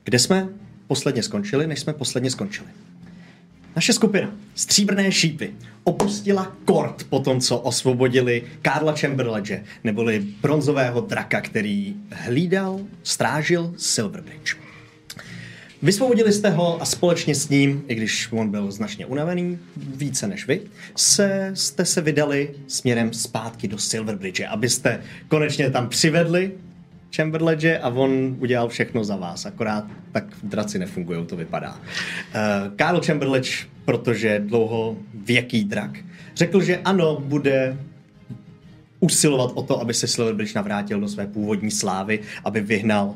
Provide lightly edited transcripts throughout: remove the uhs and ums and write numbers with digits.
Kde jsme posledně skončili, než jsme posledně skončili? Naše skupina Stříbrné šípy opustila Kord po tom, co osvobodili Karla Chamberledge, neboli bronzového draka, který hlídal, strážil Silverbridge. Vysvobodili jste ho a společně s ním, i když on byl značně unavený, více než vy, jste se vydali směrem zpátky do Silverbridge, abyste konečně tam přivedli Chamberledge a on udělal všechno za vás, akorát tak draci nefungují, to vypadá. Karl Chamberledge, protože dlouhověký drak, řekl, že ano, bude usilovat o to, aby se Silverbridge navrátil do své původní slávy, aby vyhnal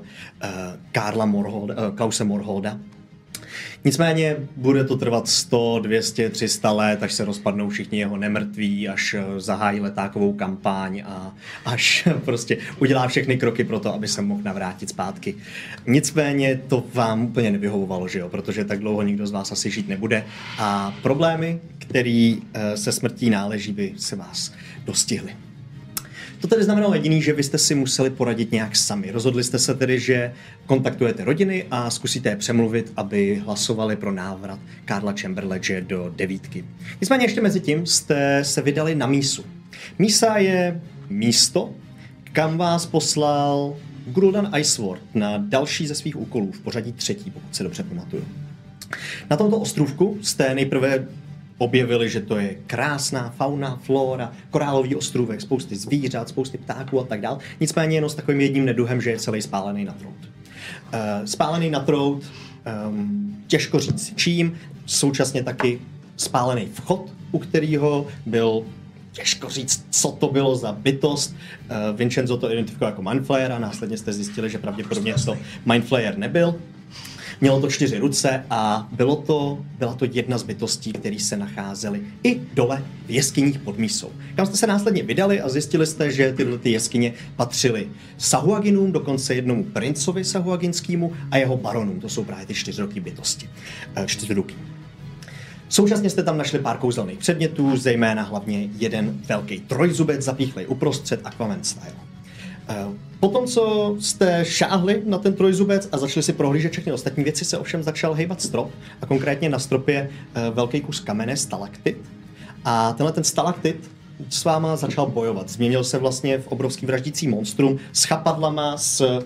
Klause Morholda. Nicméně bude to trvat 100, 200, 300 let, až se rozpadnou všichni jeho nemrtví, až zahájí letákovou kampaň a až prostě udělá všechny kroky pro to, aby se mohl navrátit zpátky. Nicméně to vám úplně nevyhovovalo, že jo? Protože tak dlouho nikdo z vás asi žít nebude a problémy, které se smrtí náleží, by se vás dostihly. To tedy znamenalo jediný, že vy jste si museli poradit nějak sami. Rozhodli jste se tedy, že kontaktujete rodiny a zkusíte je přemluvit, aby hlasovali pro návrat Karla Chamberledge do 9. Nicméně ještě mezi tím jste se vydali na mísu. Mísa je místo, kam vás poslal Gul'dan Iceward na další ze svých úkolů, v pořadí 3., pokud se dobře pamatuju. Na tomto ostrůvku jste nejprve objevili, že to je krásná fauna, flora, korálový ostrůvek, spousty zvířat, spousty ptáků a tak dál. Nicméně jenom s takovým jedním neduhem, že je celý spálený na trout. Spálený na trout, těžko říct čím, současně taky spálený vchod, u kterého byl těžko říct, co to bylo za bytost. Vincenzo to identifikoval jako Mindflayer a následně jste zjistili, že pravděpodobně to Mindflayer nebyl. Mělo to 4 ruce a byla to jedna z bytostí, které se nacházely i dole v jeskyních pod mísou. Kam jste se následně vydali a zjistili jste, že tyhle jeskyně patřily Sahuaginům, dokonce jednomu princovi sahuaginskému a jeho baronům. To jsou právě ty 4 bytosti. 4 ruky. Současně jste tam našli pár kouzelných předmětů, zejména hlavně jeden velký trojzubec zapíchlej uprostřed Aquaman style. Potom, co jste šáhli na ten trojzubec a začali si prohlížet všechny ostatní věci, se ovšem začal hejbat strop a konkrétně na stropě velký kus kamene, stalaktit. A tenhle ten stalaktit s váma začal bojovat. Změnil se vlastně v obrovský vraždící monstrum s chapadlama, s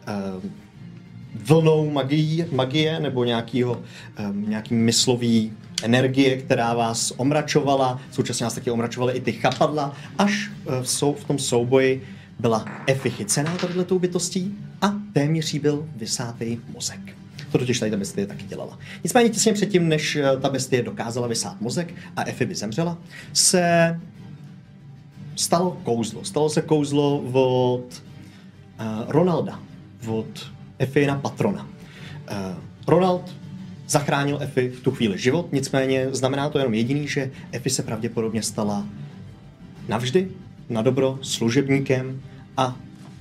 vlnou magie nebo nějaký myslový energie, která vás omračovala. Současně vás taky omračovaly i ty chapadla, až v tom souboji byla Effie chycená tohletou bytostí a téměř jí byl vysátý mozek. To totiž tady ta bestie taky dělala. Nicméně těsně předtím, než ta bestie dokázala vysát mozek a Effie by zemřela, se stalo kouzlo. Stalo se kouzlo od Ronalda, od Effiena patrona. Ronald zachránil Effie v tu chvíli život, nicméně znamená to jenom jediný, že Effie se pravděpodobně stala navždy na dobro služebníkem a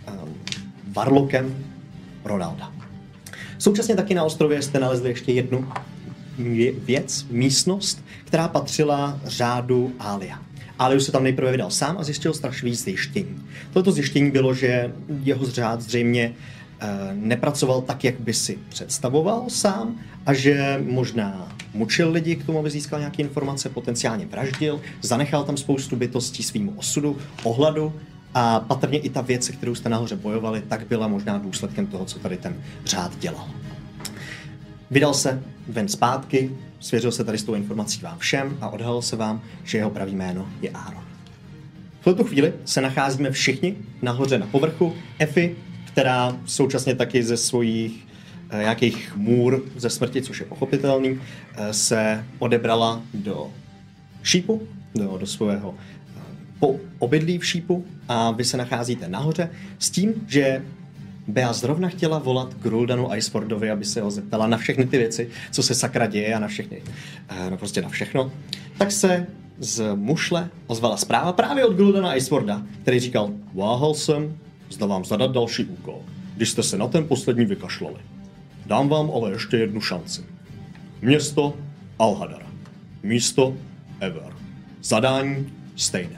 varlokem Ronalda. Současně taky na ostrově jste nalezli ještě jednu věc, místnost, která patřila řádu Alia. Alius se tam nejprve vydal sám a zjistil strašlivý zjištění. Toto zjištění bylo, že jeho řád zřejmě nepracoval tak, jak by si představoval sám a že možná mučil lidi k tomu, aby získal nějaké informace, potenciálně vraždil, zanechal tam spoustu bytostí svýmu osudu, ohladu a patrně i ta věc, kterou jste nahoře bojovali, tak byla možná důsledkem toho, co tady ten řád dělal. Vydal se ven zpátky, svěřil se tady s tou informací vám všem a odhalil se vám, že jeho pravý jméno je Aaron. V tuto chvíli se nacházíme všichni nahoře na povrchu. Effie, která současně taky ze svých nějakých můr ze smrti, což je pochopitelný, se odebrala do šípu, do svého obydlí v šípu a vy se nacházíte nahoře s tím, že Bea zrovna chtěla volat Gul'danu Icewardovi, aby se ho zeptala na všechny ty věci, co se sakra děje a na všechny, no prostě na všechno. Tak se z mušle ozvala zpráva právě od Gul'dana Icewarda, který říkal: váhal jsem, zda vám zadat další úkol, když jste se na ten poslední vykašlali. Dám vám ale ještě jednu šanci. Město Alhadara. Místo Ever. Zadání stejné.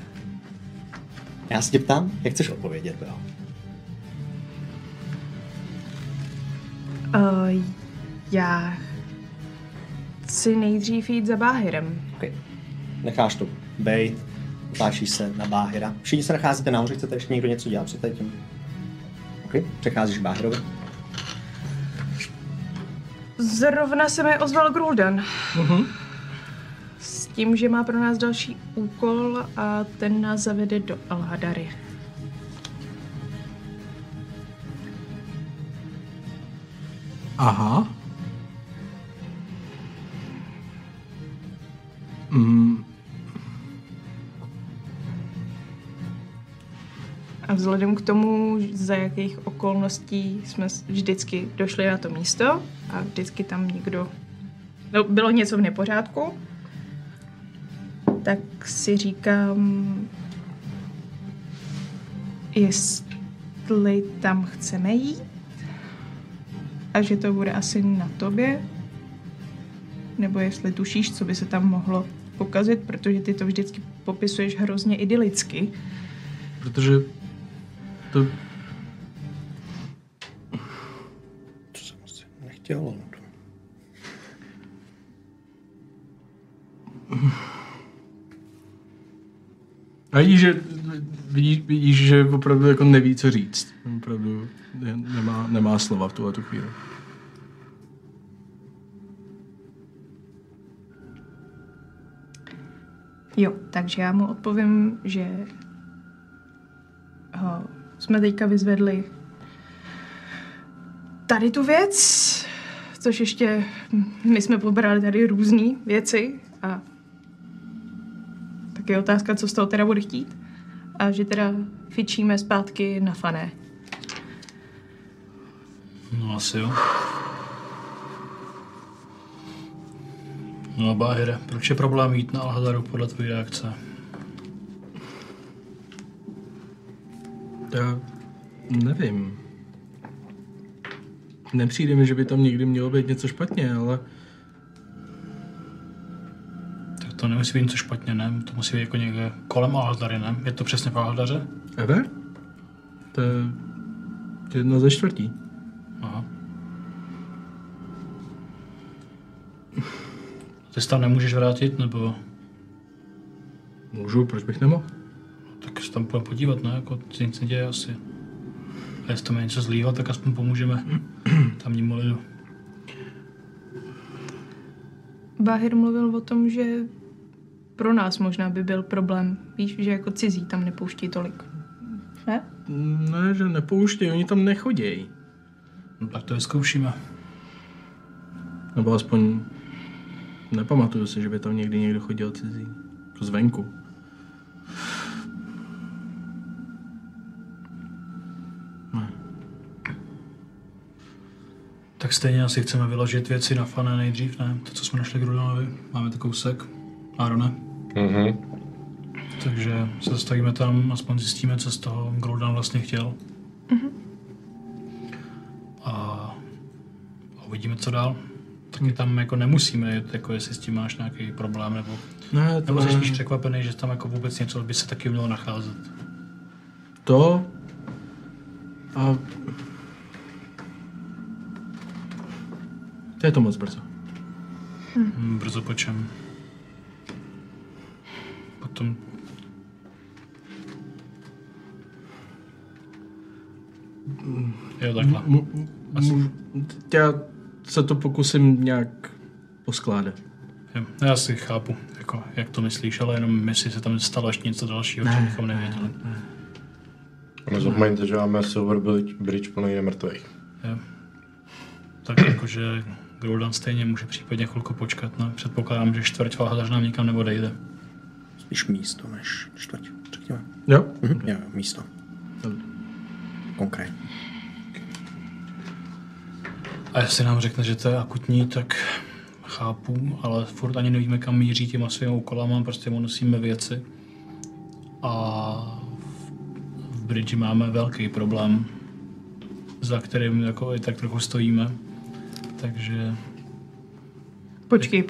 Já se tě ptám, jak chceš odpovědět, Bea? Já chci nejdřív jít za Báhirem. Okay. Necháš to bejt, otáčíš se na Báhira. Všichni se nacházíte nahoře, chcete ještě někdo něco dělat před tím? Okay. Přecházíš k Báhirovi. Zrovna se mi ozval Gul'dan. S tím, že má pro nás další úkol a ten nás zavede do Alhadary. Aha. A vzhledem k tomu, za jakých okolností jsme vždycky došli na to místo a vždycky tam někdo... No, bylo něco v nepořádku, tak si říkám, jestli tam chceme jít a že to bude asi na tobě, nebo jestli tušíš, co by se tam mohlo pokazit, protože ty to vždycky popisuješ hrozně idylicky. Protože to... To jsem asi nechtěl. A vidíš, že opravdu jako neví, co říct. Opravdu nemá slova v tuhletu chvíli. Jo, takže já mu odpovím, že jsme teďka vyzvedli tady tu věc, což ještě my jsme pobrali tady různé věci a tak je otázka, co z toho teda bude chtít. A že teda fičíme zpátky na Fané. No asi jo. No Báhire, proč je problém jít na Alhadaru podle tvojí reakce? Já nevím. Nepřijde mi, že by tam někdy mělo být něco špatně, ale... Tak to nemusí být něco špatně, ne? To musí být jako někde kolem Alhadary, ne? Je to přesně v Alhadaře? Ever? To je 1 ze 4. Aha. Ty se tam nemůžeš vrátit, nebo... Můžu, proč bych nemohl? Tak se tam půjdeme podívat, ne? Jako se nic neděje asi. A jestli tam je něco zlýho, tak aspoň pomůžeme tamnímu lidu. Báhir mluvil o tom, že pro nás možná by byl problém. Víš, že jako cizí tam nepouští tolik. Ne? Ne, že nepouštějí, oni tam nechodějí. No tak to vyzkoušíme. Nebo aspoň nepamatuju si, že by tam někdy někdo chodil cizí. Jako zvenku. Ne. Tak stejně asi chceme vyložit věci na Fané nejdřív, ne? To, co jsme našli k Rudanovi. Máme to kousek. Arone. Takže se zastavíme tam, aspoň zjistíme, co z toho Gul'dan vlastně chtěl. A uvidíme, co dál. Taky tam jako nemusíme jít, jako jestli s tím máš nějaký problém, nebo jsi spíš překvapený, že tam jako vůbec něco by se taky mělo nacházet. To... A... To je to moc brzo. Brzo po čem? Potom... Jo, takhle. Já se to pokusím nějak poskládat. Jo, já si chápu, jako, jak to myslíš, ale jenom jestli se tam stalo ještě něco dalšího, co bychom nevěděli. Nezapomeňte, že máme Silver Bridge plný nemrtvých. Jo. Tak jakože Gul'dan stejně může případně chvilku počkat, no. Předpokládám, že čtvrť Alhadař nám nikam neodejde. Spíš místo než čtvrť, řekněme. Jo? Jo, místo. Konkrétně. A jestli nám řekne, že to je akutní, tak chápu, ale furt ani nevíme, kam míří těma svými úkolama, prostě mu nosíme věci. A v Bridži máme velký problém, za kterým jako i tak trochu stojíme. Takže... Počkej.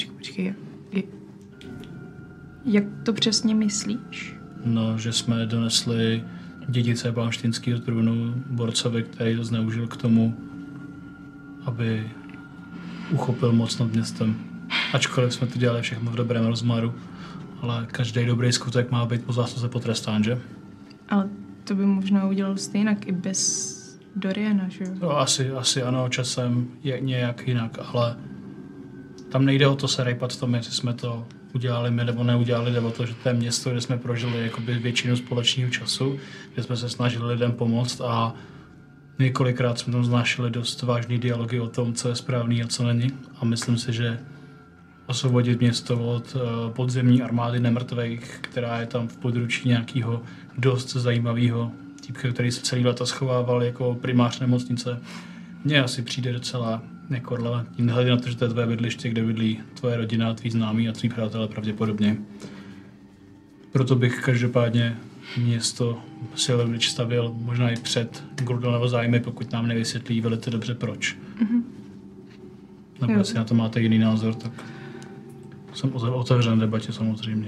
Jak to přesně myslíš? No, že jsme donesli dědice Balštínského trůnu borcovi, který to zneužil k tomu, aby uchopil moc nad městem. Ačkoliv jsme to dělali všechno v dobrém rozmaru, ale každý dobrý skutek má být po zásluze potrestán, že? Ale to by možná udělal stejně i bez Doriana, že jo? To asi ano, časem je nějak jinak, ale tam nejde o to se rejpat v tom, jestli jsme to udělali my nebo neudělali, nebo to, že to je město, kde jsme prožili jakoby většinu společného času, kde jsme se snažili lidem pomoct a několikrát jsme tam znášeli dost vážný dialogy o tom, co je správný a co není. A myslím si, že osvobodit město od podzemní armády nemrtvých, která je tam v područí nějakého dost zajímavého týpka, který se celý léta schovával jako primář nemocnice, mně asi přijde docela jako relevantní. Nehledě na to, že to je tvoje bydliště, kde bydlí tvoje rodina, tví známí a tví přátelé pravděpodobně. Proto bych každopádně město Silverbridge stavěl možná i před Gordonova zájmy, pokud nám nevysvětlí velice dobře proč. Nebo jestli na to máte jiný názor, tak jsem otevřen debatě samozřejmě.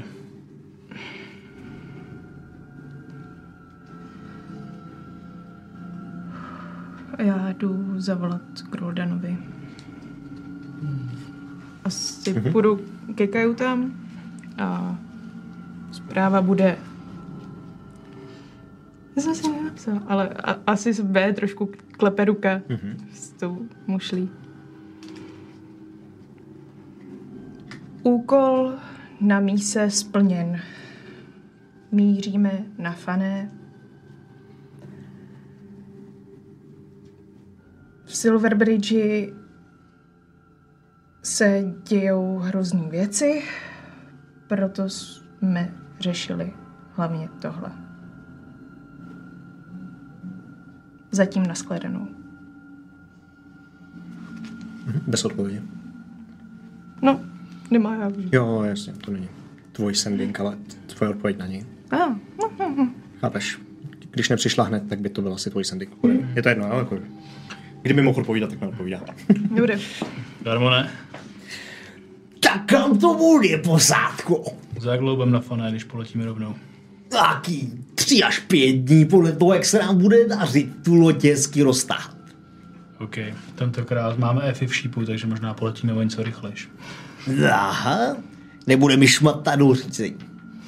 Já jdu zavolat Groldanovi. Asi půjdu ke kajutám a zpráva bude... Já jsem si nenapsal, ale asi se B trošku klepe ruka s tou mušlí. Úkol na míse splněn. Míříme na Fané. V Silverbridge se dějou hrozný věci, proto jsme řešili hlavně tohle. Zatím nashledanou. Bez odpovědi. No, nemá jak. Jo, jasně, to není tvůj sending, ale tvoje odpověď na něj. Chápeš? Když nepřišla hned, tak by to byl asi tvůj sending. Je to jedno, ale jako... Kdyby mohl odpovídat, tak neodpovídá. Dobře. Darmo ne. Tak kam to bude, posádko? Za jak dlouho budem na Fané, když poletíme rovnou? Taky 3 až 5 dní podle toho, jak se nám bude dařit tu loď hezky roztáhat. OK, tentokrát máme F v šípu, takže možná poletíme o něco rychlejš. Aha, nebude mi šmatat do řícení.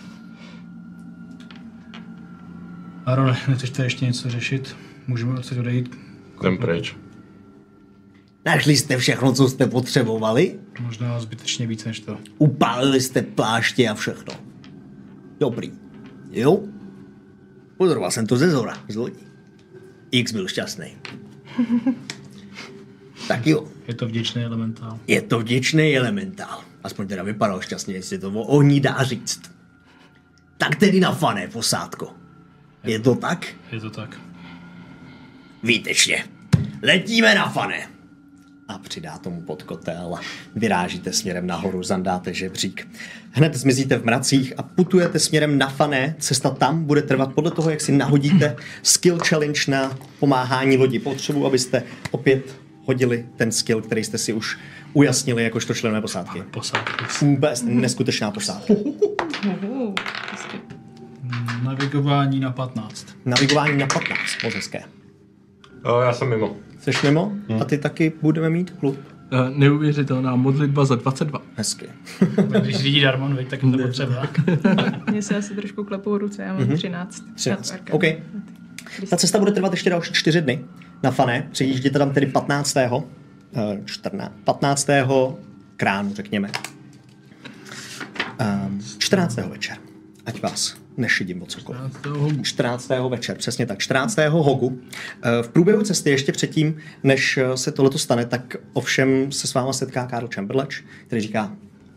Arone, nechceš ještě něco řešit? Můžeme odsaď odejít? Jdem pryč. Našli jste všechno, co jste potřebovali? Možná zbytečně víc než to. Upálili jste pláště a všechno. Dobrý. Jo? Pozoroval jsem to ze zhora, z lodí. X byl šťastný. Tak jo. Je to vděčný elementál. Je to vděčný elementál. Aspoň teda vypadal šťastně, jestli to o ohni dá říct. Tak tedy na Fané, posádko. Je to tak? Je to tak. Výtečně. Letíme na Fané. A přidá tomu pod kotel a vyrážíte směrem nahoru, zandáte žebřík. Hned zmizíte v mracích a putujete směrem na Fané. Cesta tam bude trvat podle toho, jak si nahodíte skill challenge na pomáhání lodi. Potřebuji, abyste opět hodili ten skill, který jste si už ujasnili jakožto členové posádky. Posádky. Vůbec neskutečná posádka. Navigování na 15. Navigování na 15, moc hezké. Já jsem mimo. Jseš mimo? A ty taky budeme mít klub? Neuvěřitelná modlitba za 22. Hezky. Když vidí Darman, veď, tak jim to potřeba. Mně se asi trošku klepou ruce, já mám 13. 13, OK. Ta cesta bude trvat ještě další 4 dny na Fané. Přijíždíte tam tedy 15. kránu, řekněme. 14. večer. Ať vás nešidím o cokoliv. 14. večer, přesně tak. 14. hogu. V průběhu cesty ještě předtím, než se tohleto stane, tak ovšem se s váma setká Karl Chamberlain, který říká: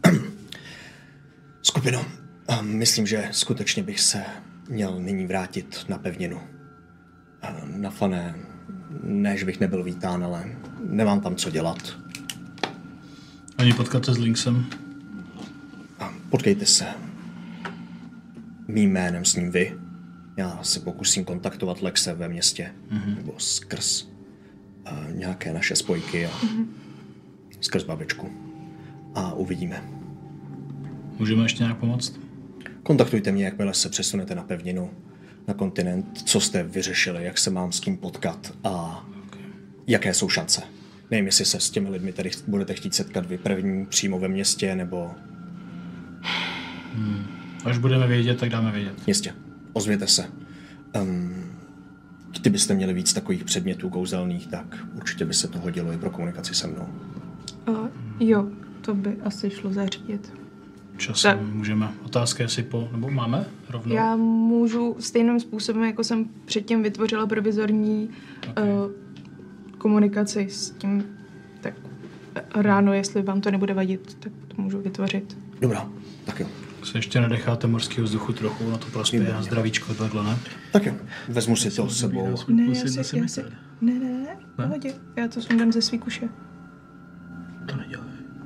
Skupino, myslím, že skutečně bych se měl nyní vrátit na pevninu. Na Fané, ne, že bych nebyl vítán, ale nemám tam co dělat. Ani potkat se s Lynxem. Potkejte se mým jménem s ním vy. Já se pokusím kontaktovat Lexe ve městě, nebo skrz nějaké naše spojky a skrz babičku. A uvidíme. Můžeme ještě nějak pomoct? Kontaktujte mě, jakmile se přesunete na pevninu, na kontinent, co jste vyřešili, jak se mám s kým potkat a jaké jsou šance. Nevím, jestli se s těmi lidmi tady budete chtít setkat vy první přímo ve městě, nebo... Až budeme vědět, tak dáme vědět. Jistě, ozvěte se. Kdybyste měli víc takových předmětů kouzelných, tak určitě by se to hodilo i pro komunikaci se mnou. Jo, to by asi šlo zařídit. Časem můžeme. Otázka, jestli nebo máme rovnou? Já můžu stejným způsobem, jako jsem předtím vytvořila provizorní komunikaci s tím, tak ráno, jestli vám to nebude vadit, tak to můžu vytvořit. Dobrá, tak jo. Se ještě nadecháte morského vzduchu trochu, na to prospěje na zdravíčko takhle, ne? Tak jo, vezmu si to s sebou. Ne, ne, pohodě, já to sundám ze svý kuše. To nedělej.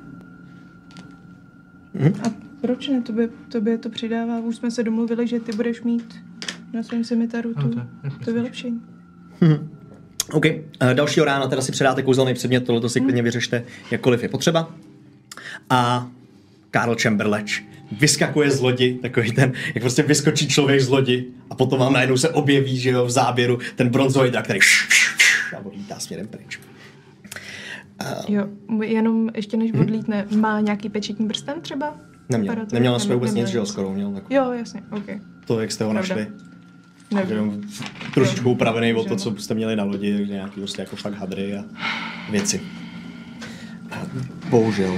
A proč ne? Tobě to přidává. Už jsme se domluvili, že ty budeš mít na svém semitaru to vylepšení. OK. Dalšího rána teda si předáte kouzelný předmět, tohleto si klidně vyřešte, jakkoliv je potřeba. A Karl Chamberlain vyskakuje z lodi, takový ten, jak prostě vyskočí člověk z lodi a potom vám najednou se objeví, že jo, v záběru ten bronzový drak, který a odlítá směrem pryč. Jo, jenom ještě než odlítne, má nějaký pečetní prsten třeba? Neměl na své vůbec nic, že jo, skoro měl takový. Jo, jasně, OK. To, jak jste ho Pravda. našli. Trošičku upravený o to, co jste měli na lodi, takže nějaký prostě jako fakt hadry a věci. Bohužel.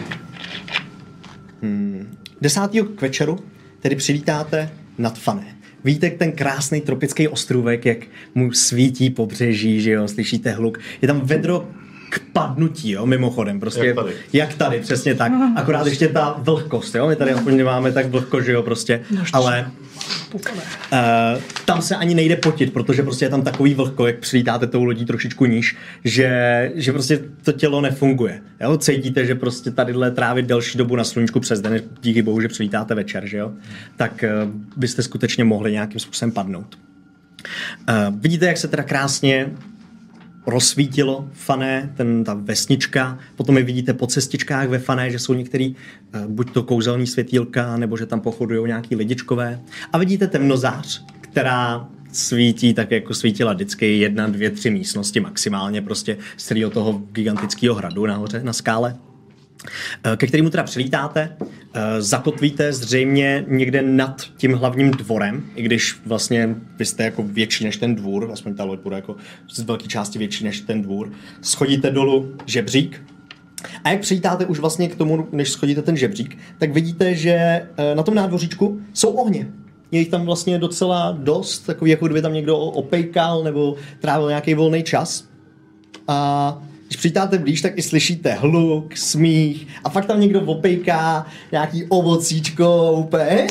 10. k večeru tedy přivítáte nad Fané. Vidíte ten krásný tropický ostrůvek, jak mu svítí pobřeží, že jo, slyšíte hluk. Je tam vedro k padnutí, jo, mimochodem, prostě. Jak tady, přesně tak. Akorát ještě ta vlhkost, jo, my tady aspoň nemáme tak vlhko, že jo, prostě, ale tam se ani nejde potit, protože prostě je tam takový vlhko, jak přilítáte tou lodí trošičku níž, že prostě to tělo nefunguje, jo, cítíte, že prostě tadyhle trávit delší dobu na sluníčku přes den, díky bohu, že přilítáte večer, že jo, tak byste skutečně mohli nějakým způsobem padnout. Vidíte, jak se teda krásně rozsvítilo Fané, ta vesnička. Potom je vidíte po cestičkách ve Fané, že jsou některý buď to kouzelní světýlka, nebo že tam pochodují nějaký lidičkové. A vidíte temnozář, která svítí tak, jako svítila vždycky 1, 2, 3 místnosti maximálně prostě z celého toho gigantického hradu nahoře na skále, ke kterému teda přilítáte, zakotvíte zřejmě někde nad tím hlavním dvorem, i když vlastně vy jste jako větší než ten dvůr, aspoň ta loď bude jako z velké části větší než ten dvůr, schodíte dolů žebřík a jak přilítáte už vlastně k tomu, než schodíte ten žebřík, tak vidíte, že na tom nádvoříčku jsou ohně. Je jich tam vlastně docela dost, takový jako kdyby tam někdo opejkal nebo trávil nějaký volný čas. A když přijítáte blíž, tak i slyšíte hluk, smích a fakt tam někdo opejká nějaký ovocíčko, úplně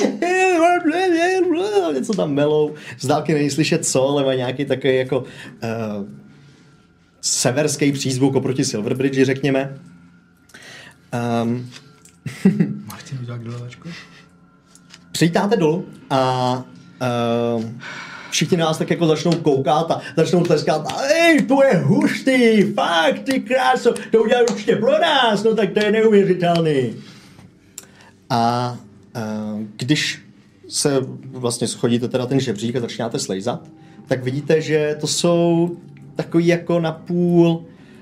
něco tam melou. Z dálky není slyšet co, ale má nějaký takový jako severský přízvuk oproti Silverbridge, řekněme. Martin udělal dodačku? Přijítáte dolů a všichni nás tak jako začnou koukat a začnou tleskat. Ej, to je hustý, fakt, ty kráso, to udělal určitě pro nás, no tak to je neuvěřitelný. A když se vlastně schodíte teda ten žebřík a začínáte slejzat, tak vidíte, že to jsou takový jako napůl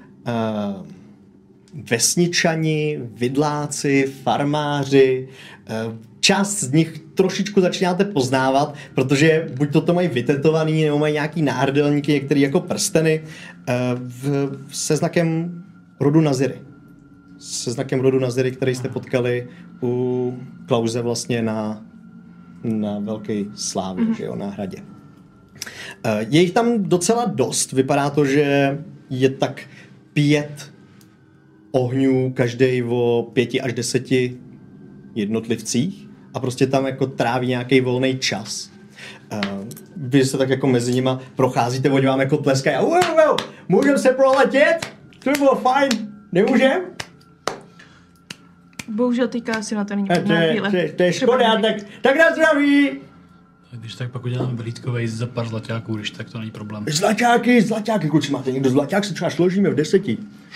vesničani, vidláci, farmáři. Část z nich trošičku začínáte poznávat, protože buď to mají vytetovaný, nebo mají nějaký náhrdelníky, některé jako prsteny se znakem rodu Naziry. Se znakem rodu Naziry, který jste potkali u Klause vlastně na velké slávě, že jo, na hradě. Je jich tam docela dost. Vypadá to, že je tak 5 ohňů, každý o 5 až 10 jednotlivcích a prostě tam jako tráví nějaký volný čas. Vy se tak jako mezi nima procházíte, oni vám jako tleskají a wow, můžem se proletět? To by bylo fajn. Nemůžem? Bohužel teďka asi na to není pěkná chvíle. To je škoda, tak na zdraví! Když tak pak uděláme blídkovej za pár zlaťáků, když tak to není problém. Zlaťáky, kluci, máte někdo zlaťák, se třeba složíme v 10.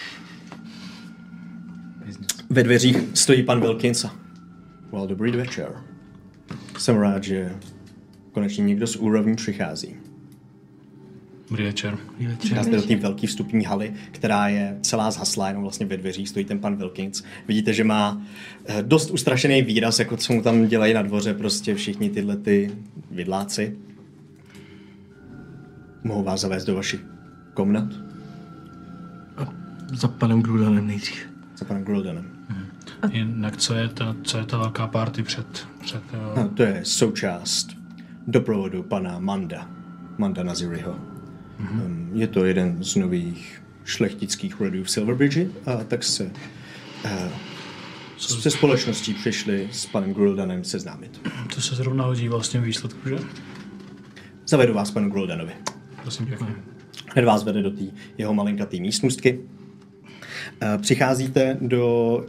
Ve dveřích stojí pan Wilkins. Well, dobrý večer. Jsem rád, že konečně někdo z úrovní přichází. Dobrý večer. Přicházíte do té velké vstupní haly, která je celá zhaslá, jenom vlastně ve dveřích stojí ten pan Wilkins. Vidíte, že má dost ustrašený výraz, jako co mu tam dělají na dvoře prostě všichni tyhle ty vidláci. Mohou vás zavést do vašich komnat? Za panem Gruldanem nejdřív. Za panem Gruldanem. Jinak co je ta velká party před No, to je součást doprovodu pana Manda Naziriho. Je to jeden z nových šlechtických rodů v Silverbridge a tak se společností přišli s panem Gruldanem seznámit. To se zrovna hodí vlastně výsledku, že? Zavedu vás panu Gruldanovi. Prosím, děkuji. Hned vás vede do té jeho malinkaté místnostky. Přicházíte do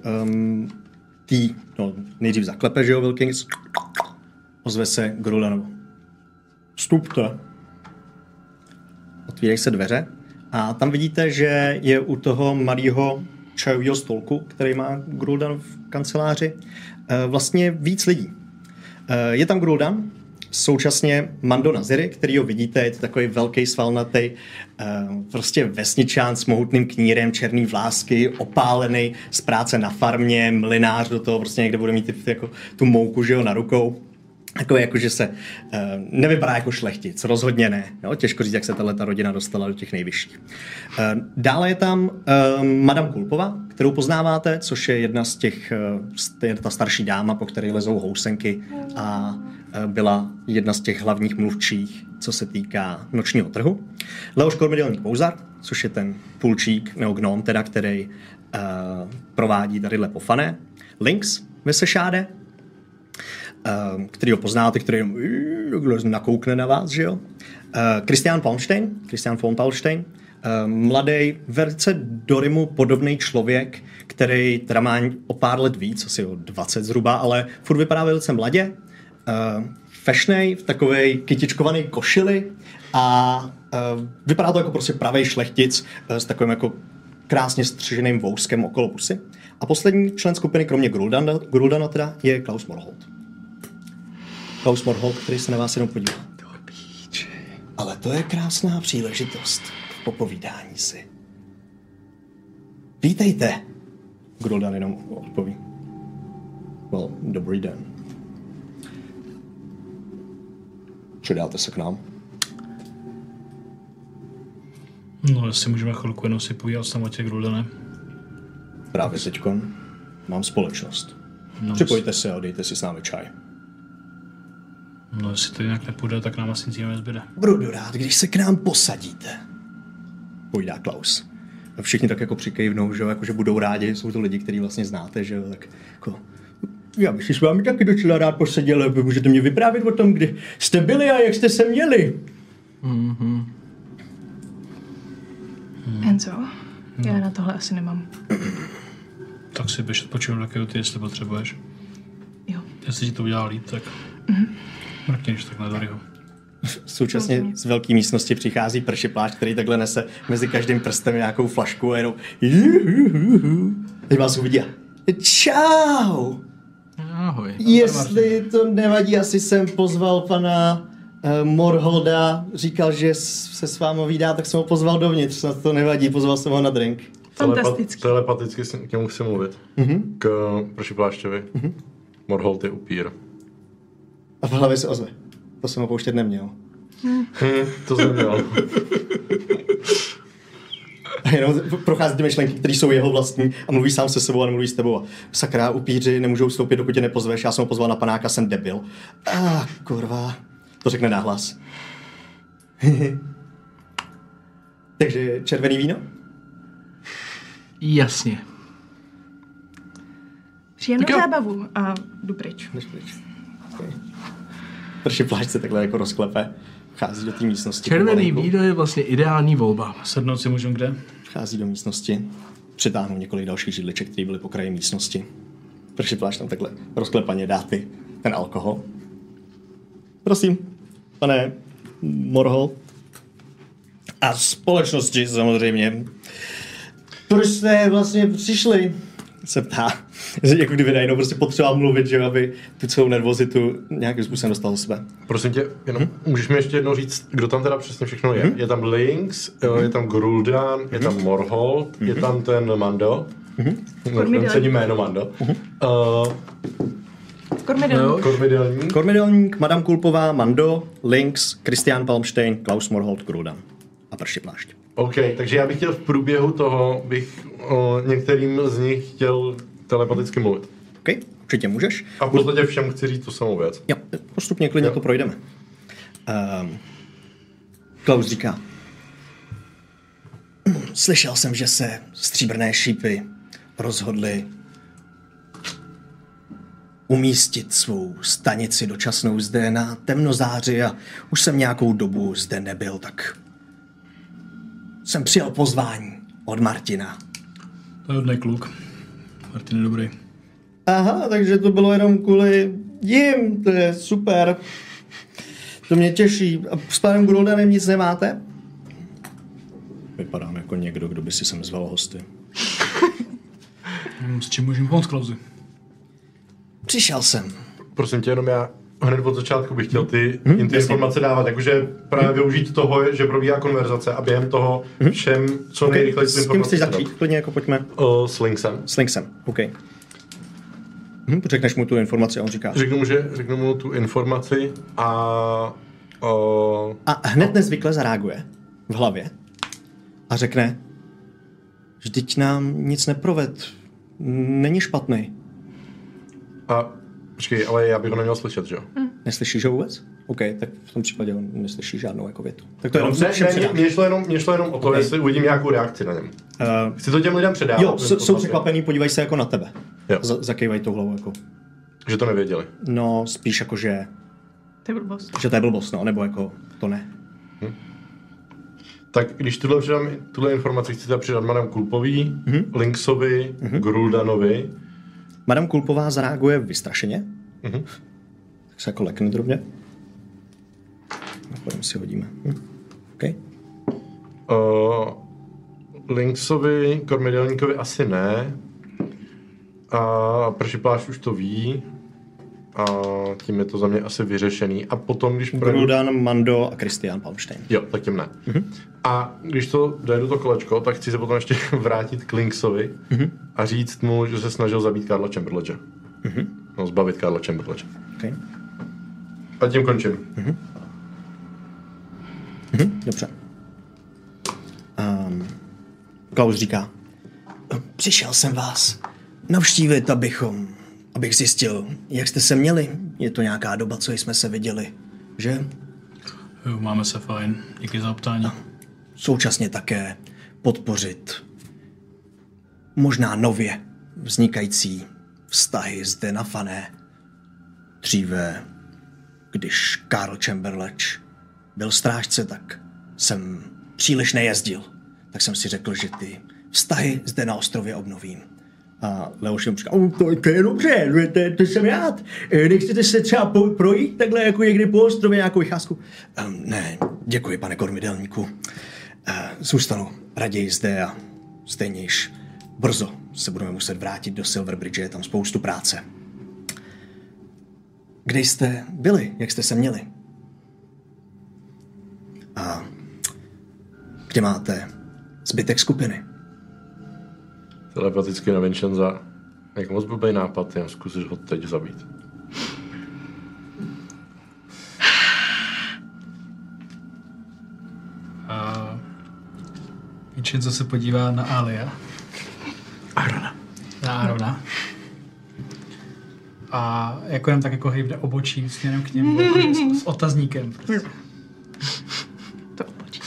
nejdřív zaklepe, že jo, Wilkins? Ozve se Gruldanovi. Vstupte. Otvírají se dveře a tam vidíte, že je u toho malého čajového stolku, který má Gruldan v kanceláři, vlastně víc lidí. Je tam Gruldan, současně Mando Naziri, kterýho vidíte, je to takový velký svalnatý, prostě vesničán s mohutným knírem, černý vlásky, opálený z práce na farmě, mlynář do toho, prostě někde bude mít jako tu mouku, že jo, na rukou. Takový jako, že se nevypadá jako šlechtic, rozhodně ne. Jo? Těžko říct, jak se tato rodina dostala do těch nejvyšších. Dále je tam Madame Kulpova, kterou poznáváte, což je jedna z těch, je ta starší dáma, po které lezou housenky a byla jedna z těch hlavních mluvčích, co se týká nočního trhu. Leoš Kormidelník Pouzar, což je ten půlčík, nebo gnom, teda, který provádí tadyhle pofané. Lynx Vesešáde, který ho poznáte, který nakoukne na vás, že jo? Christian von Paulstein, mladý, velice do Rimu podobný člověk, který teda má o pár let víc, asi o 20 zhruba, ale furt vypadá velice mladě, fešnej, v takovej kytičkovaný košili a vypadá to jako prostě pravej šlechtic s takovým jako krásně střiženým vouskem okolo pusy. A poslední člen skupiny, kromě Gruldana teda, je Klaus Morholt. Klaus Morholt, který se na vás jenom podívá. Ale to je krásná příležitost k popovídání si. Vítejte, Gruldan jenom odpoví. Well, dobrý den. Přidáte se k nám? No, jestli můžeme chvilku jenom si povídat o samotě, Gruldane. Právě teďkon mám společnost. Připojte se a odejte si s námi čaj. No, jestli to jinak nepůjde, tak nám asi nic jiného nezbyde. Budu rád, když se k nám posadíte, povídá Klaus. A všichni tak jako přikejvnou, že jo, jako, že budou rádi, jsou to lidi, který vlastně znáte, že jo, tak jako... Já bych si s vámi taky docela rád poseděl, ale můžete mě vyprávět o tom, kdy jste byli a jak jste se měli. Enzo, já na tohle asi nemám. Tak si běž odpočinu taky ty, jestli potřebuješ. Jo. Jestli ti to udělá líp, tak mrkněš tak na Doryho. Současně z velké místnosti přichází pršipláč, který takhle nese mezi každým prstem nějakou flašku a jenom teď vás uvidí. Čau! Ahoj. Jestli to nevadí, asi jsem pozval pana Morholda, říkal, že se s vámi vídá, tak jsem ho pozval dovnitř, snad to nevadí, pozval jsem ho na drink. Fantasticky. Telepaticky k němu chci mluvit. K Pršiplášťovi. Morholt je upír. A v hlavě se ozve. To jsem ho pouštět neměl. To jsem měl. A jenom prochází ty myšlenky, které jsou jeho vlastní a mluví sám se sebou a nemluví s tebou. A sakra, upíři nemůžou vstoupit, dokud tě nepozveš. Já jsem ho pozval na panáka, jsem debil. Kurva. To řekne nahlas. Takže červený víno? Jasně. Příjemnou zábavu a jdu pryč. Jdeš pryč. Okay. Pršiplášť se takhle jako rozklepe. Vchází do té místnosti. Červený víno je vlastně ideální volba. Sednout si můžeme kde? Vchází do místnosti. Přitáhnou několik dalších židliček, které byly po kraji místnosti. Pršiplášť tam takhle rozklepaně dá ten alkohol. Prosím, pane Morholt. A společnosti samozřejmě. Proč jste vlastně přišli? se ptá, jako kdyby najednou prostě potřeboval mluvit, že aby tu celou nervozitu nějakým způsobem dostal do sebe. Prosím tě, jenom můžeš mi ještě jednou říct, kdo tam teda přesně všechno je? Je tam Lynx, je tam Gruldan, je tam Morholt, je tam ten Mando. Cením jméno Mando. Kormidelník. Kormidelník, Madame Kulpová, Mando, Lynx, Christian Palmstein, Klaus Morholt, Gruldan a Prší plášť. OK, takže já bych chtěl v průběhu toho, bych některým z nich chtěl telepaticky mluvit. OK, určitě můžeš. A v podstatě všem chci říct tu samou věc. Jo, postupně klidně to projdeme. Klaus říká. Slyšel jsem, že se stříbrné šípy rozhodly umístit svou stanici dočasnou zde na Temnozáři a už jsem nějakou dobu zde nebyl, tak jsem přijal pozvání od Martina. To je hodnej kluk. Martin je dobrý. Aha, takže to bylo jenom kvůli jim, to je super. To mě těší. A s panem Gruldanem nic nemáte? Vypadám jako někdo, kdo by si sem zval hosty. S čím můžeme pomoct, Klausi? Přišel jsem. Prosím tě, jenom já hned od začátku bych chtěl ty informace dávat, jakože právě využít toho, že probíhá konverzace a během toho všem co nejrychleji tu informace. S kým chceš začít? Klidně jako pojďme. S Lynxem. S Lynxem, OK. Řekneš mu tu informaci a on říká. Řeknu mu tu informaci a... A hned nezvykle zareaguje v hlavě a řekne, vždyť nám nic neproved, není špatný. A počkej, ale já bych ho neměl slyšet, že jo? Neslyšíš ho vůbec? OK, tak v tom případě on neslyší žádnou jako větu. Tak to jenom mě šlo jenom o to, jestli uvidím nějakou reakci na něm. Chci to těm lidem předávat. Jo, jsou překvapení, podívají se jako na tebe. Zakývají tou hlavou jako. Že to nevěděli. No, spíš jako, že... To je blbost. Že to je blbost, no, nebo jako to ne. Tak když tuhle informaci chcete přidat Madame Kulpový, Lynxovi, Gruldanovi. Madame Kulpová zareaguje vystrašeně. Tak se jako lekne drobně. A potom si hodíme. OK. Lynxovi, Kormidelníkovi asi ne. A Prší plášť už to ví. A tím je to za mě asi vyřešený. A potom, když... Gruldan, Mando a Christian Palmstein. Jo, tak tím ne. A když to dojedu to kolečko, tak chci se potom ještě vrátit k Lynxovi a říct mu, že se snažil zabít Karla Chamberlaina. No, zbavit Karla Chamberlaina. Okay. A tím končím. Dobře. Klaus říká, přišel jsem vás navštívit, abych zjistil, jak jste se měli. Je to nějaká doba, co jsme se viděli, že? Jo, máme se fajn. Díky za optání. A současně také podpořit možná nově vznikající vztahy zde na Fané. Dříve, když Karl Chamberlain byl strážce, tak jsem příliš nejezdil. Tak jsem si řekl, že ty vztahy zde na ostrově obnovím. A Leoš jim říká, to je dobře, to jsem rád. Nechcete se třeba projít takhle jako někdy po ostrově nějakou vycházku? Ne, děkuji, pane Kormidelníku. Zůstanu raději zde a stejně již brzo se budeme muset vrátit do Silverbridge, je tam spoustu práce. Kde jste byli? Jak jste se měli? A kde máte zbytek skupiny? Telepaticky na Vincenza. Jak moc blbej nápad, já zkusíš ho teď zabít. Vincenzo se podívá na Alia. Na Arona. A jako jen tak jako hejbne obočí směrem k němu, s otazníkem. Prostě. To obočí.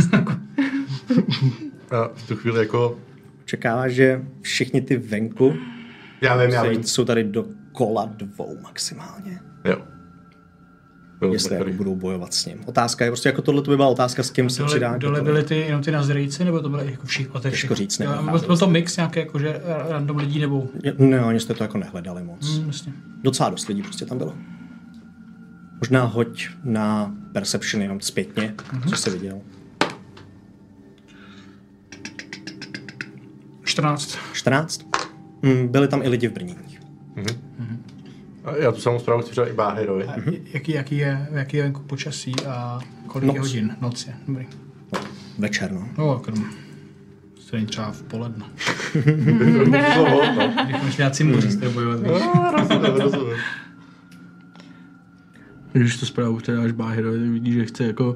A v tu chvíli jako... Očekává, že všichni ty venku já vím. Jsou tady do kola 2 maximálně. Jo. Jestli jako budou bojovat s ním. Otázka je prostě jako tohle by byla otázka, s kým se přidá. Dole byly jenom ty nazrejci, nebo to bylo jako všichni? Těžko říct, byl to mix nějaké jakože random lidí, nebo? Ne, oni jste to jako nehledali moc. Vlastně. Docela dost lidí prostě tam bylo. Možná hoď na perception jenom zpětně, co jsi viděl. 14. Byli tam i lidi v brněních. A já tu samou zprávu chci předat i Báhyrovi. Jaký je venku počasí a kolik je hodin? Noc je. Dobrý. Večer, no. No, stejně třeba v poledne. Slovo, Když měl cimbuři s tebou bojovat. rozumím. Když to zprávu předáš Báhyrovi, tak vidíš, že chce jako...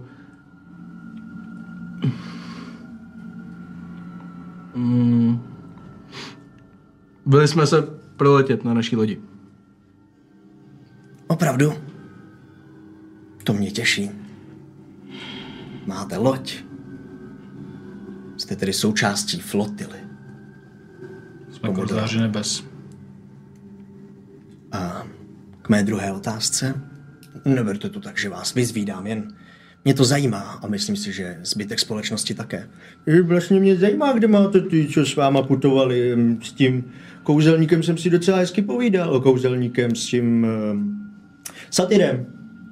Byli jsme se proletět na naší lodi. Opravdu? To mě těší. Máte loď. Jste tedy součástí flotily. Jsme korzáři nebes. A k mé druhé otázce. Neberte to tak, že vás vyzvídám, jen mě to zajímá a myslím si, že zbytek společnosti také. Vlastně mě zajímá, kde máte ty, co s váma putovali. S tím kouzelníkem jsem si docela hezky povídal. Kouzelníkem s tím Satyrem.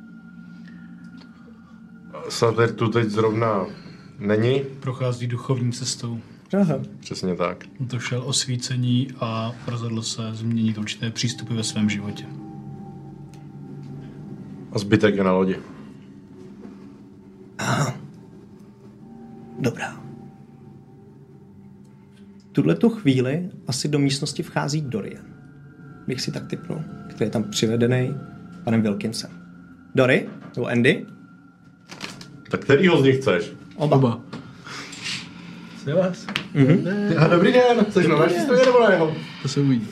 Satyr tu teď zrovna není. Prochází duchovní cestou. Aha. Přesně tak. To šel osvícení a rozhodl se změnit určité přístupy ve svém životě. A zbytek je na lodi. Aha. Dobrá. V tuhletu chvíli asi do místnosti vchází Dorian. Bych si tak tipnul, který je tam přivedený panem Wilkinsem. Dory? Nebo Andy? Tak kterýho z nich chceš? Oba. Se vás? Dobrý den, jsi na naší straně nebo na jeho? To se uvidí.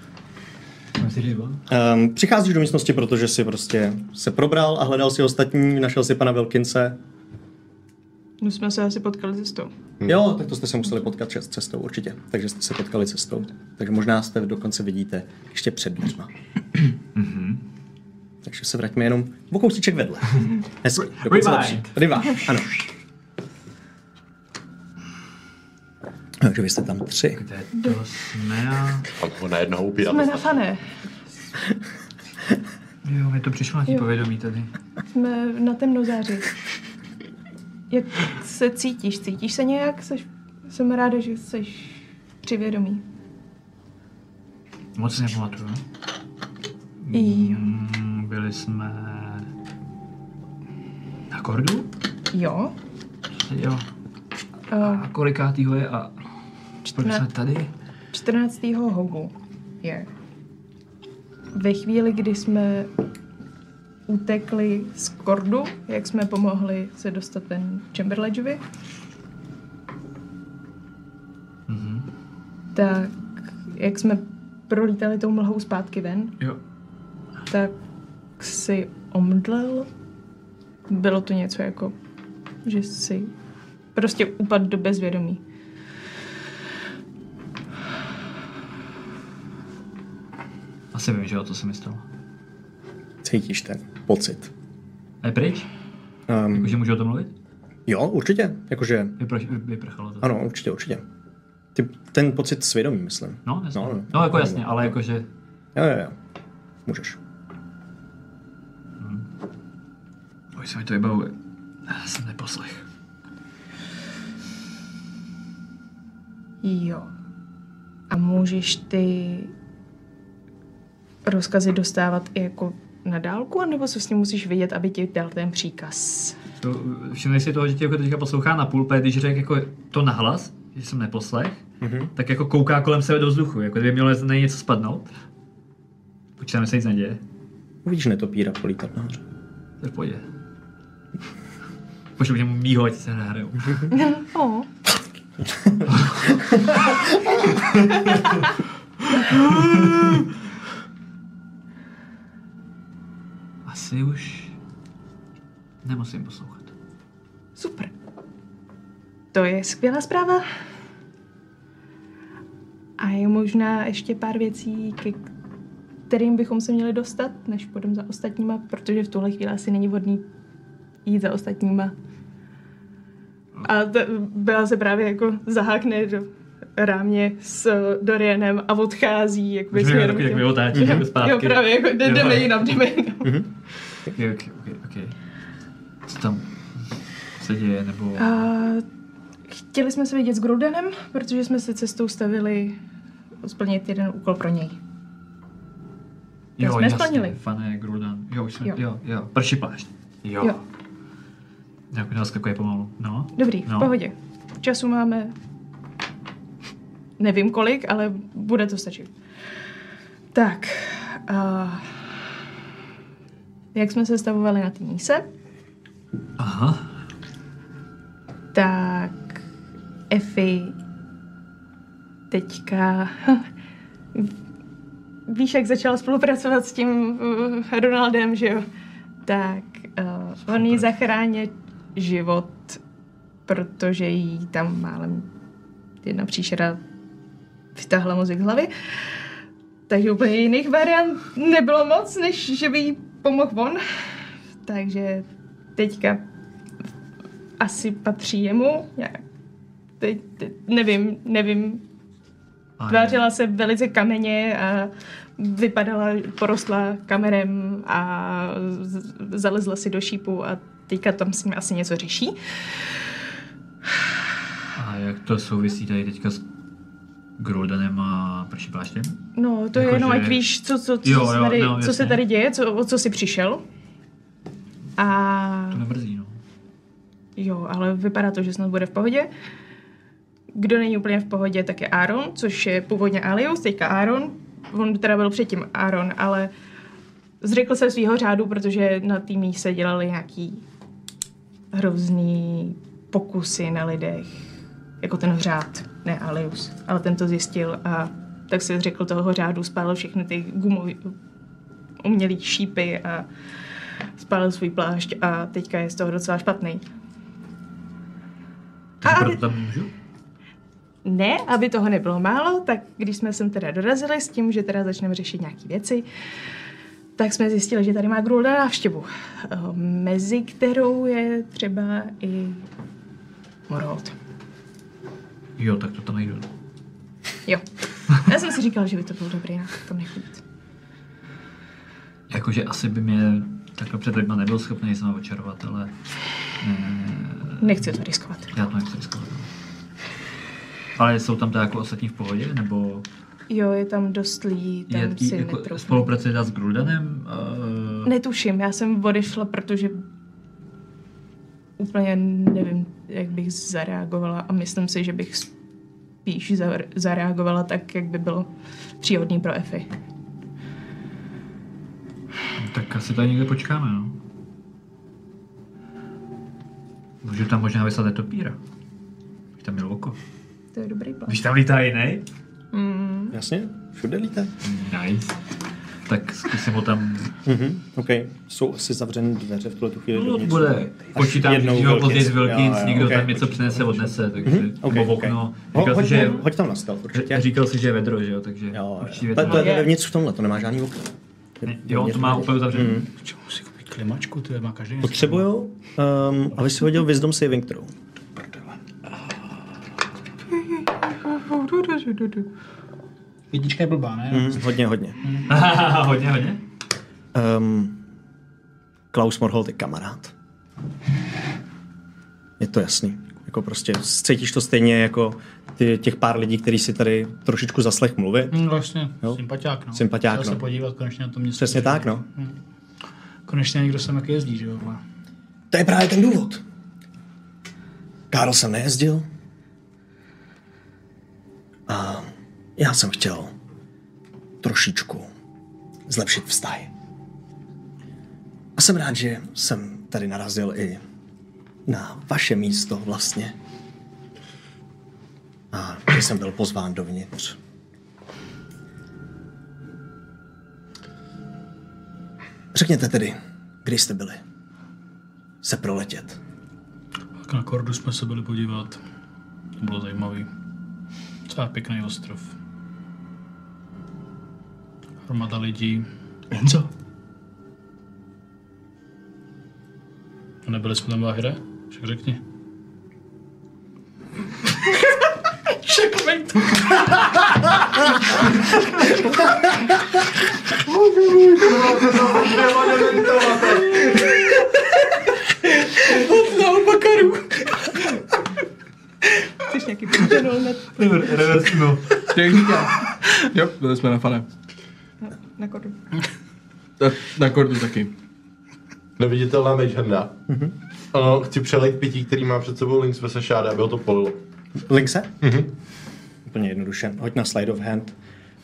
Přicházíš do místnosti, protože si prostě se probral a hledal si ostatní, našel si pana Wilkinse. My jsme se asi potkali cestou. Jo, tak to jste se museli potkat cestou, určitě. Takže jste se potkali cestou. Takže možná jste dokonce vidíte ještě před dveřma. Takže se vraťme jenom o kousíček vedle. Hezky. Rewind, ano. Takže vy jste tam 3. Kde to jsme a... A na jednoho upírat. Jsme na Fané. Jo, mi to přišlo na tí povědomí tady. Jsme na temnozáři. Jak se cítíš? Cítíš se nějak? Jsem ráda, že jsi při vědomí. Moc nepamatuju. Jo. Byli jsme... na Kordu? Jo. Jo. A kolikátýho je a... Proč jsme tady? 14. hogu je. Ve chvíli, kdy jsme utekli z Kordu, jak jsme pomohli se dostat ven Chamberledgeovi, tak jak jsme prolítali tou mlhou zpátky ven, Jo. tak si omdlel. Bylo to něco jako, že si prostě upadl do bezvědomí. Asi vím, že o to se mi stalo. Cítíš ten pocit. A je pryč? Jakože můžu o tom mluvit? Jo, určitě. Jakože... Vyprchalo to. Ano, určitě. Ten pocit svědomí, myslím. No, jasně. No, jako jasně, ale jakože... Jo. Můžeš. Už se mi to vybavuje. Já jsem neposlech. Jo. A můžeš ty rozkazy dostávat i jako na dálku, anebo co s ním musíš vidět, aby ti dal ten příkaz? Všimnej si toho, že tě jako teďka poslouchá na půl, protože když řekl jako to nahlas, že jsem neposlech, tak jako kouká kolem sebe do vzduchu, jako kdyby mělo na něj něco spadnout. Počítáme, se nic neděje. Uvidíš netopíra polítat nahoře. To je v pohodě. Pošlu mu mýho, ať se nehrajou. Asi už nemusím poslouchat. Super. To je skvělá zpráva. A je možná ještě pár věcí, ke kterým bychom se měli dostat, než půjdeme za ostatníma, protože v tuhle chvíli asi není vhodný jít za ostatníma. A byla se právě jako zahákne do rámě s Dorianem a odchází. Jak mi otáčí jako zpátky. Jo, právě, jako jdeme jinam. Okay. Co tam se děje, nebo... Chtěli jsme se vidět s Gruldanem, protože jsme se cestou stavili splnit jeden úkol pro něj. Jo, jsme jasně, splnili. Fane Gruldan. Jo, už jsme, Jo. jo. Prší plášť. Jo. Jak naskakuje pomalu. No. Dobrý, v pohodě. Času máme nevím kolik, ale bude to stačit. Tak. Jak jsme se stavovali na té míse, Aha. tak Efi teďka víš, jak začala spolupracovat s tím Ronaldem, že jo? Tak on jí zachránil život, protože jí tam málem jedna příšera vytáhla mozek z hlavy. Takže úplně jiných variant nebylo moc, než že by jí pomohl on. Takže teďka asi patří jemu. Teď nevím. Tvářila se velice kamenně a vypadala, porostla kamerem a zalezla si do šípu a teďka tam s ním asi něco řeší. A jak to souvisí tady teďka s Gruldanem a prší pláštěm? No, to je jenom, ať víš, co se tady děje, o co jsi přišel. A... To nemrzí, no. Jo, ale vypadá to, že snad bude v pohodě. Kdo není úplně v pohodě, tak je Aaron, což je původně Alius, teďka Aaron. On teda byl předtím Aaron, ale zřekl se svýho řádu, protože na té míse dělali nějaký hrozný pokusy na lidech. Jako ten řád, ne Alius, ale ten to zjistil a tak se zřekl toho řádu, spálil všechny ty gumový umělý šípy a spálil svůj plášť a teďka je z toho docela špatný. Takže proto tam můžu? Ne, aby toho nebylo málo, tak když jsme sem teda dorazili s tím, že teda začneme řešit nějaké věci, tak jsme zjistili, že tady má Grulda návštěvu, mezi kterou je třeba i Morholt. Jo, tak to tam nejdu. Jo. Já jsem si říkal, že by to bylo dobrý na tam nechodit. Jakože asi by mě takhle před lidma nebyl schopný sama očarovat, ale... Nechci to riskovat. Já to nechci riskovat. Ale jsou tam jako ostatní v pohodě, nebo... Jo, je tam dost lidí, tam si jako netroufnu. Spolupracuje s Gruldanem? Netuším, já jsem odešla, protože úplně nevím, jak bych zareagovala a myslím si, že bych spíš zareagovala tak, jak by bylo příhodný pro Efi. Tak asi tady někde počkáme, no. Můžu tam možná vyslat netopíra. Bych tam měl oko. To je dobrý plán. Víš, tam lítá jiný? Jasně, všude lítá. Nice. Tak zkusím ho tam... OK, jsou asi zavřené dveře v tuhle chvíli. No, bude. Počítám, že ho později z Wilkins, někdo okay, tam něco přinese, odnese, takže okay, okno. Hoď tam na stealth, určitě. Říkal si, že je vedro, že jo, takže určitě to je vevnitř v tomhle, to nemá žádný okno. Jo, to má úplně zavřený. Čemu si koupit klimačku, to má každý. Potřebujou, aby si hodil Wisdom saving throw. Jednička je blbá, ne? Hodně. Hodně? Klaus Morholt je kamarád. Je to jasný. Jako prostě cítíš to stejně jako těch pár lidí, kteří si tady trošičku zaslech mluvit. Vlastně, sympatiák, no. Sympatiák, Chtěl se podívat konečně na to město. Přesně tak, no. Konečně někdo sem jak jezdí, že jo? To je právě ten důvod. Karl jsem nejezdil. A já jsem chtěl trošičku zlepšit vztahy. A jsem rád, že jsem tady narazil i na vaše místo vlastně. A že jsem byl pozván dovnitř. Řekněte tedy, kdy jste byli se proletět. Tak na Kordu jsme se byli podívat. To bylo zajímavý. Docela pěkný ostrov. Hromada lidí. Jen co? Nebyli jsme tam Vahire? Však řekni. Checkmate. Reversimo. Jak říká. Jo, byli jsme na Fane. Na kordu. Na kordu taky. Neviditelná mage handa. Chci přelejt pití, který má před sebou Lynx ve sešáde, aby ho to polilo. Linkse? Úplně jednoduše. Hoď na slide of hand.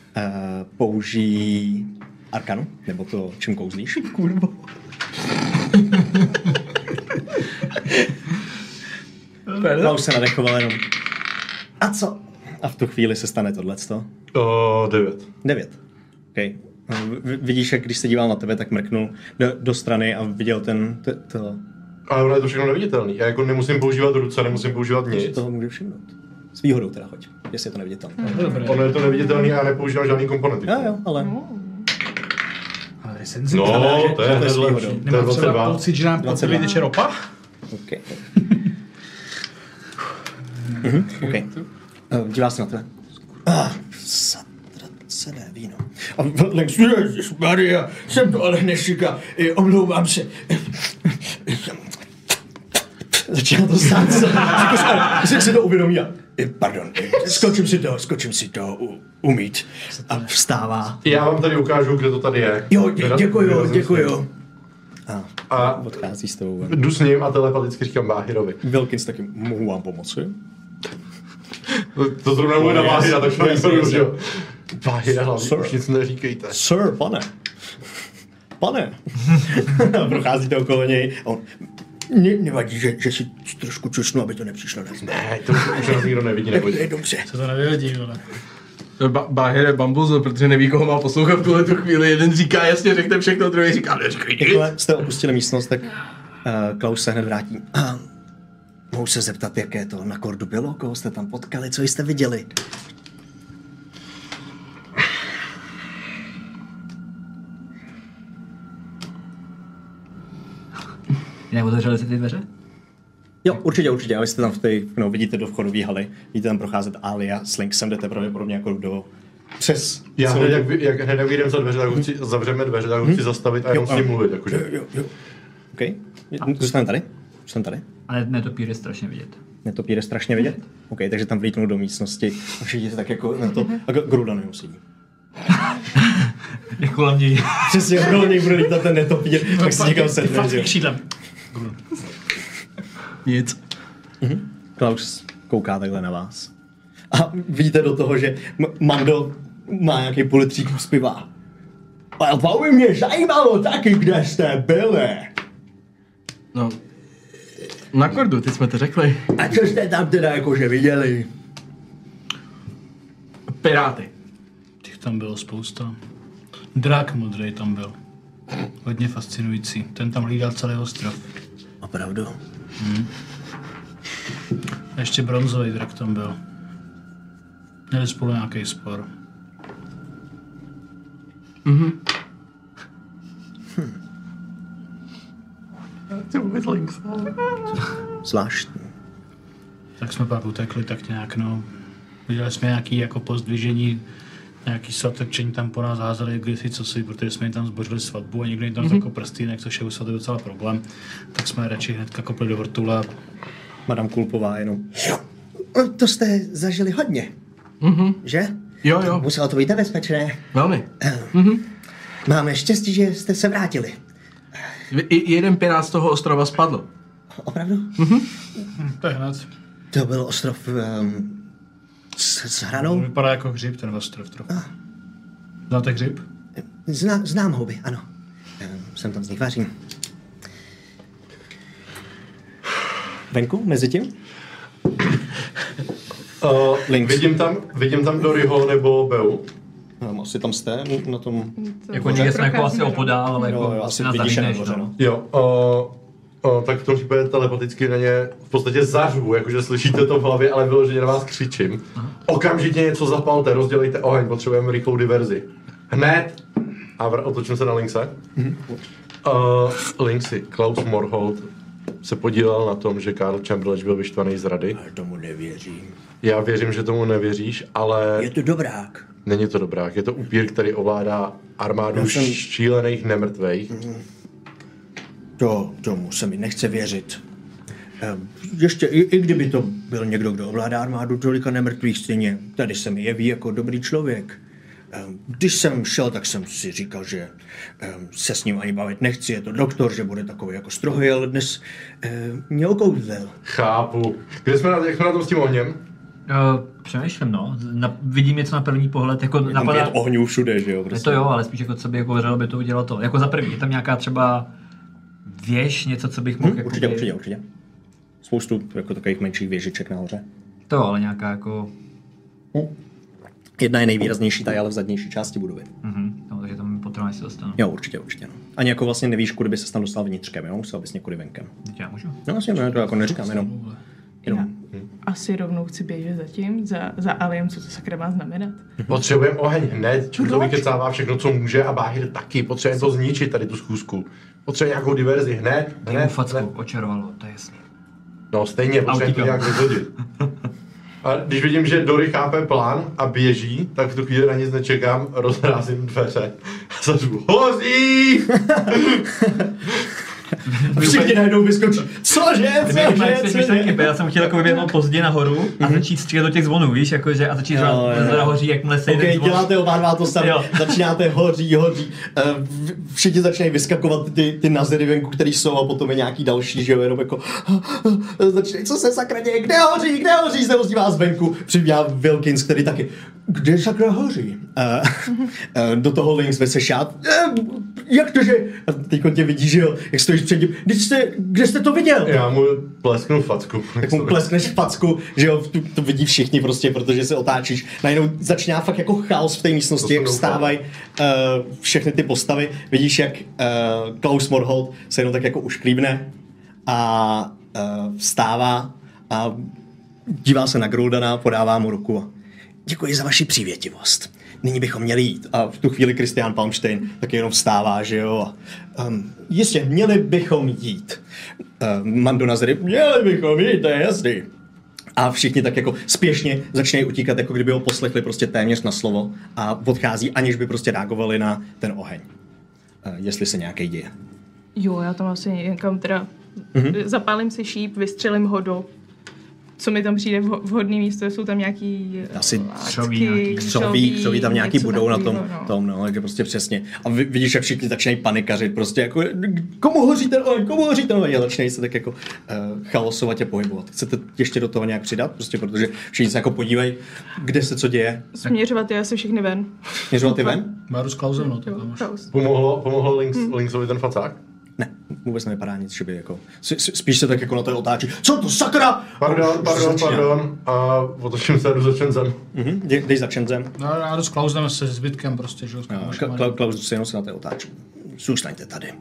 Použij arkanu, nebo to, čím kouzlíš. Kurva. Klaus se nadechoval jenom. A co? A v tu chvíli se stane tohleto. 9. 9. Okay. Vidíš, jak když se díval na tebe, tak mrknul do strany a viděl to. Ale ono je to všechno neviditelný. Já jako nemusím používat ruce, nemusím používat nic. Toho může všimnout. S výhodou teda hoď, jestli je to neviditelné. Ono je to neviditelný a já nepoužívám žádný komponenty. Jo, ale... Ale senzitivní. No, to je hned lepší. To je Nemám třeba 22. pocit, že nám potvrdí teče ropa? OK. OK. Dívá se na tebe. Zatracené víno. A Lynx, ježišmarja, jsem to ale nešika, omlouvám se. Začíná to stát se to uvědomí a pardon, skočím si to umít a vstává. Já vám tady ukážu, kde to tady je. Jo, děkuju. A odchází s tou. jdu s ním a telepaticky říkám Váhirovi. Wilkins taky, mohu vám pomoci? To zrovna mluví na Váhira, tak to nejsou, jo. Váhira, hlavně už nic neříkejte. Sir, pane. Prochází to okolo něj. On, nevadí, že si trošku čušnu, aby to nepřišlo na změn. Ne, to už nás nikdo nevidí, nebojte. Je dobře. Co to nevyhodí, vole. Báhir je bambuzel, protože neví, koho má poslouchat v tuhletu chvíli. Jeden říká jasně, řekne všechno, druhý říká neříkej nic. Jakmile jste opustili místnost, tak Klaus se hned vrátí. Mohu se zeptat, jaké to na kordu bylo? Koho jste tam potkali? Co jste viděli? Jak otevřeli se ty dveře? Jo, určitě. A vy jste tam vidíte do vchodové haly, vidíte tam procházet Alia s Lynxem, jdete pravděpodobně jako do přes. Já hned, jak vyjdem za dveře, tak ho chci, zavřeme dveře, tak ho chci zastavit a jenom s ním mluvit, jakože. Jo. OK. Zůstane tady? Ale netopír je strašně vidět. Netopír je strašně vidět? OK, takže tam vlítnou do místnosti a všichni se tak jako na to. A Grudan jenom sedí. Je kolem něj. Přesně, kolem něj bude lítat ten netopír, tak si někam sedne. Fakt křídlem. Nic. Klaus kouká takhle na vás. A vidíte do toho, že Mando má nějaký politřík z piva. Ale to by mě zajímalo taky, kde jste byli. No, na kordu, teď jsme to řekli. A co jste tam teda jakože viděli? Piráty. Těch tam bylo spousta. Drak modrý tam byl. Hodně fascinující. Ten tam hlídal celý ostrov. Opravdu? A ještě bronzový drak tam byl. Měli spolu nějaký spor. Zvláštní. Tak jsme pak utekli tak nějak, no. Viděli jsme nějaký jako pozdvižení, nějaký svatebčení tam po nás házeli kdysi cosi, protože jsme jim tam zbořili svatbu a někdo jim tam zakopl prstýnek, což je u svatby docela problém. Tak jsme radši hnedka kopli do vrtule. Madame Kulpová jenom. To jste zažili hodně, že? Jo. Muselo to být nebezpečné. Velmi. Máme štěstí, že jste se vrátili. Jeden pirát z toho ostrova spadl. Opravdu? To je hned. To byl ostrov s hranou? Vypadá jako hřib ten ostrov trochu. Znáte hřib? Znám houby, ano. Jsem tam z nich vařím. Venku, mezi tím? Vidím tam Doryho nebo Beu. Asi tam jste na tom... Jako někde jsme jako asi opodál, ale jako asi nás vidíš zavídneš, nahoře, no. Jo, tak v tom případě telepaticky na ně v podstatě zařvu, jakože slyšíte to v hlavě, ale vyloženě na vás křičím. Okamžitě něco zapalte, rozdělejte oheň, potřebujeme rychlou diverzi. Hned! A otočím se na Lynxe. Lynxi, Klaus Morholt se podílel na tom, že Karl Chamberlain byl vyštvaný z rady. Ale tomu nevěřím. Já věřím, že tomu nevěříš, ale... Je to dobrák. Není to dobrák, je to upír, který ovládá armádu šílených nemrtvejch. Tomu se mi nechce věřit. Ještě, i kdyby to byl někdo, kdo ovládá armádu tolika nemrtvých stejně, tady se mi jeví jako dobrý člověk. Když jsem šel, tak jsem si říkal, že se s ním ani bavit nechci, je to doktor, že bude takový jako strohý, ale dnes mě okouzlil. Chápu. Jak jsme na tom s tím ohněm? Přemýšlím, no. Vidím něco na první pohled, jako Je tam 5 ohňů všude, že jo? Je to jo, ale spíš jako co by jako hořelo, by to udělalo to. Jako za první, je tam nějaká třeba věž, něco, co bych mohl... Určitě. Spoustu jako takových menších věžiček nahoře. To, ale nějaká jako... Jedna je nejvýraznější, ta je ale v zadnější části budovy. No, takže tam potřebujeme si dostat. Jo, určitě. No. Ani jako vlastně nevíš, kudy by se tam dostal vnitřkem, jo? Musel bys někudy venkem. Já můžu. No vlastně, to jako neříkám, jenom. Asi rovnou chci běžet zatím, za Aliem, co to sakra má znamenat. Potřebujeme oheň hned, to vykecává všechno, co může a Báhir taky. Potřebujeme to zničit, tady tu schůzku. Potřebujeme nějakou diverzi, hned. Facku, očarovalo, to je jasný. No stejně, potřebujeme to nějak vyhodit. A když vidím, že Dory chápe plán a běží, tak v tu chvíli na nic nečekám, rozrázím dveře a zařvu hoří! Všichni najednou vyskočí. Cože? Já jsem chtěl jako vyběhnout pozdě nahoru a začít střílet do těch zvonů, víš, jakože a začít hoří, jakmile se jeden zvon. Děláte oba dva to samé, začínáte hoří. Všichni začínají vyskakovat ty nazery venku, který jsou a potom je nějaký další, že jo, jenom jako začínají, co se sakra děje, kde hoří, se ozývá vás venku, přibývá Wilkins, který taky, kde sakra hoří? Do toho Lynx vese šát, jak to, že? A teďko tě vidí, že jo, jak stojíš před tím, kde jste to viděl? Já mu plesknu facku. Tak mu pleskneš facku, že jo, to vidí všichni prostě, protože se otáčíš. Najednou začíná fakt jako chaos v té místnosti, jak vstávají všechny ty postavy. Vidíš, jak Klaus Morholt se jenom tak jako ušklíbne a vstává a dívá se na Gruldana, podává mu ruku. Děkuji za vaši přívětivost. Nyní bychom měli jít. A v tu chvíli Christian Palmstein taky jenom vstává, že jo. Jistě, měli bychom jít. Mando Nazery, měli bychom jít, to je jasný. A všichni tak jako spěšně začínají utíkat, jako kdyby ho poslechli prostě téměř na slovo a odchází, aniž by prostě reagovali na ten oheň. Jestli se nějaký děje. Jo, já tam asi někam teda zapálím si šíp, vystřelím ho do co mi tam přijde vhodný místo, jsou tam nějaký asi křoví tam nějaký budou takovýho, na tom, no, takže prostě přesně. A vidíš, jak všichni začínají panikařit, prostě jako, komu hoří ten oheň, a začínají se tak jako chaosovat a pohybovat. Chcete ještě do toho nějak přidat? Prostě protože všichni se jako podívají, kde se co děje. Směřovat je asi všechny ven. Směřovat je ven? Máru s Klausem, no, to tam Pomohlo Linksovi ten facák? Ne, vůbec nevypadá nic, že by jako, spíš se tak jako na to otáčí. Co to, sakra? Pardon. A otočím se, jdu za Čenzem. Dej za Čenzem. No, já jdu s Klausem se zbytkem prostě, že jo. Klaus se jenom se na to otáčí. Zůstaňte tady.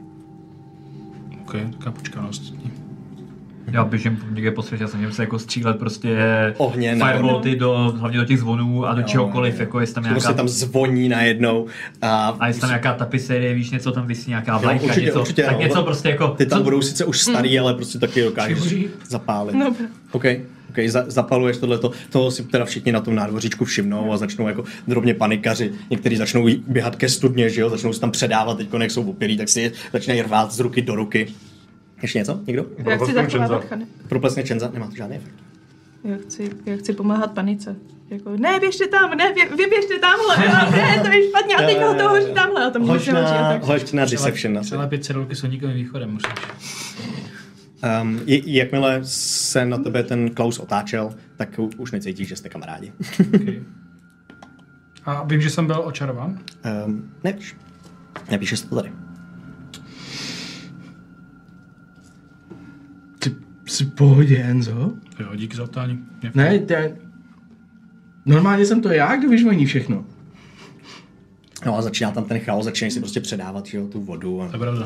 Ok, tak já počkám na ostatní. Já běžím někde po světě, jsem se jako střílet prostě ohně, firebolty hlavně do těch zvonů a do čehokoliv, jako jestli tam nějaká... Prostě tam zvoní najednou. A jestli tam nějaká tapisérie, víš, něco tam visí, nějaká vlajka, určitě, tak něco prostě jako... Ty tam budou sice už starý, ale prostě taky dokážeš zapálit. OK, zapaluješ tohleto, toho si teda všichni na tom nádvoříčku všimnou a začnou jako drobně panikaři. Někteří začnou běhat ke studně, že jo, začnou se tam předávat, teďko jak jsou opilí, tak si začínají rvát z ruky do ruky. Ještě něco? Někdo? Já chci zachovávat Chany. Proplesně Čenza? Nemá to žádný efekt. Já chci pomáhat panice. Jako, ne, běžte tam, ne, vy běžte tamhle, ne, to je špatně, a teď to hoří tamhle. A tam hoď na Deception. Přelepit cedulky Soníkovým východem musíš. Jakmile se na tebe ten Klaus otáčel, tak už necítíš, že jste kamarádi. Okay. A vím, že jsem byl očarován? Nevíš. Nepíšeš to tady. Jsi v pohodě, Enzo? Jo, díky za otání. Ne, normálně jsem to já, kdo vyžvoní všechno. No a začíná tam ten chaos, začínají si prostě předávat, jo, tu vodu. To je pravda.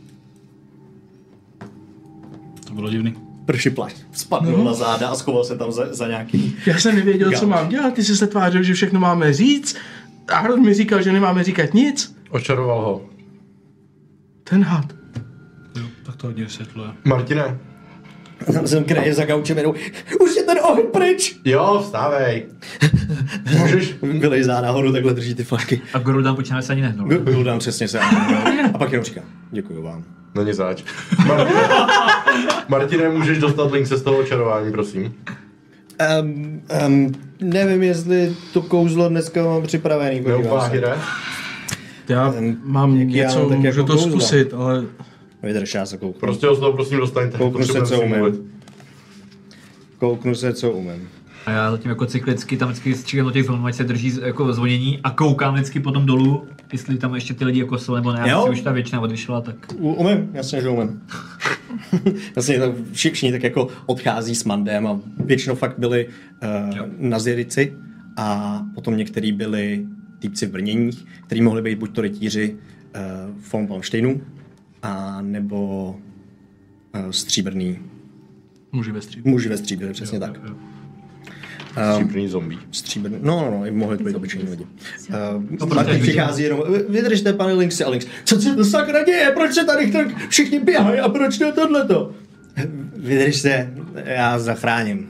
To bylo divný. Prší plášť spadnul na záda a schoval se tam za nějaký... Já jsem nevěděl, co mám dělat, ty jsi se tvářil, že všechno máme říct. A Hrod mi říkal, že nemáme říkat nic. Očaroval ho. Ten had. Jo, tak to hodně vysvětluje. Martine. Tam jsem kreje za gaučem jenom, už je ten oheň pryč. Jo, vstávej. Můžeš? Vylejzá nahoru, takhle drží ty flašky. A Gul'dan počíná se ani nehnul. Gul'dan přesně se nehnul. A pak jenom říká, děkuju vám. Není zač. Martine, můžeš dostat link se z toho očarování, prosím. Nevím, jestli to kouzlo dneska mám připravený. Neuváhy, ne? Já mám jak já něco, mám tak můžu jako to kouzla. zkusit, ale Vydrž, já se kouknu. Prostě ho z toho prosím dostaňte. Kouknu se, co Potřebujeme si mluvit. umím. Kouknu se, co umím. A já zatím jako cyklicky tam vždycky stříkám do těch filmů, ať se drží jako zvonění a koukám vždycky potom dolů, jestli tam ještě ty lidi jako jsou nebo ne, Jo. jestli už ta většina odešla, tak... Umím, jasně, že umím. Vlastně to všichni tak jako odchází s mandem a většinou fakt byli nazirici a potom některý byli týpci v brněních, kteří mohli být buď to rytíři von Palmsteinu, a nebo stříbrný muži ve stříbře, přesně tak. Stříbrný zombie. Stříbrný, no, mohli to být obyčejní lidi. Martin přichází jenom, vydržte, pane Linksy, a Links, co se to sakra děje, proč se tady tak všichni běhají a proč to tohleto? Vydržte, já zachráním.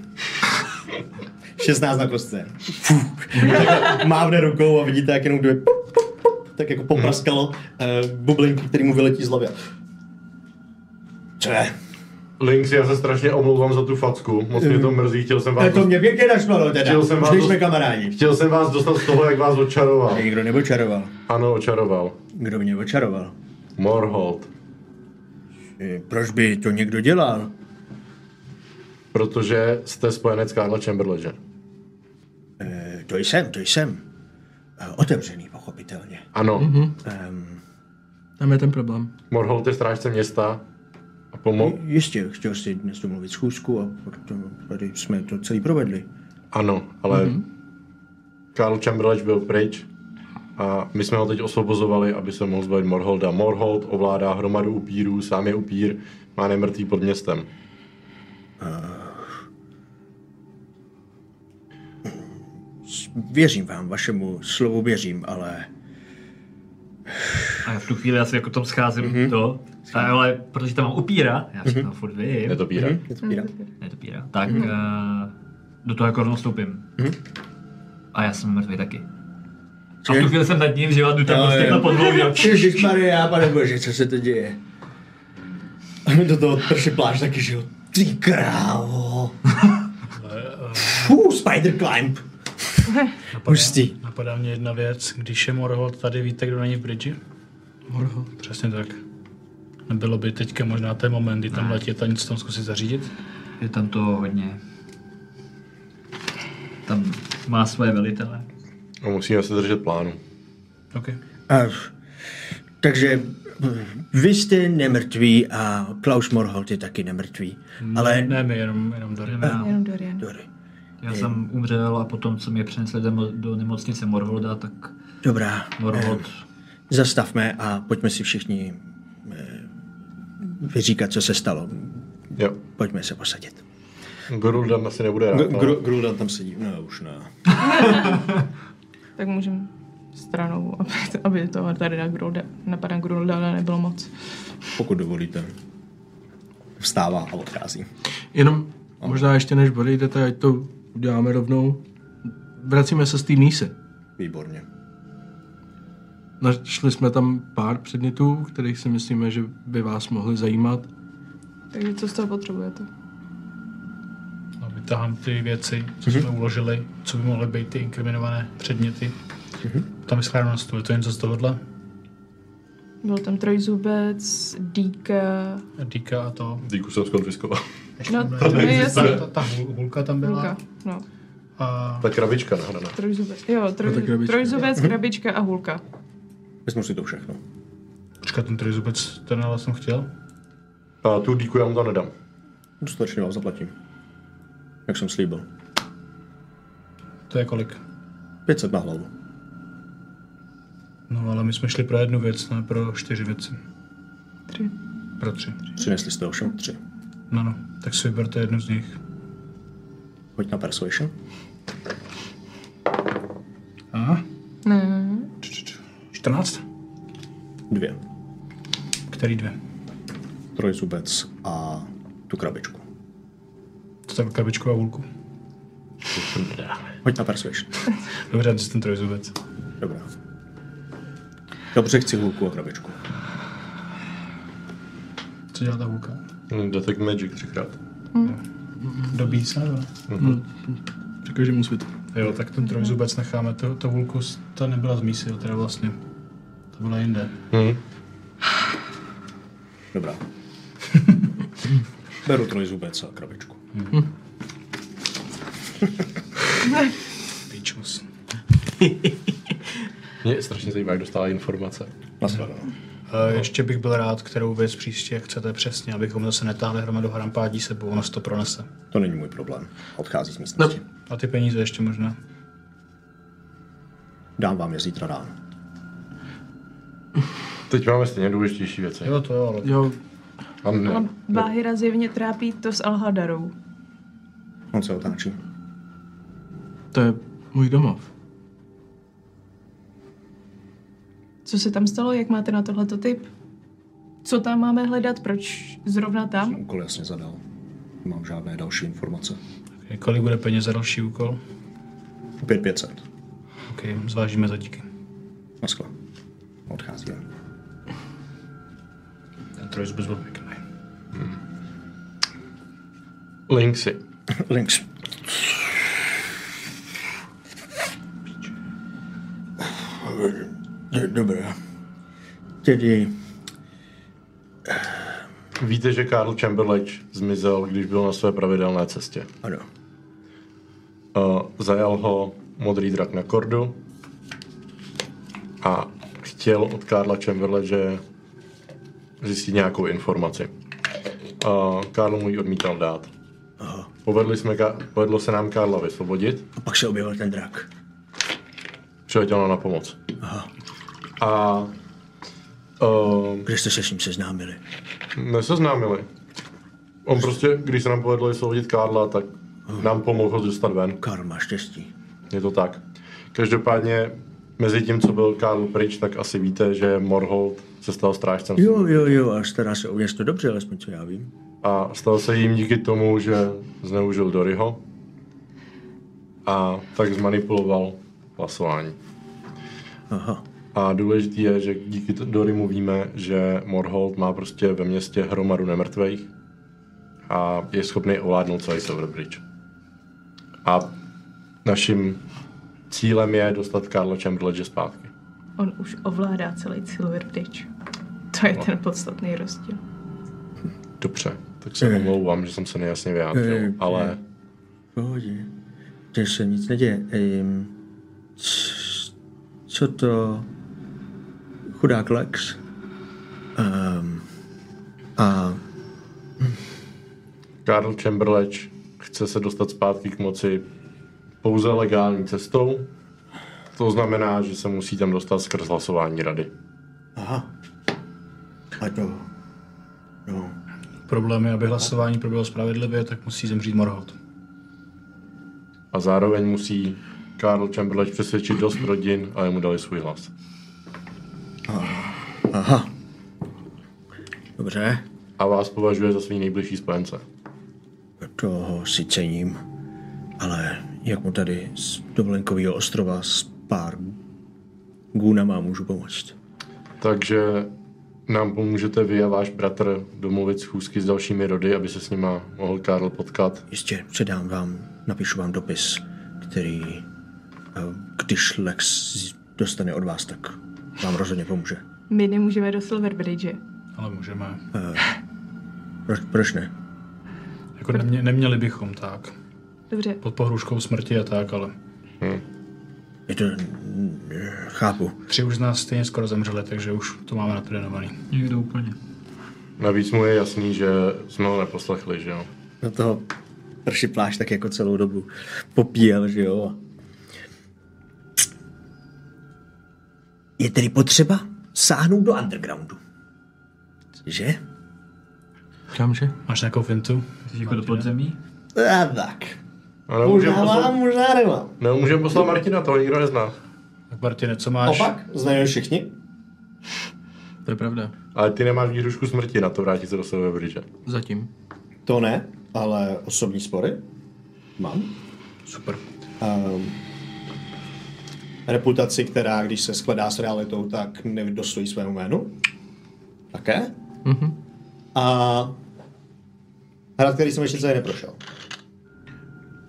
16 na kostce. Mávne rukou a vidíte, jak jenom jde tak jako popraskalo bublinky, který mu vyletí z hlavy. Co je? Links, já se strašně omlouvám za tu facku, moc mě to mrzí, chtěl jsem vás... To mě pěkně našlo, teda. Chtěl jsem Už vás nejsme kamarádi. Chtěl jsem vás dostat z toho, jak vás očaroval. Nikdo neočaroval. Ano, očaroval. Kdo mě očaroval? Morholt. Proč by to někdo dělal? Protože jste spojenec Karla Chamberlaine. To jsem. Otevřený, pochopitelně. Ano. tam je ten problém. Morholt je strážce města a Jistě, chtěl jsi dnes domluvit schůzku a tady jsme to celý provedli. Ano, ale Karl Chamberlain byl pryč a my jsme ho teď osvobozovali, aby se mohl zbavit Morholda. Morhold ovládá hromadu upírů, sám je upír, má nemrtvý pod městem. Věřím vám, vašemu slovu věřím, ale... A já v tu chvíli asi jako tom scházím ale protože tam mám upíra, já si to furt vím. Je to píra? Je to píra. Tak do toho jako rovnou vstoupím. A já jsem mrtvý taky. A v tu chvíli jsem nad ním, že jdu tam prostě na podvou. Ježišmarja, pane bože, co se to děje? A mi do toho prší plášť taky, že jo? Ty krávo. Spider climb. Hustý. Napadá mě jedna věc, když je Morholt tady, víte, kdo není v bridži? Morholt. Přesně tak. Nebylo by teďka možná ten moment, kdy tam letět a něco tam zkusit zařídit? Je tam to hodně. Tam má své velitele. A musíme se držet plánu. OK. Takže vy jste nemrtví a Klaus Morholt je taky nemrtvý. Ale... Ne, my jenom Dorian. Jenom Dorian. Já jsem umřel a potom, co mě přinesli do nemocnice Morholda, tak Dobrá. Morhold... Zastavme a pojďme si všichni vyříkat, co se stalo. Jo. Pojďme se posadit. Gruldan asi nebude rád. Gruldan tam sedí. No, už ne. Tak můžeme stranou, aby to tady na pana Gruldana nebylo moc. Pokud dovolíte. Vstává a odchází. Jenom možná ještě než odejdete, ať to uděláme rovnou. Vracíme se z té mísy. Výborně. Našli jsme tam pár předmětů, kterých si myslíme, že by vás mohly zajímat. Takže co z toho potřebujete? No, vytahám ty věci, co jsme uložili, co by mohly být ty inkriminované předměty. Tam je schráno na stůl. Je to něco z tohohle? Byl tam trojzubec, dýka A to. Díku jsem skonfiskoval. No, to je jasný. Ta hulka tam byla. Hulka, no. A Ta krabička nahraná. Trojzubec, jo, krabička. trojzubec, krabička a hulka. Vezmu si to všechno. počkat, ten trojzubec, ten ale jsem chtěl. A tu díku já mu to nedám. Dostatečně vám zaplatím. Jak jsem slíbil. To je kolik? 500 na hlavu. No ale my jsme šli pro jednu věc, ne pro 4 věci. 3. Pro 3. Přinesli jste ovšem 3. No, tak si vyberte jednu z nich. Pojď na persuasion. Aha. Ne. 14? 2. Který 2? Trojzubec a tu krabičku. To tak krabičku a hůlku. Pojď na persuasion. Dobře, to je ten trojzubec. Dobrá. Dobře, chci hůlku a krabičku. Co dělá ta hůlka? Detect Magic 3krát. Dobít se, nebo? Při každému světu. Jo, tak ten trojzubec necháme. To vulkus, ta nebyla z mísil, teda vlastně. To byla jinde. Dobrá. Beru trojzubec a krabičku. Píčus. Mě strašně zajímá, jak dostala informace. Naschledanou. Ještě bych byl rád, kterou věc příště chcete přesně, abychom zase netáhli hromadu harampádí sebou, ono se to pronese. To není můj problém. Odchází z místnosti. No. A ty peníze ještě možná. Dám vám je zítra ráno. Teď máme stejně důležitější věci. Jo, to jo, ale... Jo, Ale Báhira zjevně trápí to s Alhadarou. On se otáčí. to je můj domov. Co se tam stalo? Jak máte na tohleto tip? Co tam máme hledat? Proč zrovna tam? Úkol jasně zadal. Nemám žádné další informace. Kolik bude peněz za další úkol? Opět 500. OK, zvážíme to, díky. Naschle. Odchází. Ten trojzubec byl pěkný. Linksy. Links. Dobré. Tedy... Víte, že Karl Chamberlain zmizel, když byl na své pravidelné cestě. Ano. Zajal ho modrý drak na Kordu a chtěl od Karla Chamberlaina zjistit nějakou informaci. Karl mu ji odmítal dát. Aha. Povedlo se nám Karla vysvobodit. A pak se objevil ten drak. Přiletěl nám na pomoc. Aha. A Kde jste se s ním seznámili? neseznámili. On prostě, když se nám povedlo vysvobodit Karla, tak nám pomohl ho dostat ven. Karl má štěstí. Je to tak. Každopádně mezi tím, co byl Karl pryč, tak asi víte, že Morholt se stal strážcem. Jo, a stará se o město dobře, alespoň co já vím. A stal se jím díky tomu, že zneužil Doryho a tak zmanipuloval hlasování. Aha. A důležitý je, že díky Dorymu víme, že Morholt má prostě ve městě hromadu nemrtvých a je schopný ovládnout celý Silverbridge. A naším cílem je dostat Karla Chamberlaina zpátky. On už ovládá celý Silverbridge. To je ten podstatný rozdíl. Dobře, tak se omlouvám, že jsem se nejasně vyjádřil, ale... Pohodě. Teď se nic neděje. Co to... Chudák Lex? Karl Chamberlain chce se dostat zpátky k moci pouze legální cestou. To znamená, že se musí tam dostat skrz hlasování rady. Aha. A to... No. Problém je, aby hlasování proběhlo spravedlivě, tak musí zemřít Morholt. A zároveň musí Karl Chamberlain přesvědčit dost rodin, ale mu dali svůj hlas. Aha. Dobře. A vás považuje za svý nejbližší spojence. Toho si cením. Ale jak mu tady z dovolenkového ostrova s pár gůnama můžu pomoct? Takže nám pomůžete vy a váš bratr domluvit schůzky s dalšími rody, aby se s nima mohl Karl potkat. Jistě, předám vám, napíšu vám dopis, který, když Lex dostane od vás, tak vám rozhodně pomůže. My nemůžeme do Silverbridge. Ale můžeme. Proč ne? Jako neměli bychom tak. Dobře. Pod pohrůžkou smrti a tak, ale... Je to... chápu. 3 už z nás stejně skoro zemřeli, takže už to máme natrénovaný. Někdo úplně. Navíc mu je jasný, že jsme ho neposlechli, že jo? Do toho pršipláš tak jako celou dobu popíjel, že jo? Je tedy potřeba sáhnout do undergroundu. Že? Kamže? Máš nějakou fintu? Jsi jako do podzemí? A tak. A nemůžeme možná nemám. Nemůžeme poslat Martina, toho nikdo nezná. Tak Martine, co máš? Opak, znají všichni? To je pravda. Ale ty nemáš výhrušku smrti na to vrátit se do Silverbridge. Zatím. To ne, ale osobní spory mám. Super. Reputaci, která, když se skladá s realitou, tak nedostojí svému jménu. Také. A hrad, který jsem ještě celý neprošel.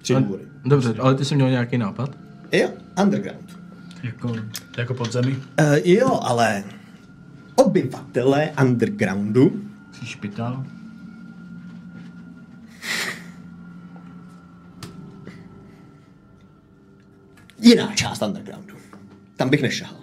3 důvody. Dobře, ale ty jsi měl nějaký nápad? Jo, underground. Jako podzemí. Jo, ale obyvatele undergroundu Jsi špitál? jiná část undergroundu. Tam bych nešahal.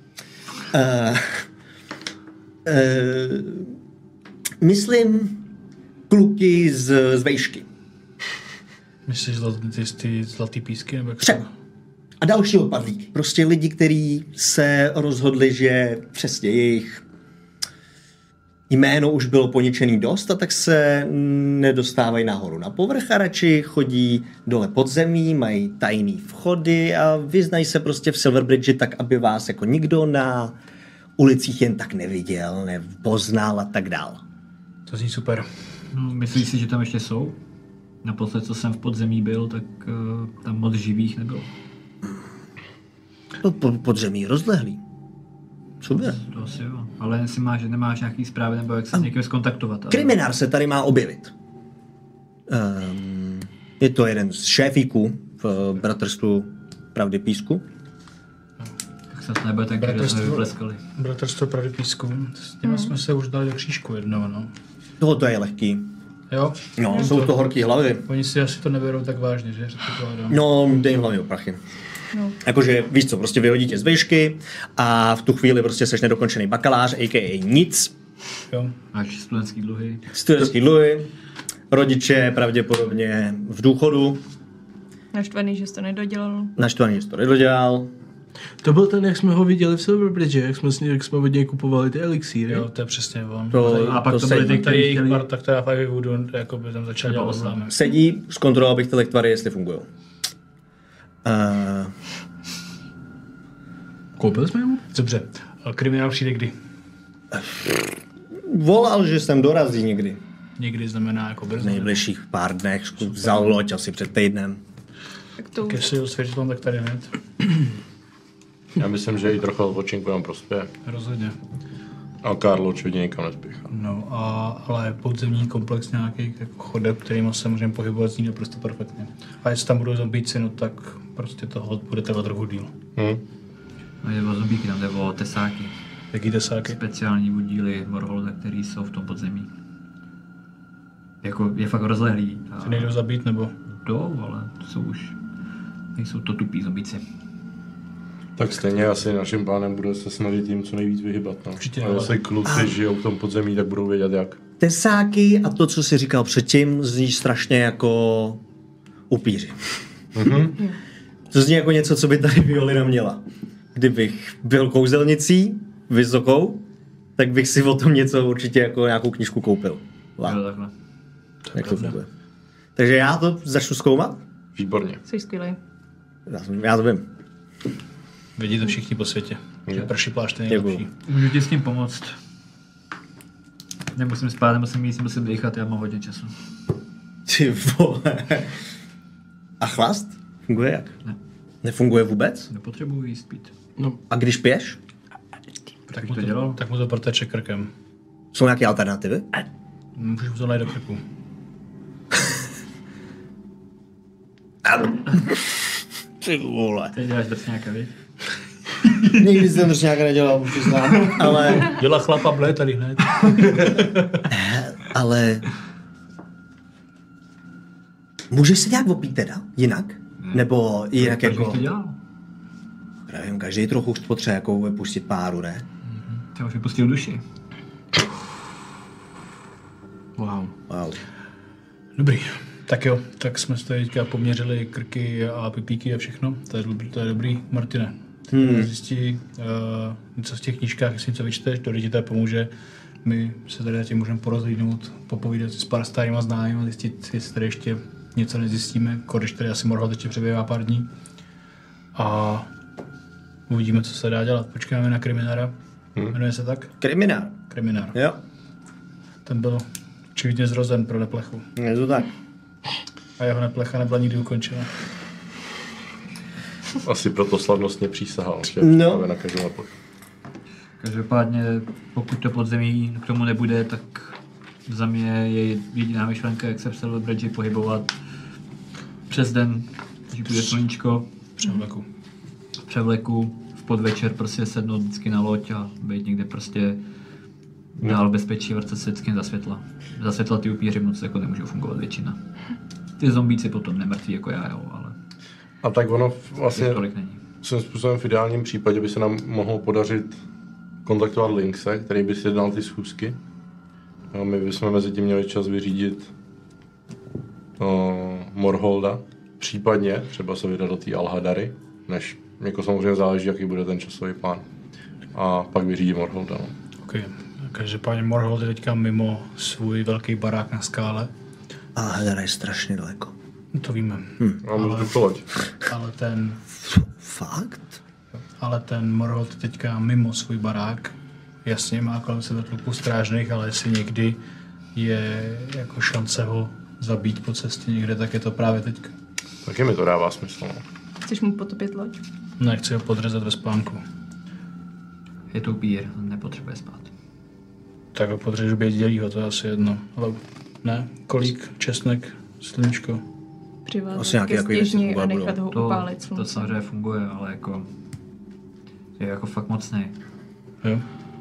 Myslím kluky z vejšky. Myslíš ty zlatý písky? Nebo jak Třeba. A další odpadlíky. Prostě lidi, kteří se rozhodli, že přesně jejich jméno už bylo poničený dost a tak se nedostávají nahoru na povrch a radši chodí dole pod zemí, mají tajný vchody a vyznají se prostě v Silverbridge tak, aby vás jako nikdo na ulicích jen tak neviděl, nepoznal a tak dál. To zní super. No, myslíš si, že tam ještě jsou? Naposled, co jsem v podzemí byl, tak tam moc živých nebylo. Podzemí rozlehlý. Super. To asi jo. Ale jestli nemáš nějaký zprávy nebo jak se s někým zkontaktovat. Ale... Kriminár se tady má objevit. Je to jeden z šéfíků v Bratrstvu Pravdy písku. Tak se nebude ten, který jsme vypleskali. Bratrstvo Pravdy písku. S těma jsme se už dali do křížku jednou, no. Tohoto je lehký. Jo? No, jsou to horký hlavy. Oni si asi to neberou tak vážně, že? No, dej hlavně o prachy. No. Jakože, víš co, prostě vyhodí tě z výšky a v tu chvíli prostě seš nedokončený bakalář, a.k.a. nic. Jo. Máš studentský dluhy. Studentský dluhy, rodiče pravděpodobně v důchodu. Naštvaný, že jsi to nedodělal. Naštvaný, že jsi to nedodělal. To byl ten, jak jsme ho viděli v Silverbridge, jak jsme od něj kupovali ty elixíry. Jo, to je přesně on. A pak to byly ty, Tady jejich který pár, tak to já fakt budu jako by tam začal dělat sám. Sedí, zkontroloval bych ty lektvary, jestli fungují. Koupili jsme ho? Dobře. Kriminál přijde kdy? Volal, že sem dorazí někdy. Někdy znamená jako V brzo. nejbližších pár dnech, vzal loď asi před týdnem. Tak to Tak jestli ho svěřitelom, tak tady hned. Já myslím, že i trochu odpočinku nám prospěje. Rozhodně. A Karlo určitě nikam nespěchá. No, ale podzemní komplex nějakých jako chodeb, kterýma se můžeme pohybovat, zní naprosto perfektně. A jestli tam budou zombíci, no tak prostě toho bude trvat trochu díl. No jde o zombíky, tam jde o tesáky. Jaký tesáky? Speciální oddíly Morholda, který jsou v tom podzemí. Jako je fakt rozlehlý. Ty nejdou zabít, nebo? Jdou, ale to jsou už... Nejsou to tupí zombíci. Tak stejně asi naším plánem bude se snažit tím co nejvíc vyhybat. No. Určitě, a ale- jestli kluci žijou v tom podzemí, tak budou vědět jak. Tesáky a to, co jsi říkal předtím, zní strašně jako upíři. To zní jako něco, co by tady Violina měla. Kdybych byl kouzelnicí, vysokou, tak bych si o tom něco určitě jako nějakou knížku koupil. Jo, takhle. Jak to funguje. Takže já to začnu zkoumat? Výborně. jsi skvělý. Já to vím. Vědí to všichni po světě. Že prší plášť je Děkuju. nejlepší. Můžu ti s tím pomoct. Nemusím spát, nemusím jíst, musím dýchat, já mám hodně času. Ty vole. A chlast? Funguje jak? Ne. Nefunguje vůbec? Nepotřebuji jíst, pít. No, A když piješ? Tak to dělal? Tak mu to proteče krkem. Jsou nějaké alternativy? Můžeš mu to najít do krku. Ty vole. Teď děláš drsňáka, víš? Nikdy jsem drsňáka nedělal, už znám, ale... Dělá chlapa ble tady hned. Ale... Můžeš se nějak opít teda? Jinak? Nebo jinak Proč bych jako... to dělal? Nevím, každý trochu potřebuje jako pustit páru, ne? Ty už vypustil duši. wow. Wow. Dobrý. Tak jo, tak jsme si tady teďka poměřili krky a pipíky a všechno. To je dobrý. Martine, ty zjistí něco z těch knížkách, jestli něco vyčteš, to lidi to pomůže. My se tady tím můžeme porozhlídnout, popovídat si s pár starýma známýma, zjistit, jestli tady ještě něco nezjistíme, když tady asi Morholt ještě přebývá pár dní. A uvidíme, co se dá dělat. Počkáme na kriminára. Jmenuje se tak? Kriminál. Kriminár. Jo. Ten byl očividně zrozen pro neplechu. Je to tak. A jeho neplecha nebyla nikdy ukončena. Asi proto slavnostně přísahal, že No. právě na každou naplechu. Každopádně, pokud to podzemí k tomu nebude, tak za mě je jediná myšlenka, jak se v Silverbridge pohybovat přes den, když bude sluníčko, v převleku, v podvečer prostě sednout vždycky na loď a být někde prostě dál bezpečí, vracet se vždycky za světla. Za světla ty upíři moc jako nemůžou fungovat většina. Ty zombíci potom nemrtví jako já, jo, ale... A tak ono vlastně tolik není. svým způsobem v ideálním případě by se nám mohlo podařit kontaktovat Lynxe, který by si dal ty schůzky. A my bychom mezi tím měli čas vyřídit Morholda, případně třeba se vydat do té Alhadary, než jako samozřejmě záleží, jaký bude ten časový plán. A pak vyřídí Morholda. No. Okay. Každopádně Morhold je teďka mimo svůj velký barák na skále. Alhadara je strašně daleko. To víme. A můžu tu loď. Ale ten... Fakt? Ale ten Morhold je teďka mimo svůj barák. Jasně, má kolem sebe tlupu strážných, ale jestli někdy je jako šance ho zabít po cestě někde, tak je to právě teďka. Taky mi to dává smysl. No. Chceš mu potopit loď? Nechci ho podrezat ve spánku. Je to upír, on nepotřebuje spát. Tak ho podřežu být dělího, to je asi jedno. Ale ne, kolík, česnek, sluníčko. Přivázat nějaký ke jako věci stěžni a fungovat nechat ho To, upálit to sluncem. samozřejmě funguje, ale jako... Je jako fakt mocný. Jo?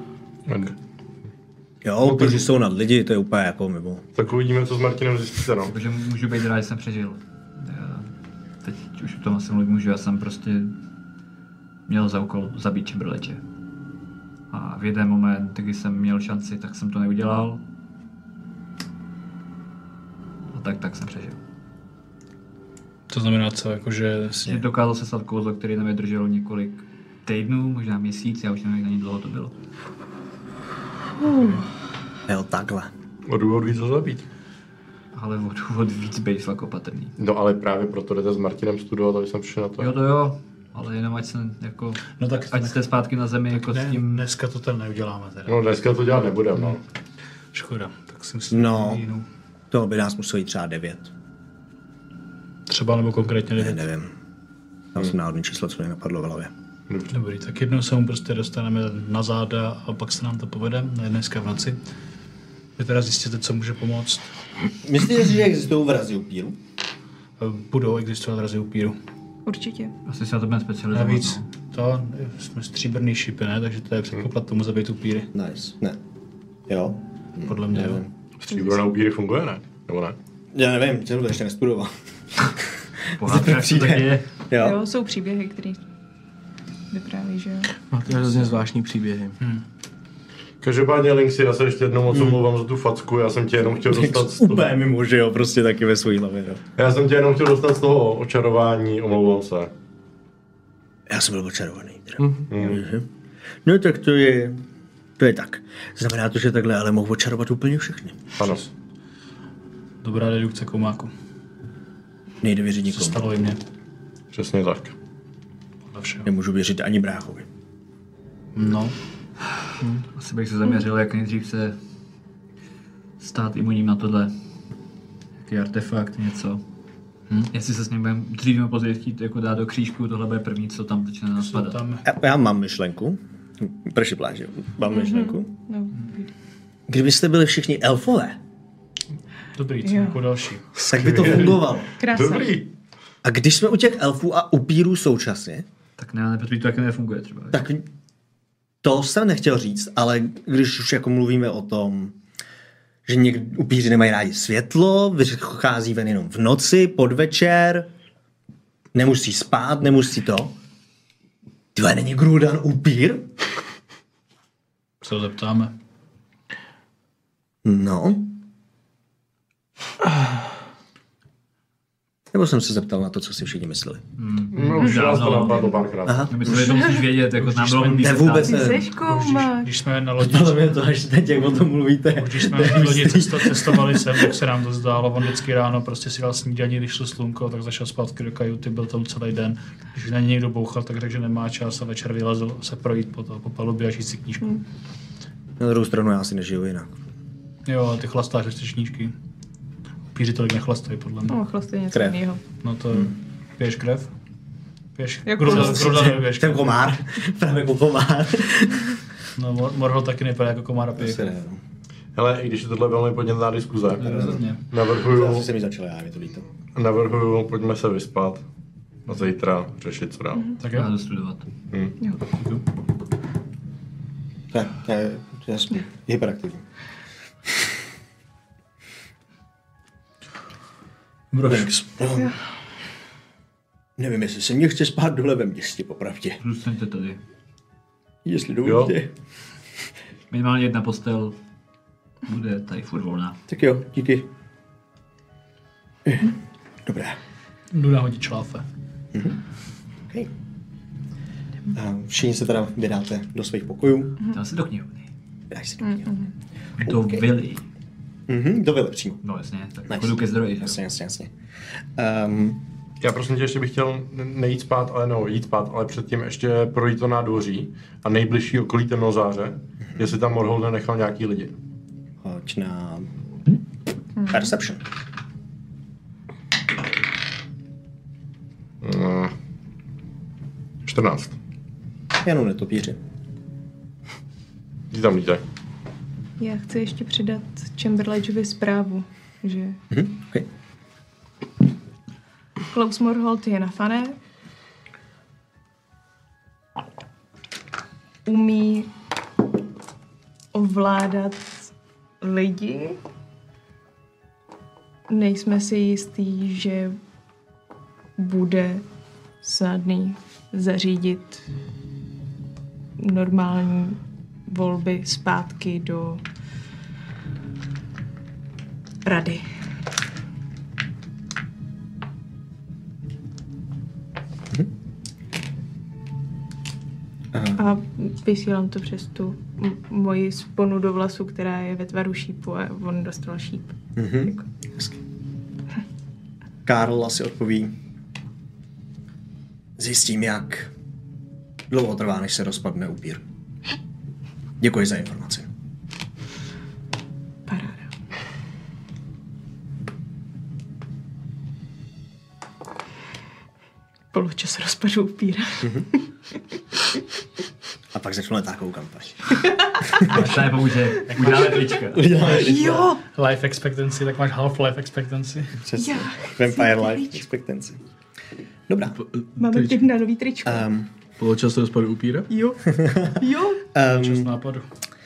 Jo, protože jsou nad lidi, to je úplně jako mimo. Tak uvidíme, co s Martinem zjistíte, no. Takže můžu být rád, že jsem přežil. Teď už o tom asi mluvit můžu, já jsem prostě měl za úkol zabít Čemberleče. A v jeden moment, kdy jsem měl šanci, tak jsem to neudělal. A tak jsem přežil. To znamená co, jakože si... Dokázal se stát kouzlo, který na mě drželo několik týdnů, možná měsíc, já už nevím, ani dlouho to bylo. Jo, takhle. O důvod víc ho zabít. Ale o důvod víc být fakt opatrný. No ale právě proto jdete s Martinem studovat, aby jsem přišel na to. Jo to jo, ale jenom ať jsem jako... No tak ať jste zpátky na zemi jako ne, s tím... dneska to ten neuděláme teda. No dneska to dělat nebudeme, no. Škoda, tak si myslím, No, jinou. to by nás muselo jít třeba 9. Třeba nebo konkrétně Ne, 9. nevím. Tam jsem náhodný číslo, co mě napadlo v hlavě. Dobrý, tak jednou se mu prostě dostaneme na záda a pak se nám to povede, ne dneska v noci. Vy teda zjistíte, co může pomoct. Myslíte si, že existují vrazy upíru? Budou existovat razy upíru. Určitě. Asi se na to budeme specializovat. Navíc No. to jsme stříbrný šipy, ne? Takže to je předpoklad tomu zabít upíry. Nice. Ne. Jo? Podle mě, jo. Stříbro na upíry funguje, ne? Nebo ne? Já nevím, jsem to ještě nestudoval. Pohádka, jak to tak je. Jo, jsou příběhy, které vypráví, že jo. Máte hrozně zvláštní příběhy. Každopádně Lynxi, já se ještě jednou moc omlouvám za tu facku, já jsem tě jenom chtěl dostat z toho... Úplně mimo, že jo, prostě taky ve svojí hlavě, jo. Já jsem tě jenom chtěl dostat z toho očarování, omlouvám se. Já jsem byl očarovaný. No tak to je tak. Znamená to, že takhle ale mohu očarovat úplně všechny. Ano. Dobrá dedukce koumáku. Nejde věřit Co nikomu. stalo i mně. Přesně tak. Podle všeho. Nemůžu věřit ani bráchovi. No, Asi bych se zaměřil, jak nejdřív se stát imunním na tohle. Jaký artefakt, něco. Jestli se s ním budeme dřív nebo později chtít jako dát do křížku, tohle bude první, co tam začne nás co padat. tam... Já mám myšlenku. Prší pláž, jo. Mám myšlenku. No, Kdybyste byli všichni elfové, Dobrý, co Jo. jako další. tak by to fungovalo. krása. Dobrý. A když jsme u těch elfů a upírů současně, Tak ne, protože to taky nefunguje třeba. tak to jsem nechtěl říct, ale když už jako mluvíme o tom, že někdy upíři nemají rádi světlo, vychází ven jenom v noci, podvečer, nemusí spát, nemusí to. Tyhle, není Grúdan upír? Se ho zeptáme. No. Nebo jsem se zeptal na to, co si všichni mysleli. No, už nás to Dávno. napadlo párkrát. Aha. Myslím, že to musíš vědět, jako nám bylo jsme- Ne, vůbec Ty ne. seš koumak. Když jsme na lodi, Ale mě to až teď, jak o tom mluvíte. když jsme na lodi cestovali sem, tak se nám to zdálo. On vždycky ráno prostě si dal snídaní, když šlo slunko, tak zašel zpátky do kajuty, byl tam celý den. Když na něj někdo bouchal, tak řekl, že nemá čas a večer vylezl se projít po palubě a číst si knížku. Na druhou stranu já si nežiju jinak. Jo, ale ty chlastáš ještě knížky. Píři tolik nechlastají, podle mě. No, chlast je něco Krev. jiného. No to piješ krev? Piješ Jako Gruda prostě. nepiješ Jsem krev. komár. Právě jako komár. No, Morhol taky nevypadá jako komár a pije krev. Hele, i když je tohle velmi podnětná diskuze, Rozhodně. navrhuju, Zase jsem mi začal, já mi to líto. navrhuju, pojďme se vyspat a zítra řešit, co dál. Tak Já jo. jdu studovat. Tak, já jsem hyperaktivní. Brož. Nevím, jestli se mě chce spát dole ve městě, popravdě. Zůstaňte tady. Jestli dovolíte. Minimálně jedna postel bude tady furt volná. Tak jo, díky. Dobrá. Jdu nahodit šláfe. Okay. A všichni se teda vydáte do svých pokojů. Dám se do knihovny. Vydáš se do knihovny. Do Okay. vily. Do vily přímo. No jasně, tak Nice. chodu ke zdroji. že jo? Jasně. Já prosím tě, ještě bych chtěl nejít spát, jít spát, ale předtím ještě projít to nádvoří a nejbližší okolí Temnozáře, jestli tam Morhold nenechal nějaký lidi. Hoď na Perception. 14. Jenom netopíři. Ty tam lítaj. Já chci ještě předat Chamberlainovi zprávu, že Okay. Klaus Morholt je nafané, umí ovládat lidi. Nejsme si jistí, že bude snadný zařídit normální volby zpátky do rady. A vysílám to přes tu moji sponu do vlasu, která je ve tvaru šípu a on dostal šíp. Jako. Hezky. Karl asi odpoví. Zjistím, jak dlouho trvá, než se rozpadne upír. Děkuji za informaci. Paráda. Poločas rozpadu upíra. A pak začnu letákovou kampaň. Až to nepomůže, uděláme trička. Jo! Life expectancy, tak máš half life expectancy. Přesně. Já Vampire chci Life tričko. Expectancy. Dobrá. Máme tip na nový tričko. Poločas to rozpadu upíra? Jo. Jo. Čas nápadu.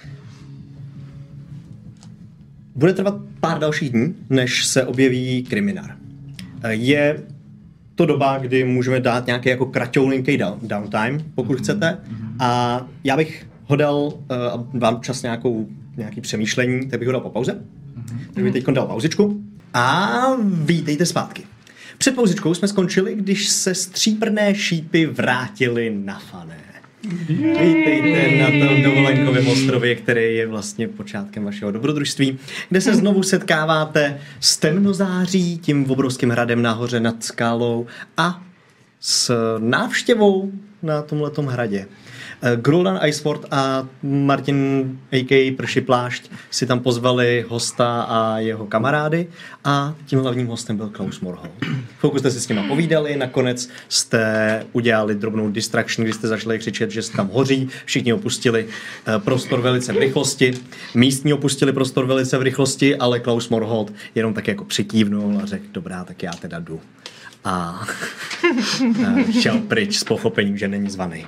Bude trvat pár dalších dní, než se objeví kriminár. Je to doba, kdy můžeme dát nějaký jako kratoulinký downtime, pokud chcete. A já bych ho dal, vám čas nějaký přemýšlení, tak bych ho dal po pauze. Tak bych teď dal pauzičku. A vítejte zpátky. Před pauzičkou jsme skončili, když se stříbrné šípy vrátily na Fané. Vítejte na tom dovolenkovém ostrově, který je vlastně počátkem vašeho dobrodružství, kde se znovu setkáváte s Temnozáří, tím obrovským hradem nahoře nad skálou a s návštěvou na tomhletom hradě. Gruldan Iceford a Martin a.k.a. Prší plášť si tam pozvali hosta a jeho kamarády a tím hlavním hostem byl Klaus Morholt. Chvilku jste si s nima povídali, nakonec jste udělali drobnou distraction, kdy jste začali křičet, že se tam hoří, všichni opustili prostor velice v rychlosti, místní opustili prostor velice v rychlosti, ale Klaus Morholt jenom tak jako přikývnul a řekl, dobrá, tak já teda jdu. A šel pryč s pochopením, že není zvaný.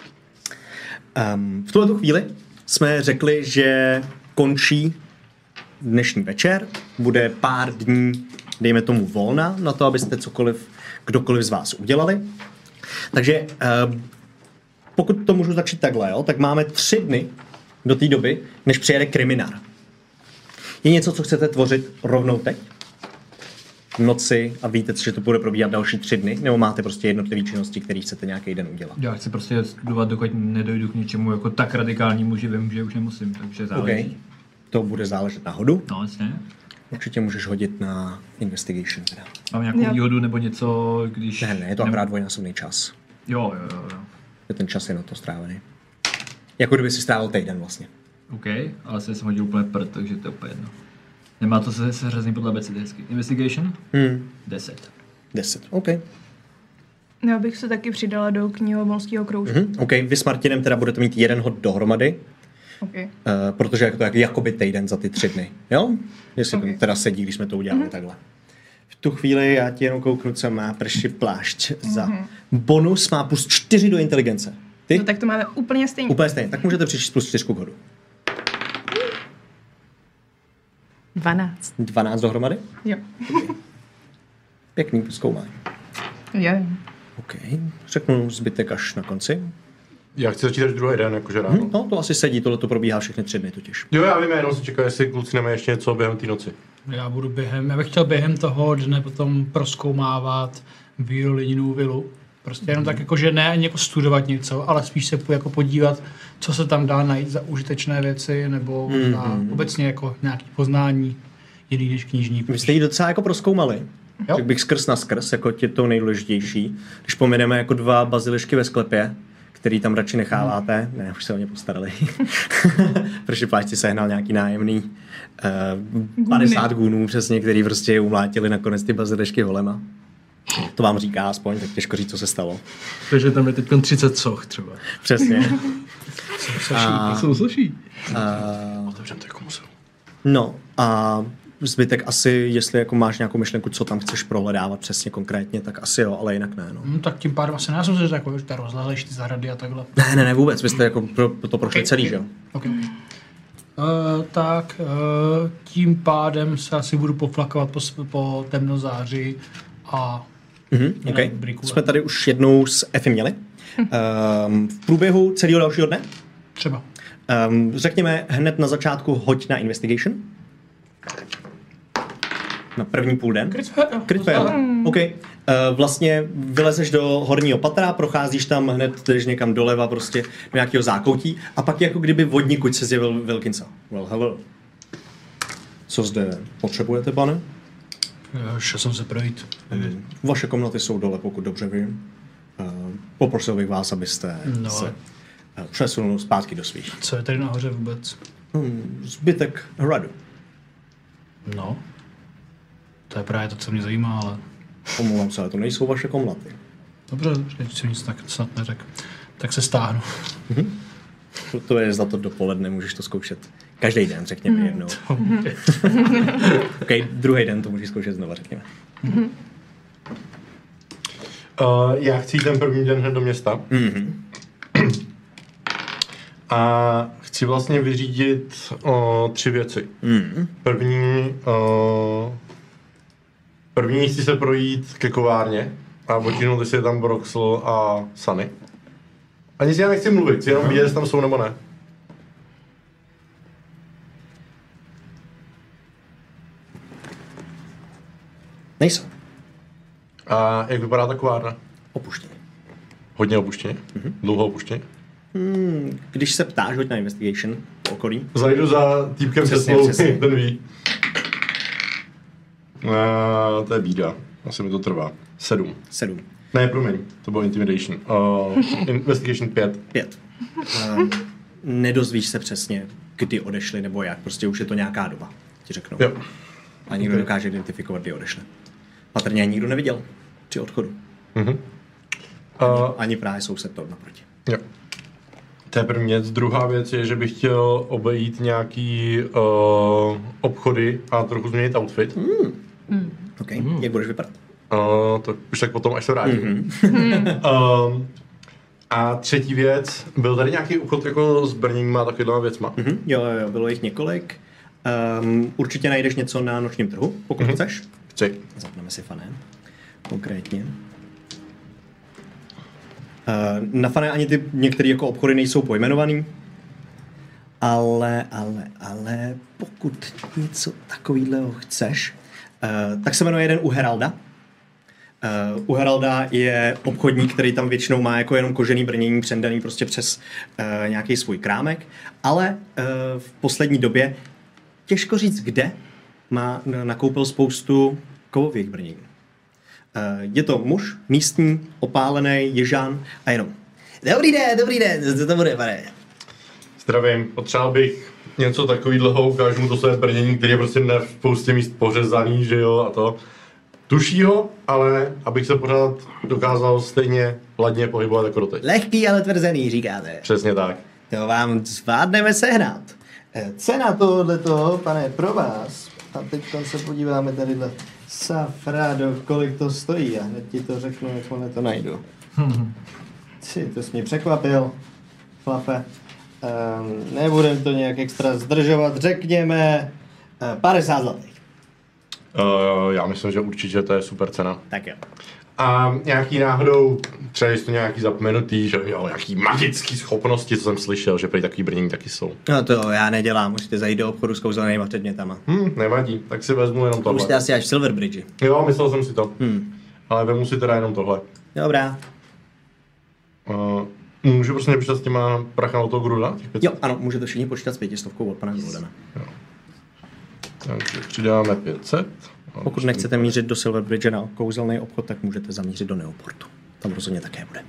V tuhletu chvíli jsme řekli, že končí dnešní večer, bude pár dní, dejme tomu volna, na to, abyste kdokoliv z vás udělali. Takže pokud to můžu začít takhle, jo, tak máme 3 dny do té doby, než přijede kriminár. Je něco, co chcete tvořit rovnou teď? V noci a víte, že to bude probíhat další 3 dny? Nebo máte prostě jednotlivé činnosti, které chcete nějaký den udělat? Já chci prostě studovat, dokud nedojdu k něčemu jako tak radikálnímu, že vím, že už nemusím, takže záleží. Okay. To bude záležet na hodu. No, jasně. Určitě můžeš hodit na investigation. Teda. Mám nějakou výhodu nebo něco, když... Ne, je to akorát dvojnásobný čas. Jo. Ten čas je na to strávený. Jako kdyby si strávil týden vlastně. OK, ale jsem hodil úplně prd, takže to je úplně jedno. Nemá to se řazení podle abecedy hezky. Investigation? 10. 10, OK. Já bych se taky přidala do knihomolského kroužku. OK, vy s Martinem teda budete mít 1 hod dohromady, Okay. protože je to jakoby týden za ty 3 dny, jo? Jestli to teda sedí, když jsme to udělali takhle. V tu chvíli já ti jenom kouknu, co má prši plášť za bonus, má plus 4 do inteligence. Ty? No tak to máme úplně stejně. Úplně stejně, tak můžete přečíst plus 4 k hodu. 12. 12 dohromady? Jo. Pěkný zkoumání. Jo. OK, řeknu zbytek až na konci. Já chci začít až druhý den, jakože ráno. No, to asi sedí, tohle to probíhá všechny 3 dny totiž. Jo, já vím, jenom si čekám, jestli kluci nemají ještě něco během té noci. Já bych chtěl během toho dne potom prozkoumávat Vyrolininou vilu. Prostě jenom tak jako, že ne ani jako studovat něco, ale spíš se jako podívat, co se tam dá najít za užitečné věci, nebo za obecně jako nějaké poznání jiný než knižní. Vy jste ji docela jako prozkoumali. Jo. Tak bych skrz na skrz, jako je to nejdůležitější. Když pomineme jako 2 bazilišky ve sklepě, který tam radši necháváte, ne, už se o ně postarali. Protože plášť si sehnal nějaký nájemný 50 gůnů přesně, který prostě umlátili nakonec ty bazilišky holema. To vám říká aspoň, tak těžko říct, co se stalo. Takže tam je teď 30 soch třeba. Přesně. Jsou soší. Otevřem to jako musel. No a zbytek asi, jestli jako máš nějakou myšlenku, co tam chceš prohledávat přesně konkrétně, tak asi jo, ale jinak ne. No. Tak tím pádem asi ne, já jsem si řekl, že to rozlehlejš ty zahrady a takhle. Ne, vůbec, vy jste jako to prošli celý, že jo? Okay. Tím pádem se asi budu poflakovat po temnozáři a Okay. Jsme tady už jednou s Efi měli. V průběhu celého dalšího dne? Třeba. Řekněme hned na začátku hoď na investigation. Na první půl den. Crit fail. OK. Vlastně vylezeš do horního patra, procházíš tam hned, jdeš někam doleva prostě do nějakého zákoutí a pak jako kdyby vodníkuť se zjevil Wilkinsa. Well, hello. Co zde potřebujete, pane? Šel jsem se projít. Vaše komnaty jsou dole, pokud dobře vím. Poprosil bych vás, abyste se přesunul zpátky do svých. Co je tady nahoře vůbec? Zbytek hradu. No. To je právě to, co mě zajímá, ale... Omlouvám se, ale to nejsou vaše komnaty. Dobře, teď jsem nic tak snad neřekl. Tak se stáhnu. To je za to dopoledne, můžeš to zkoušet každý den, řekněme jednou. OK, druhý den to můžeš zkoušet znova, řekněme. Já chci jít ten první den hned do města. A chci vlastně vyřídit 3 věci. První chci se projít ke kovárně a otíhnout, jestli je tam Broxl a Sunny. Ani si já nechci mluvit, chci jenom vidět, jestli tam jsou nebo ne. Nejsou. A jak vypadá ta kovárna? Opuštěný. Hodně opuštěně? Dlouho opuštěně? Když se ptáš, hoď na investigation po okolí. Zajdu za týpkem Přesně, se přesně. ten ví. To je bída. Asi mi to trvá. 7. Ne, promiň, to bylo intimidation. Investigation 5. 5. Nedozvíš se přesně, kdy odešli nebo jak. Prostě už je to nějaká doba, ti řeknou. Jo. A nikdo dokáže identifikovat, kdy odešli. Patrně nikdo neviděl při odchodu. Ani právě soused to naproti. Jo. To je první věc. Druhá věc je, že bych chtěl obejít nějaký obchody a trochu změnit outfit. OK, jak budeš vypadat? To už tak potom, až se vrátím. A třetí věc, byl tady nějaký obchod jako s brněním a takovýhlema věcma? Jo, bylo jich několik. Určitě najdeš něco na nočním trhu, pokud chceš. Chci. Zapneme si Fané. Konkrétně. Na Fané ani ty některé jako obchody nejsou pojmenovaný. Ale pokud něco takového chceš, tak se jmenuje jeden u Heralda. U Heralda je obchodník, který tam většinou má jako jenom kožený brnění přendaný prostě přes nějaký svůj krámek, ale v poslední době těžko říct kde nakoupil spoustu kovových brnění. Je to muž, místní, opálený, ježán a jenom Dobrý den, co to bude, pane? Zdravím, potřeboval bych něco takovýhleho, ukážu mu to své brnění, který je prostě na spoustě míst pořezaný, že jo, a to. Tuší ho, ale abych se pořád dokázal stejně ladně pohybovat jako doteď. Lehký, ale tvrzený, říkáte. Přesně tak. To vám zvládneme sehnat. Cena tohoto, pane, pro vás. A teď se podíváme tadyhle Safrado, kolik to stojí? Já hned ti to řeknu, jakmile to najdu. To jsi mě překvapil, chlape. Nebudem to nějak extra zdržovat, řekněme 50 zlatých. Já myslím, že určitě to je super cena. Tak jo. A nějaký náhodou, třeba jsi to nějaký zapomenutý, že jo, nějaký magický schopnosti, co jsem slyšel, že prý takový brnění taky jsou. No to já nedělám, musíte zajít do obchodu s kouzelnýma předmětama. Nevadí, tak si vezmu jenom tohle. Musíte asi až v Silverbridge. Jo, myslel jsem si to. Ale vemu si teda jenom tohle. Dobrá. Můžu prostě počítat s těma prachama od toho Gruda? Jo, ano, můžete všichni počítat s 500 od pana Grudana. Takže přidáme 500. Pokud nechcete mířit do Silverbridge na kouzelný obchod, tak můžete zamířit do Neoportu. Tam rozhodně také bude.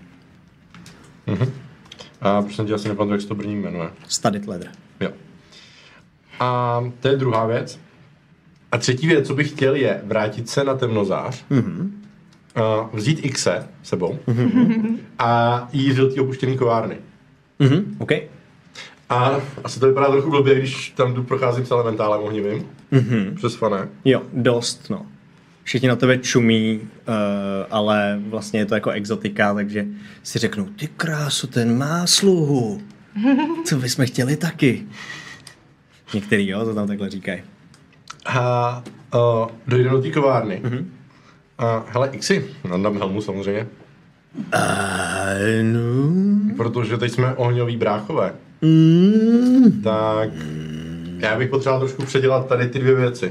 A prostě tě asi nepamatuji, jak se to brní jmenuje. Studded leather. Jo. A to je druhá věc. A třetí věc, co bych chtěl, je vrátit se na Temnozář, vzít Xe sebou a jít do té opuštěné kovárny. OK. A asi to vypadá trochu blbě, když tam procházím s elementálem ohnivým. Přes fané. Jo, dost, no. Všichni na tebe čumí, ale vlastně je to jako exotika, takže si řeknou, ty kráso, ten má sluhu. Co bychom chtěli taky. Některý, jo, to tam takhle říkají. A dojdeme do té kovárny. A hele, Xi, nadám helmu samozřejmě. No. Protože teď jsme ohňoví bráchové. Tak já bych potřeboval trošku předělat tady ty dvě věci.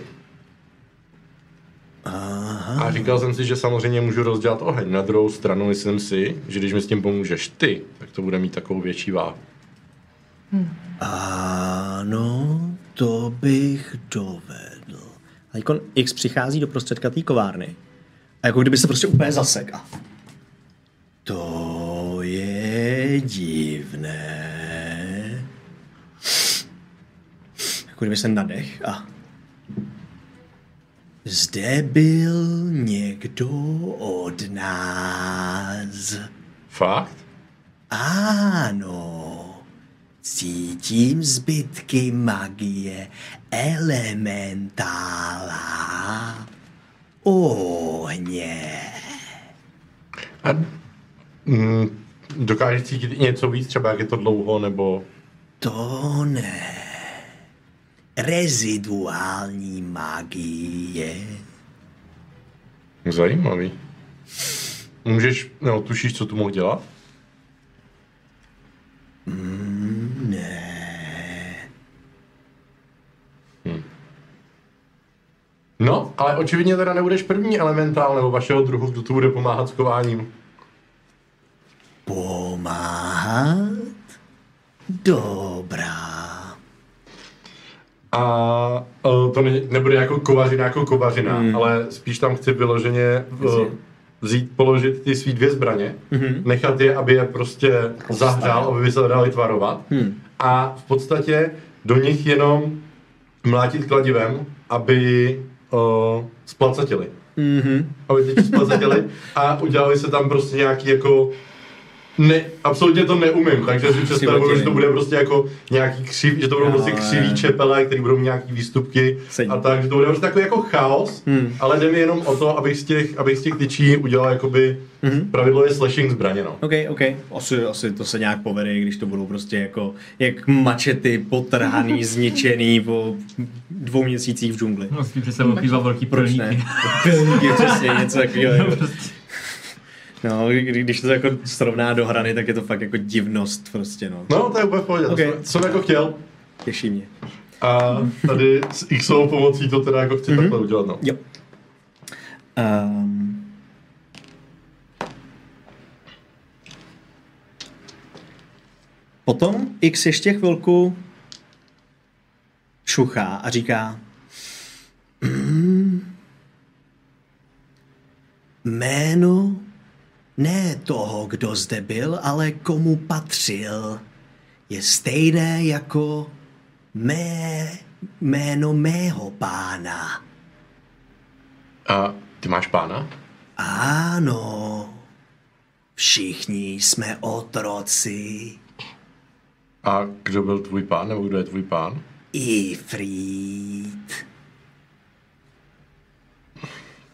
A říkal jsem si, že samozřejmě můžu rozdělat oheň. Na druhou stranu myslím si, že když mi s tím pomůžeš ty, tak to bude mít takovou větší váhu. Ano, to bych dovedl. A jako X přichází do prostředka té kovárny a jako kdyby se prostě úplně zasek. To je divné. Jako kdyby se nadech a zde byl někdo od nás. Fakt? Ano. Cítím zbytky magie elementála ohně. A dokážeš cítit něco víc, třeba jak je to dlouho, nebo... To ne. Reziduální magie. Zajímavý. Můžeš, no, tušíš, co tu mohl dělat? Ne. No, ale očividně teda nebudeš první elementál nebo vašeho druhu, kdo tu bude pomáhat s kováním. Pomáhat? Dobrá. A to nebude jako kovařina, ale spíš tam chci vyloženě položit ty svý dvě zbraně, nechat je, aby je prostě zahřál, aby by se dali tvarovat a v podstatě do nich jenom mlátit kladivem, aby splacatili. Aby teď splacatili a udělali se tam prostě nějaký jako absolutně to neumím, takže si představuju, že to bude prostě jako nějaký že to budou prostě křivý čepele, který budou mít nějaký výstupky a tak, že to bude prostě takový jako chaos, ale jde mi jenom o to, abych z těch tyčí udělal jakoby pravidlově slashing zbraně, no. OK. Asi to se nějak povede, když to budou prostě jako jak mačety potrhaný, zničený po 2 měsících v džungli. No, s tím přesně dva velký pilníky. Pilníky, přesně, něco takového. No, když to jako srovná do hrany, tak je to fakt jako divnost prostě, no. No, to je úplně v pohodě, Okay. Jsem jako chtěl. Těší mě. A tady s Xovou pomocí to teda jako chci takhle udělat, no. Jo. Potom X ještě chvilku čuchá a říká jméno ne toho, kdo zde byl, ale komu patřil, je stejné jako jméno mého pána. A ty máš pána? Ano, všichni jsme otroci. A kdo byl tvůj pán, nebo kdo je tvůj pán? Ifrit.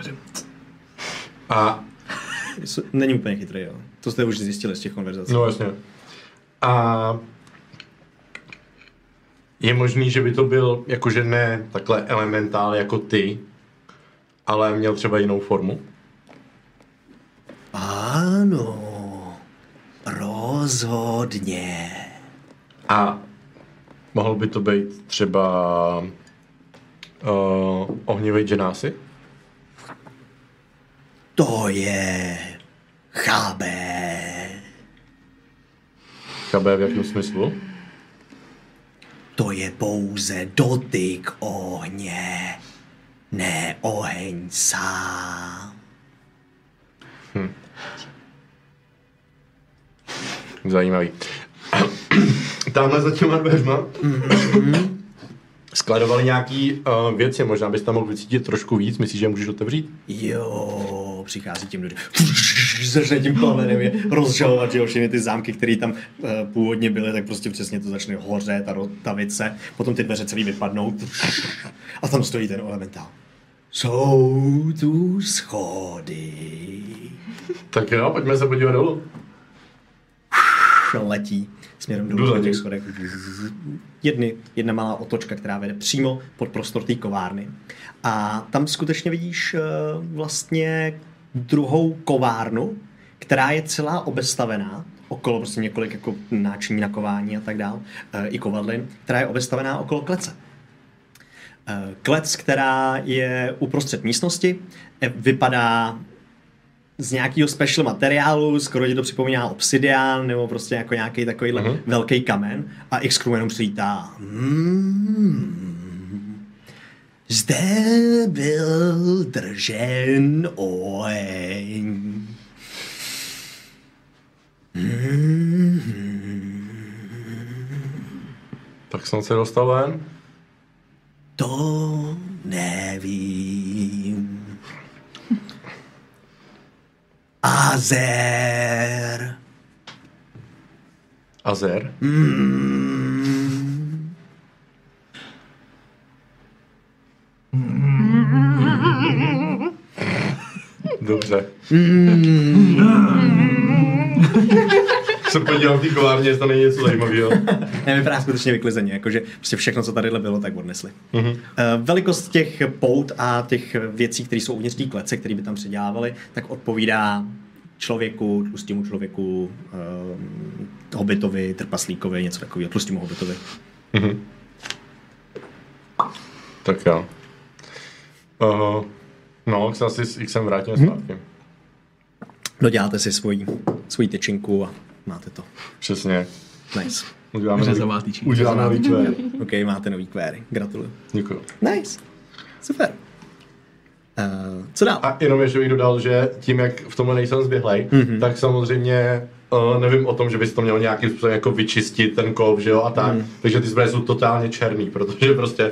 A Není úplně chytrý, jo. To jste už zjistili z těch konverzací. no jasně. A je možný, že by to byl jakože ne takhle elementál jako ty, ale měl třeba jinou formu? Ano, rozhodně. A mohl by to být třeba ohnivý dženásy? To je chabé. Chabé v jakém smyslu? To je pouze dotyk ohně, ne oheň sám. Zajímavý. Tamhle za těma dveřma skladovali nějaký věci, možná bys tam mohl vycítit trošku víc, myslíš, že je můžeš otevřít? Jo, přichází tím lidem. Začne tím plamenem je rozžalovat, že jo, všechny ty zámky, které tam původně byly, tak prostě přesně to začne hořet a rotavit se. Potom ty dveře celý vypadnou a tam stojí ten elementál. Jsou tu schody. Tak jo, pojďme se podívat dolů. Letí směrem dolů na těch schodech. Jedna malá otočka, která vede přímo pod prostor té kovárny. A tam skutečně vidíš vlastně druhou kovárnu, která je celá obestavená, okolo prostě několik jako náčiní na kování a tak dál, i kovadlin, která je obestavená okolo klece. Klec, která je uprostřed místnosti, vypadá z nějakého special materiálu, skoro ti to připomíná obsidián, nebo prostě jako nějaký takovýhle velký kamen a X-Crew jenom přilítá. Zde byl držen oheň. Tak jsem se dostal ven? To nevím. Azer. Azer? Dobře. Se podívám v té kovárně, jestli to není něco zajímavého. Ne, vypadá skutečně vyklizeně, jakože prostě všechno, co tadyhle bylo, tak odnesli. Velikost těch pout a těch věcí, které jsou uvnitř té klece, které by tam předělávali, tak odpovídá člověku, tlustému člověku, hobitovi, trpaslíkovi, něco takového, tlustému hobitovi. Tak jo. No, tak se asi s Xem vrátíme zpátky. Doděláte si svoji tyčinku a máte to. Přesně. Nice. Uděláme nový kvéry. OK, máte nový kvéry. Gratuluju. Děkuju. Nice. Super. Co dál? A jenom ještě bych dodal, že tím, jak v tomhle nejsem zběhlej, tak samozřejmě nevím o tom, že bys to měl nějakým způsobem jako vyčistit ten kov, že jo, a tak. Takže ty zbraně jsou totálně černý, protože prostě...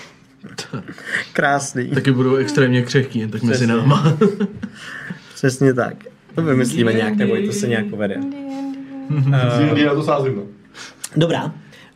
Krásný. Taky budou extrémně křehký, jen tak mezi náma. Přesně tak. To vymyslíme nějak, nebo to se nějak povede. Já to sázím, no. Dobrá.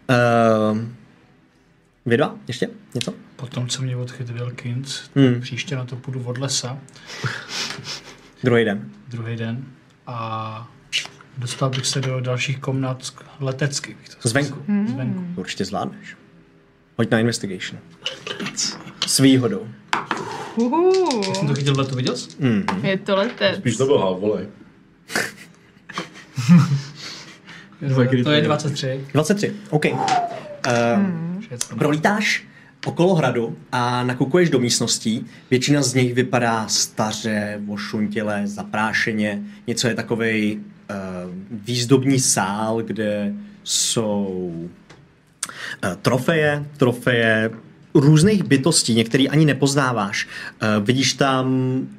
Vy dva? Ještě něco? Potom, co mě odchyt Wilkins, příště na to půjdu od lesa. Druhý den. A dostal bych se do dalších komnat letecky. Zvenku. Určitě zvládneš. Hoď na investigation. S výhodou. Jak jsem to chytil letu, viděl jsi? Je to letec. Spíš to byl volej. To je 23. 23, OK. Prolítáš okolo hradu a nakukuješ do místností. Většina z nich vypadá staře, ošuntěle, zaprášeně. Něco je takovej výzdobní sál, kde jsou trofeje různých bytostí, některý ani nepoznáváš. Vidíš tam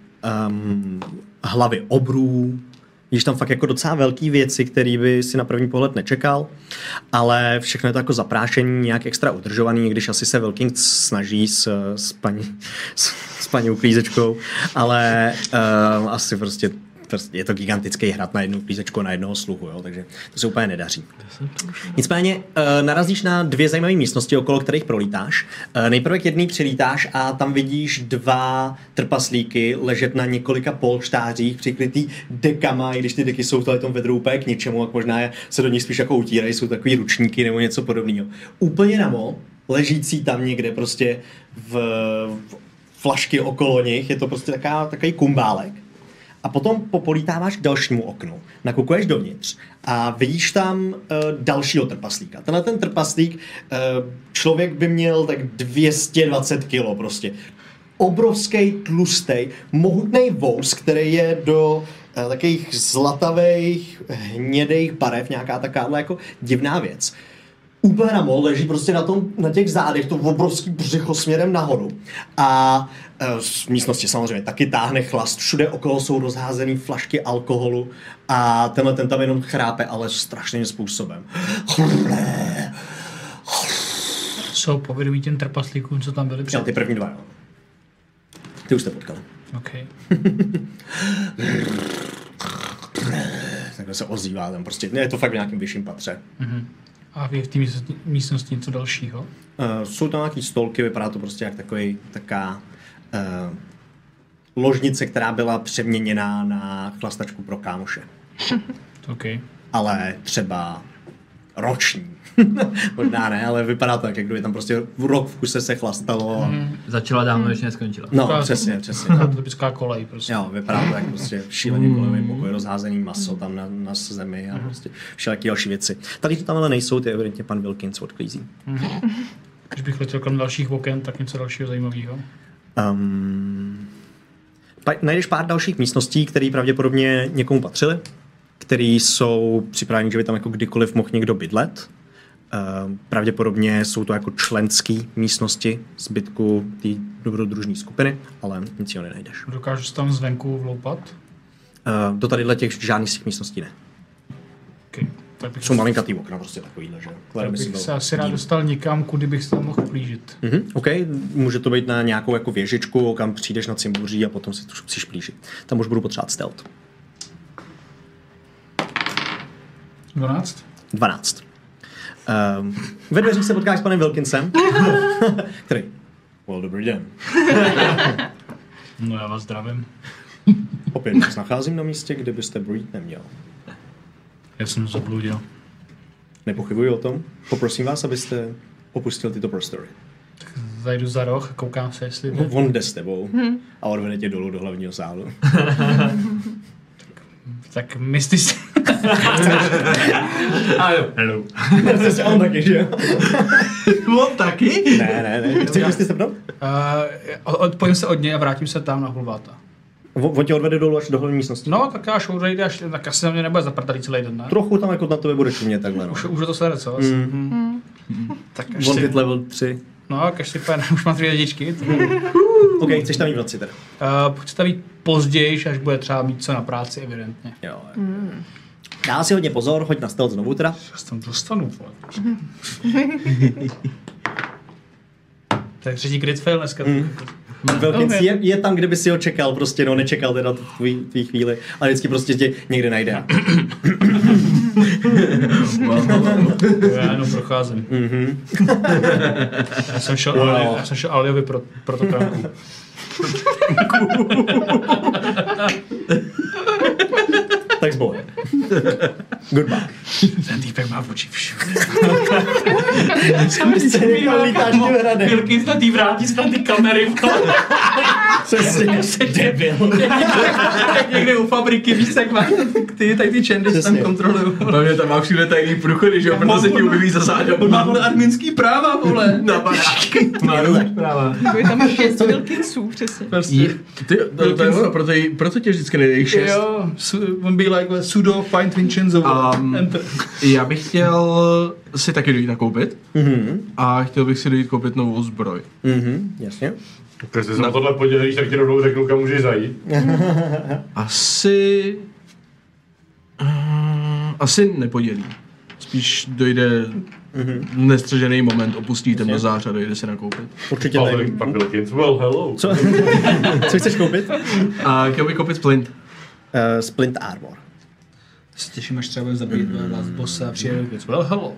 hlavy obrů, vidíš tam fakt jako docela velký věci, které by si na první pohled nečekal, ale všechno je to jako zaprášení, nějak extra udržovaný, když asi se Wilking snaží s paní uklízečkou, ale asi prostě je to gigantický hrad na jednu klízečku, na jednoho sluhu, jo, takže to se úplně nedaří. Nicméně narazíš na 2 zajímavé místnosti, okolo kterých prolítáš. Nejprve k jedný přilítáš a tam vidíš 2 trpaslíky ležet na několika polštářích, přikrytý dekama, i když ty deky jsou v tom vedru úplně k ničemu, tak možná se do nich spíš jako utírají, jsou takový ručníky nebo něco podobného. Úplně namo, ležící tam někde prostě v flašky okolo nich, je to prostě takový kumbálek. A potom popolítáváš k dalšímu oknu, nakukuješ dovnitř a vidíš tam dalšího trpaslíka. Tenhle ten trpaslík, člověk by měl tak 220 kilo prostě. Obrovský, tlustý, mohutný vous, který je do takových zlatavých, hnědých barev, nějaká taková jako divná věc. Úplně na mol, leží prostě na těch zádech, to obrovský břicho směrem nahoru. A z místnosti samozřejmě taky táhne chlast, všude okolo jsou rozházený flašky alkoholu a ten tam jenom chrápe, ale strašným způsobem. Jsou povědomí těm trpaslíkům, co tam byli před? Ty první 2, jo. Ty už jste potkali. Okay. Takhle se ozývá tam prostě, je to fakt v nějakém vyšším patře. Uh-huh. A je v té místnosti něco dalšího? Jsou tam nějaký stolky, vypadá to prostě jak taká ložnice, která byla přeměněná na chlastačku pro kámoše. Okay. Ale třeba roční. Možná ne, ale vypadá to tak, jak kdyby tam prostě rok v kuse se chlastalo. Začala dávno, ještě neskončila. No, přesně. Typická kolej prostě. Jo, vypadá to jak prostě šíleně kolejový pokoj, rozházený maso tam na zemi a prostě všelijaký další věci. Tady to tam ale nejsou, ty evidentně pan Wilkins odklízí. Když bych letěl kolem dalších oken, tak něco dalšího zajímavého. Najdeš pár dalších místností, které pravděpodobně někomu patřily, které jsou připraveny, že by tam jako kdykoliv mohl někdo bydlet. Pravděpodobně jsou to jako členský místnosti zbytku té dobrodružné skupiny, ale nic jiného nenajdeš. Dokážu se tam zvenku vloupat? Do tadyhle těch žádných z těch místností ne. Okay. Jsou malinkatý okna, prostě takovýhle, že? Tak bych se asi rád dostal někam, kudy bych se tam mohl plížit. OK, může to být na nějakou jako věžičku, kam přijdeš na cimbuří a potom si trošku musíš plížit. Tam už budu potřebovat stealth. 12. Ve dveřích se potkáš s panem Wilkinsem, který... dobrý den. No já vás zdravím. Opět se nacházím na místě, kde byste brojit neměl. Já jsem zabludil. Nepochybuji o tom. Poprosím vás, abyste opustil tyto prostory. Tak zajdu za roh a koukám se, jestli... On jde s tebou a odvede tě dolů do hlavního sálu. Tak myslíš si... Hello. Jsi on taky, že jo? On taky? Ne. Chceš se pnout? Odpojím se od něj a vrátím se tam na Hulváta. On tě odvede dolů až do hlavní místnosti? No, tak až odejde, tak asi na mě nebude zaprtalý celý den, ne? Trochu tam jako na tebe bude čumět takhle, no. Už je to sere, co? Tak až On ty level 3. No, až si už mám 3 dědičky. OK, chceš tam jít v noci teda? Chci tam jít později, až bude třeba mít co na práci, evidentně. Jo. Dá si hodně pozor, hoď na stealth znovu teda. Já se tam dostanu, vole. Tak třetí crit fail dneska. Wilkins je tam, kde by si ho čekal, prostě no, nečekal teda tvý chvíli, ale vždycky prostě tě někde najde. Já jenom procházím. Já jsem šel Aliovi pro to tránku. Tak zboj. Goodbye. Ten týpek má oči všude. Wilkins na tý vrátí se tam ty kamery. Přesně, debil. Někde u fabriky, víš, tak máš ty čendy, tam kontrolují. Hlavně tam má všude tajný průchody, že jo, protože se ti objeví za záďou. On má vole adminský práva, vole. Na baráky. Má práva. Bude tam 6 Wilkinsů, přesně. To je ono, proto tě vždycky nedejí 6. Jo, on be like sudo find Vincenzo. Já bych chtěl si taky dojít nakoupit. A chtěl bych si dojít koupit novou zbroj. Jasně. Když se na tohle podělíš, tak ti rovnou řeknu, kam můžeš zajít. Asi nepodělí. Spíš dojde nestřežený moment, opustí temnozář a dojde si nakoupit. Určitě ale pan Wilkins, well, hello. Co chceš koupit? A chtěl bych koupit splint. Splint Armor. Se těším, až třeba budeme zabít last bossa a přijde věc. Well, hello.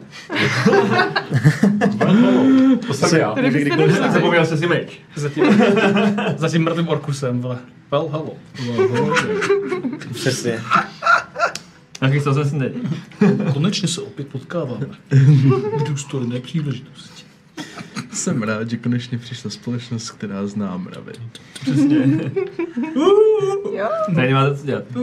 To jsem já. Zapomněl jsi si meč. Zatím mrtvým orkusem, vole. Well, hello. Přesně. Nachystal jsem si teď. Konečně se opět potkáváme. V důstojné příležitosti. Jsem rád, že konečně přišla společnost, která zná mravy. Přesně. Tady nemáte co dělat.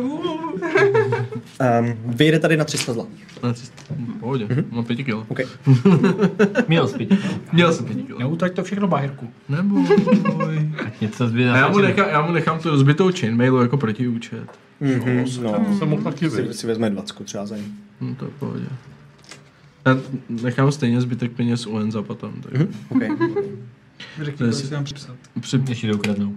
Vyjde tady na 300 zlatých. Pohodě, mám 5 kilo. Okay. Měl jsi 5. Měl jsem 5 kilo. Neutrať to všechno báhirku. Neboj. Ať něco zbyde. A já mu nechám tu rozbitou chainmailu jako protiúčet. No, jsem mohl taky vidět. si vezme 20 třeba za ní. No to je v pohodě. Já nechám stejně zbytek peněz u Enza potom. Takže. Okay. Řekni, kolik si nám připsat. Ještě jde ukradnou.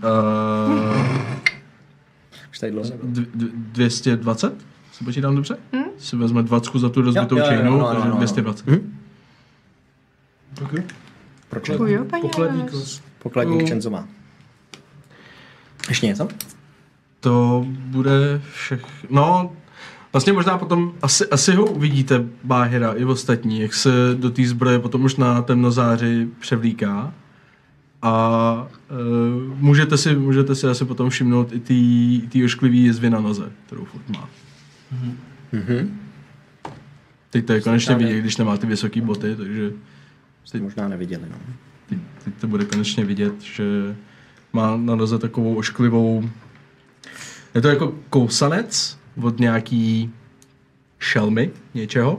Už tady dlouho nebylo. 220? Si počítám dobře? Si vezme 20 za tu rozbitou chainu, takže 220. Okay. Proč? Děkuju, paní Pokladník. Alice. Pokladník Čenzo má. Ještě něco? To bude všechno. No, vlastně možná potom asi ho uvidíte, Báhira, i ostatní, jak se do té zbroje potom už na temnozáři převlíká. A můžete si asi potom všimnout i ty ošklivý jezvy na noze, kterou furt má. Teď to je konečně vidět, když nemá ty vysoké boty, takže Jste možná neviděli, no. teď to bude konečně vidět, že má na noze takovou ošklivou... Je to jako kousanec od nějaký šelmy něčeho.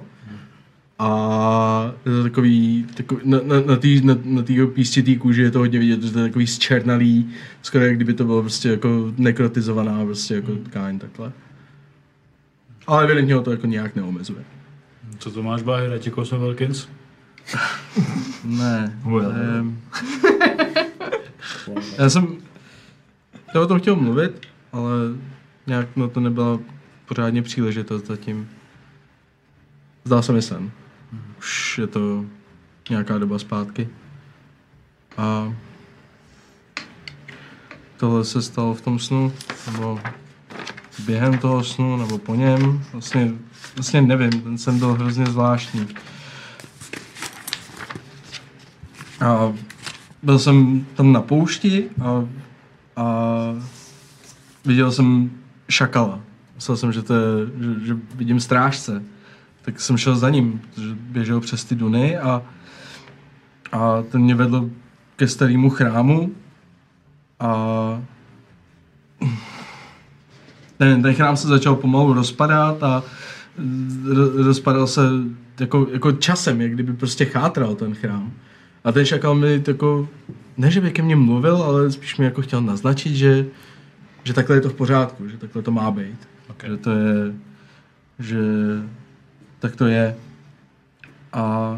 A je to takový na té písčitý kůži je to hodně vidět, že to je takový zčernalý, skoro jak kdyby to bylo prostě jako nekrotizovaná prostě jako tkáň takhle. Ale evidentně ho to jako nějak neomezuje. Co to máš, Báhira? Ti kousme Wilkins? Ne. Já jsem o tom chtěl mluvit, ale nějak no to nebyla pořádně příležitost zatím. Zdál se mi sen. Už je to nějaká doba zpátky. A tohle se stalo v tom snu, nebo během toho snu, nebo po něm. Vlastně nevím, ten sen byl hrozně zvláštní. A byl jsem tam na poušti a viděl jsem šakala. Myslel jsem, že vidím strážce. Tak jsem šel za ním, protože běžel přes ty duny a ten mě vedl ke starému chrámu a ten chrám se začal pomalu rozpadat a rozpadal se jako časem, jak kdyby prostě chátral ten chrám. A ten šakal mi jako, ne že by ke mně mluvil, ale spíš mi jako chtěl naznačit, že takhle je to v pořádku, že takhle to má být. Okay. Že to je, že tak to je. A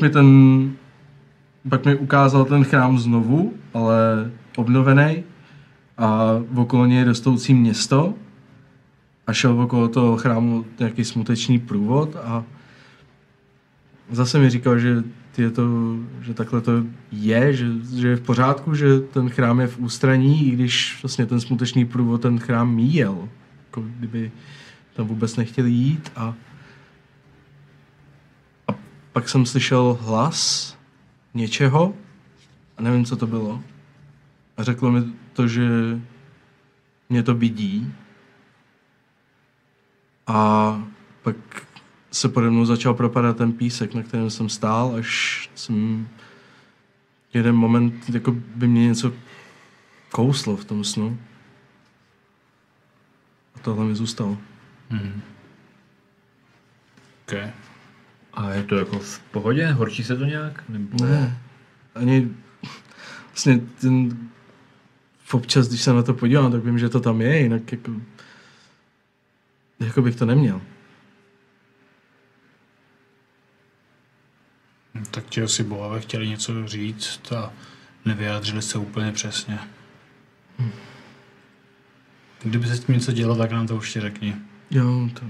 pak mi ukázal ten chrám znovu, ale obnovený a okolo něj rostoucí město a šel okolo toho chrámu nějaký smutečný průvod a zase mi říkal, že takhle to je, že je v pořádku, že ten chrám je v ústraní, i když vlastně ten smutečný průvod ten chrám míjel. Jako kdyby tam vůbec nechtěli jít a pak jsem slyšel hlas něčeho a nevím, co to bylo. A řeklo mi to, že mě to vidí. A pak se pode mnou začal propadat ten písek, na kterém jsem stál, až jsem jeden moment, jako by mě něco kouslo v tom snu. A tohle mi zůstalo. Okay. A je to jako v pohodě? Horší se to nějak? Nebo... Ne. Ani vlastně občas, když se na to podívám, tak vím, že to tam je, jinak jako bych to neměl. Tak ti asi bohové chtěli něco říct a nevyjádřili se úplně přesně. Kdyby se s tím něco dělo, tak nám to už řekni. Jo, to...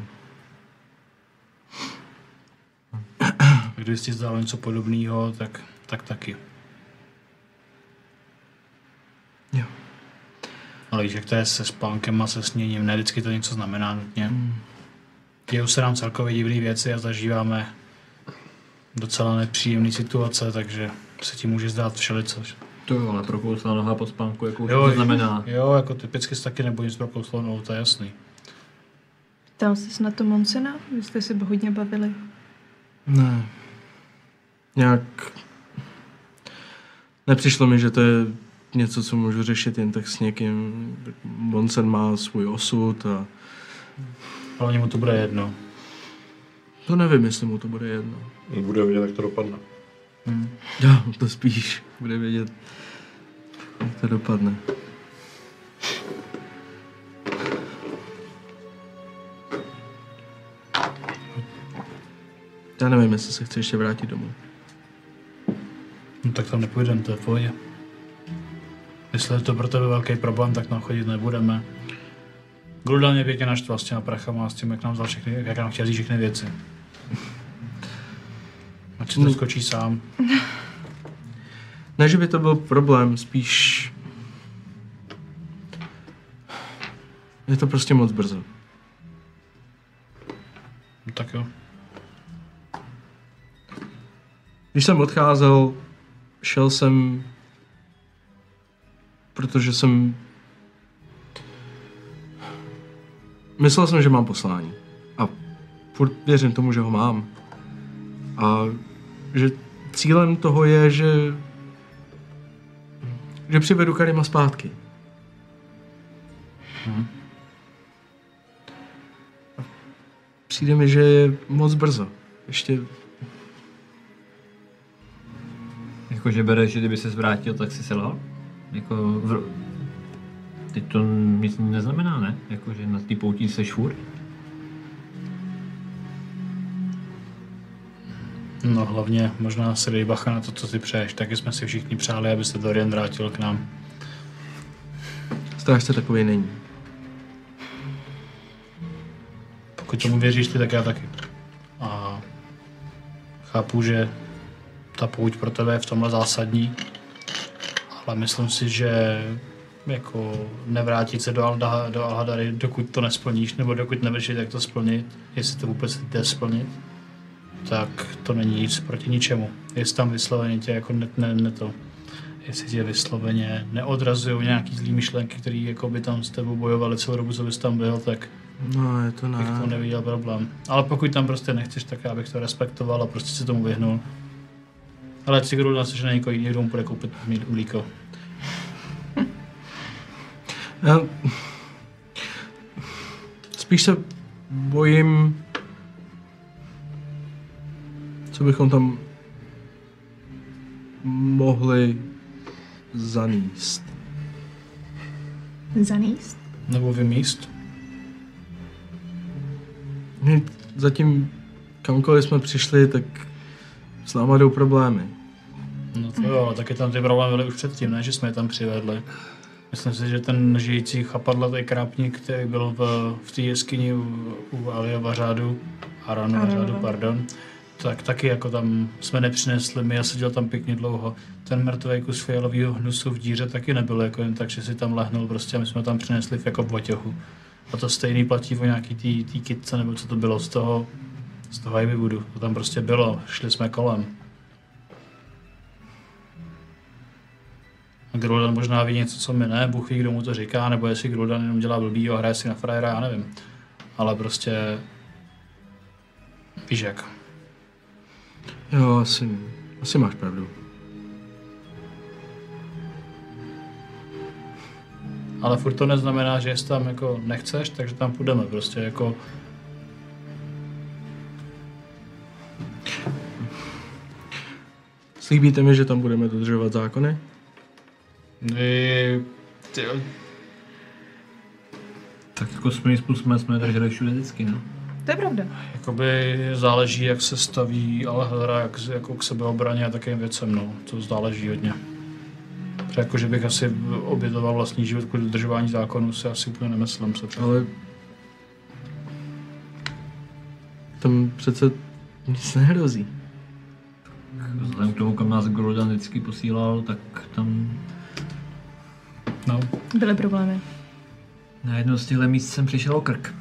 Kdyby si zdálo něco podobného, tak taky. Jo. Ale ale víš, jak to je se spánkem a se sněním, ne vždycky to něco znamená nutně. Dějou se nám celkově divné věci a zažíváme docela nepříjemné situace, takže se ti může zdát všelicož. To jo, ale prokouslá noha po spánku, jako to znamená. Jo, jako typicky se taky nebojím s prokouslou nohou, to je jasný. Ptal jsi na to Monsena? Vy jste si hodně bavili. Ne. Nějak... Nepřišlo mi, že to je něco, co můžu řešit jen tak s někým. Monsen má svůj osud a... Ale mu to bude jedno. To nevím, jestli mu to bude jedno. Bude vidět, jak to dopadne. Jo, to spíš. Bude vědět, jak to dopadne. Já nevím, jestli se chci ještě vrátit domů. No tak tam nepůjdeme, to je v pohodě. Jestli je to pro tebe velký problém, tak tam chodit nebudeme. Guldan mě pěkně naštval s těma prachama a s tím, jak nám chtěl vzít všechny věci. Ať si to skočí sám. Ne, že by to byl problém, spíš... Je to prostě moc brzo. No tak jo. Když jsem odcházel, šel jsem... Protože jsem... Myslel jsem, že mám poslání. A furt věřím tomu, že ho mám. A že cílem toho je, že přivedu Karima zpátky. Přijde mi, že je moc brzo. Ještě... Jakože bereš, že kdyby se zvrátil, tak si selhal? Jako teď to nic neznamená, ne? Jakože na té poutí seš furt? No hlavně možná si dej bacha na to, co si přeješ. Taky jsme si všichni přáli, aby se Dorian vrátil k nám. Strážce takový není. Pokud tomu věříš ty, tak já taky. A chápu, že ta pouť pro tebe je v tomhle zásadní, ale myslím si, že jako nevrátit se do Alhadary, dokud to nesplníš, nebo dokud nevíš, jak to splnit, jestli to vůbec jde splnit, tak to není nic proti ničemu. Jestli tam vysloveně tě jako jestli tě vysloveně neodrazují nějaký zlý myšlenky, které jako by tam s tebou bojovaly celou dobu, co bys tam byl, tak No, je to bych to neviděl problém. Ale pokud tam prostě nechceš, tak já bych to respektoval a prostě si tomu vyhnul. Ale ať si Grudlan se, že na někoho jiného bude koupit mlíko. Já... Spíš se bojím, co bychom tam mohli zanést. Zanést? Nebo vymíst. My zatím, kamkoliv jsme přišli, tak s náma jdou problémy. No to jo, ale taky tam ty problémy byly už předtím, ne, že jsme je tam přivedli. Myslím si, že ten žijící chapadlatý krápník, který byl v té jeskyni u Aliova řádu, Aranova řádu, pardon, tak taky jako tam jsme nepřinesli, my a seděl tam pěkně dlouho. Ten mrtvý kus fialového hnusu v díře taky nebyl jako jen tak, že si tam lehnul prostě a my jsme tam přinesli jako v boťohu. A to stejný platí o nějaký tý kytce, nebo co to bylo z toho Ivywoodu. To tam prostě bylo, šli jsme kolem. Gruldan možná ví něco, co my ne, Bůh ví, kdo mu to říká, nebo jestli Gruldan jenom dělá blbýho a hraje si na frajera, já nevím. Ale prostě... Víš jak. Jo, asi máš pravdu. Ale furt to neznamená, že jestli tam jako nechceš, takže tam půjdeme prostě jako... Slíbíte mi, že tam budeme dodržovat zákony? Tak jako svým způsobem jsme drželi všude vždycky, no. To je pravda. Jakoby záleží, jak se staví Alhadra, jako k sebeobraně a takovým věcem, no. To záleží hodně. Jako, že bych asi obětoval vlastní život kvůli dodržování zákonů, si asi úplně nemyslím. Ale... Tam přece nic nehrozí. Vzhledem k tomu, kam nás Gruldan vždycky posílal, tak tam... No. Byly problémy. Na jedno z těchto míst jsem přišel o krk.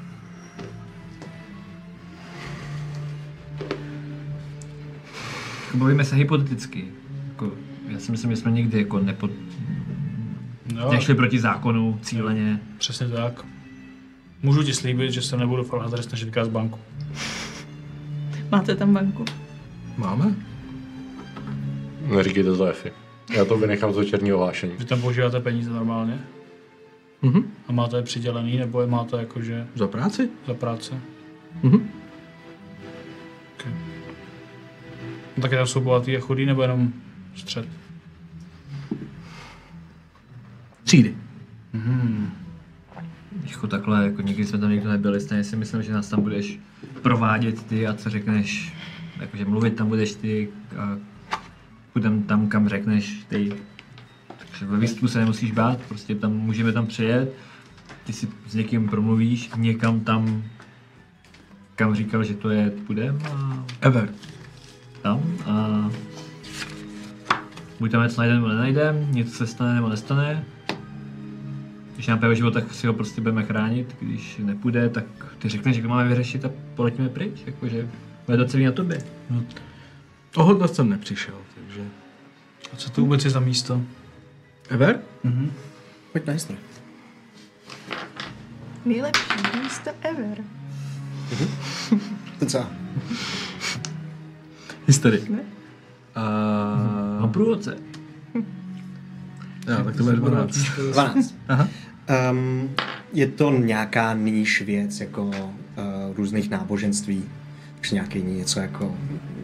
Bavíme se hypoteticky. Jako, já si myslím, že jsme nikdy jako nešli proti zákonu cíleně. Přesně tak. Můžu ti slíbit, že se nebudu fakt snažit vykázat banku. Máte tam banku? Máme? Neříkejte to Efi. Já to vynechám za černý ohlášení. Vy tam používáte peníze normálně? Mhm. A máte je přidělený, nebo je máte jakože Za práci? za práce? Mhm. Okay. No, tak tam jsou bohatý a chudý, nebo jenom střed? Třídy. Jako takhle, jako nikdy jsme tam nikdo nebyli, stejně si myslím, že nás tam budeš provádět ty a co řekneš, jakože mluvit tam budeš ty a půjdem tam, kam řekneš ty. Takže ve výstupu se nemusíš bát, prostě tam můžeme tam přijet, ty si s někým promluvíš, někam tam, kam říkal, že to je, půjdem a Ever. tam a buď tam něco najdeme nebo nenajdem, něco se stane nebo nestane. Když nám pojde život, tak si ho prostě budeme chránit, když nepůjde, tak ty řekneš, že to máme vyřešit a poletíme pryč, jakože bude to celý na tobě. O hodnost jsem nepřišel, takže... A co to vůbec je za místo? Ever? Pojď na historii. Nejlepší místo ever. To co? Historii. Ne? Mám průvodce. Jo, tak to bude 12. 12. Aha. Je to nějaká níž věc, jako různých náboženství. Takže nějaký něco jako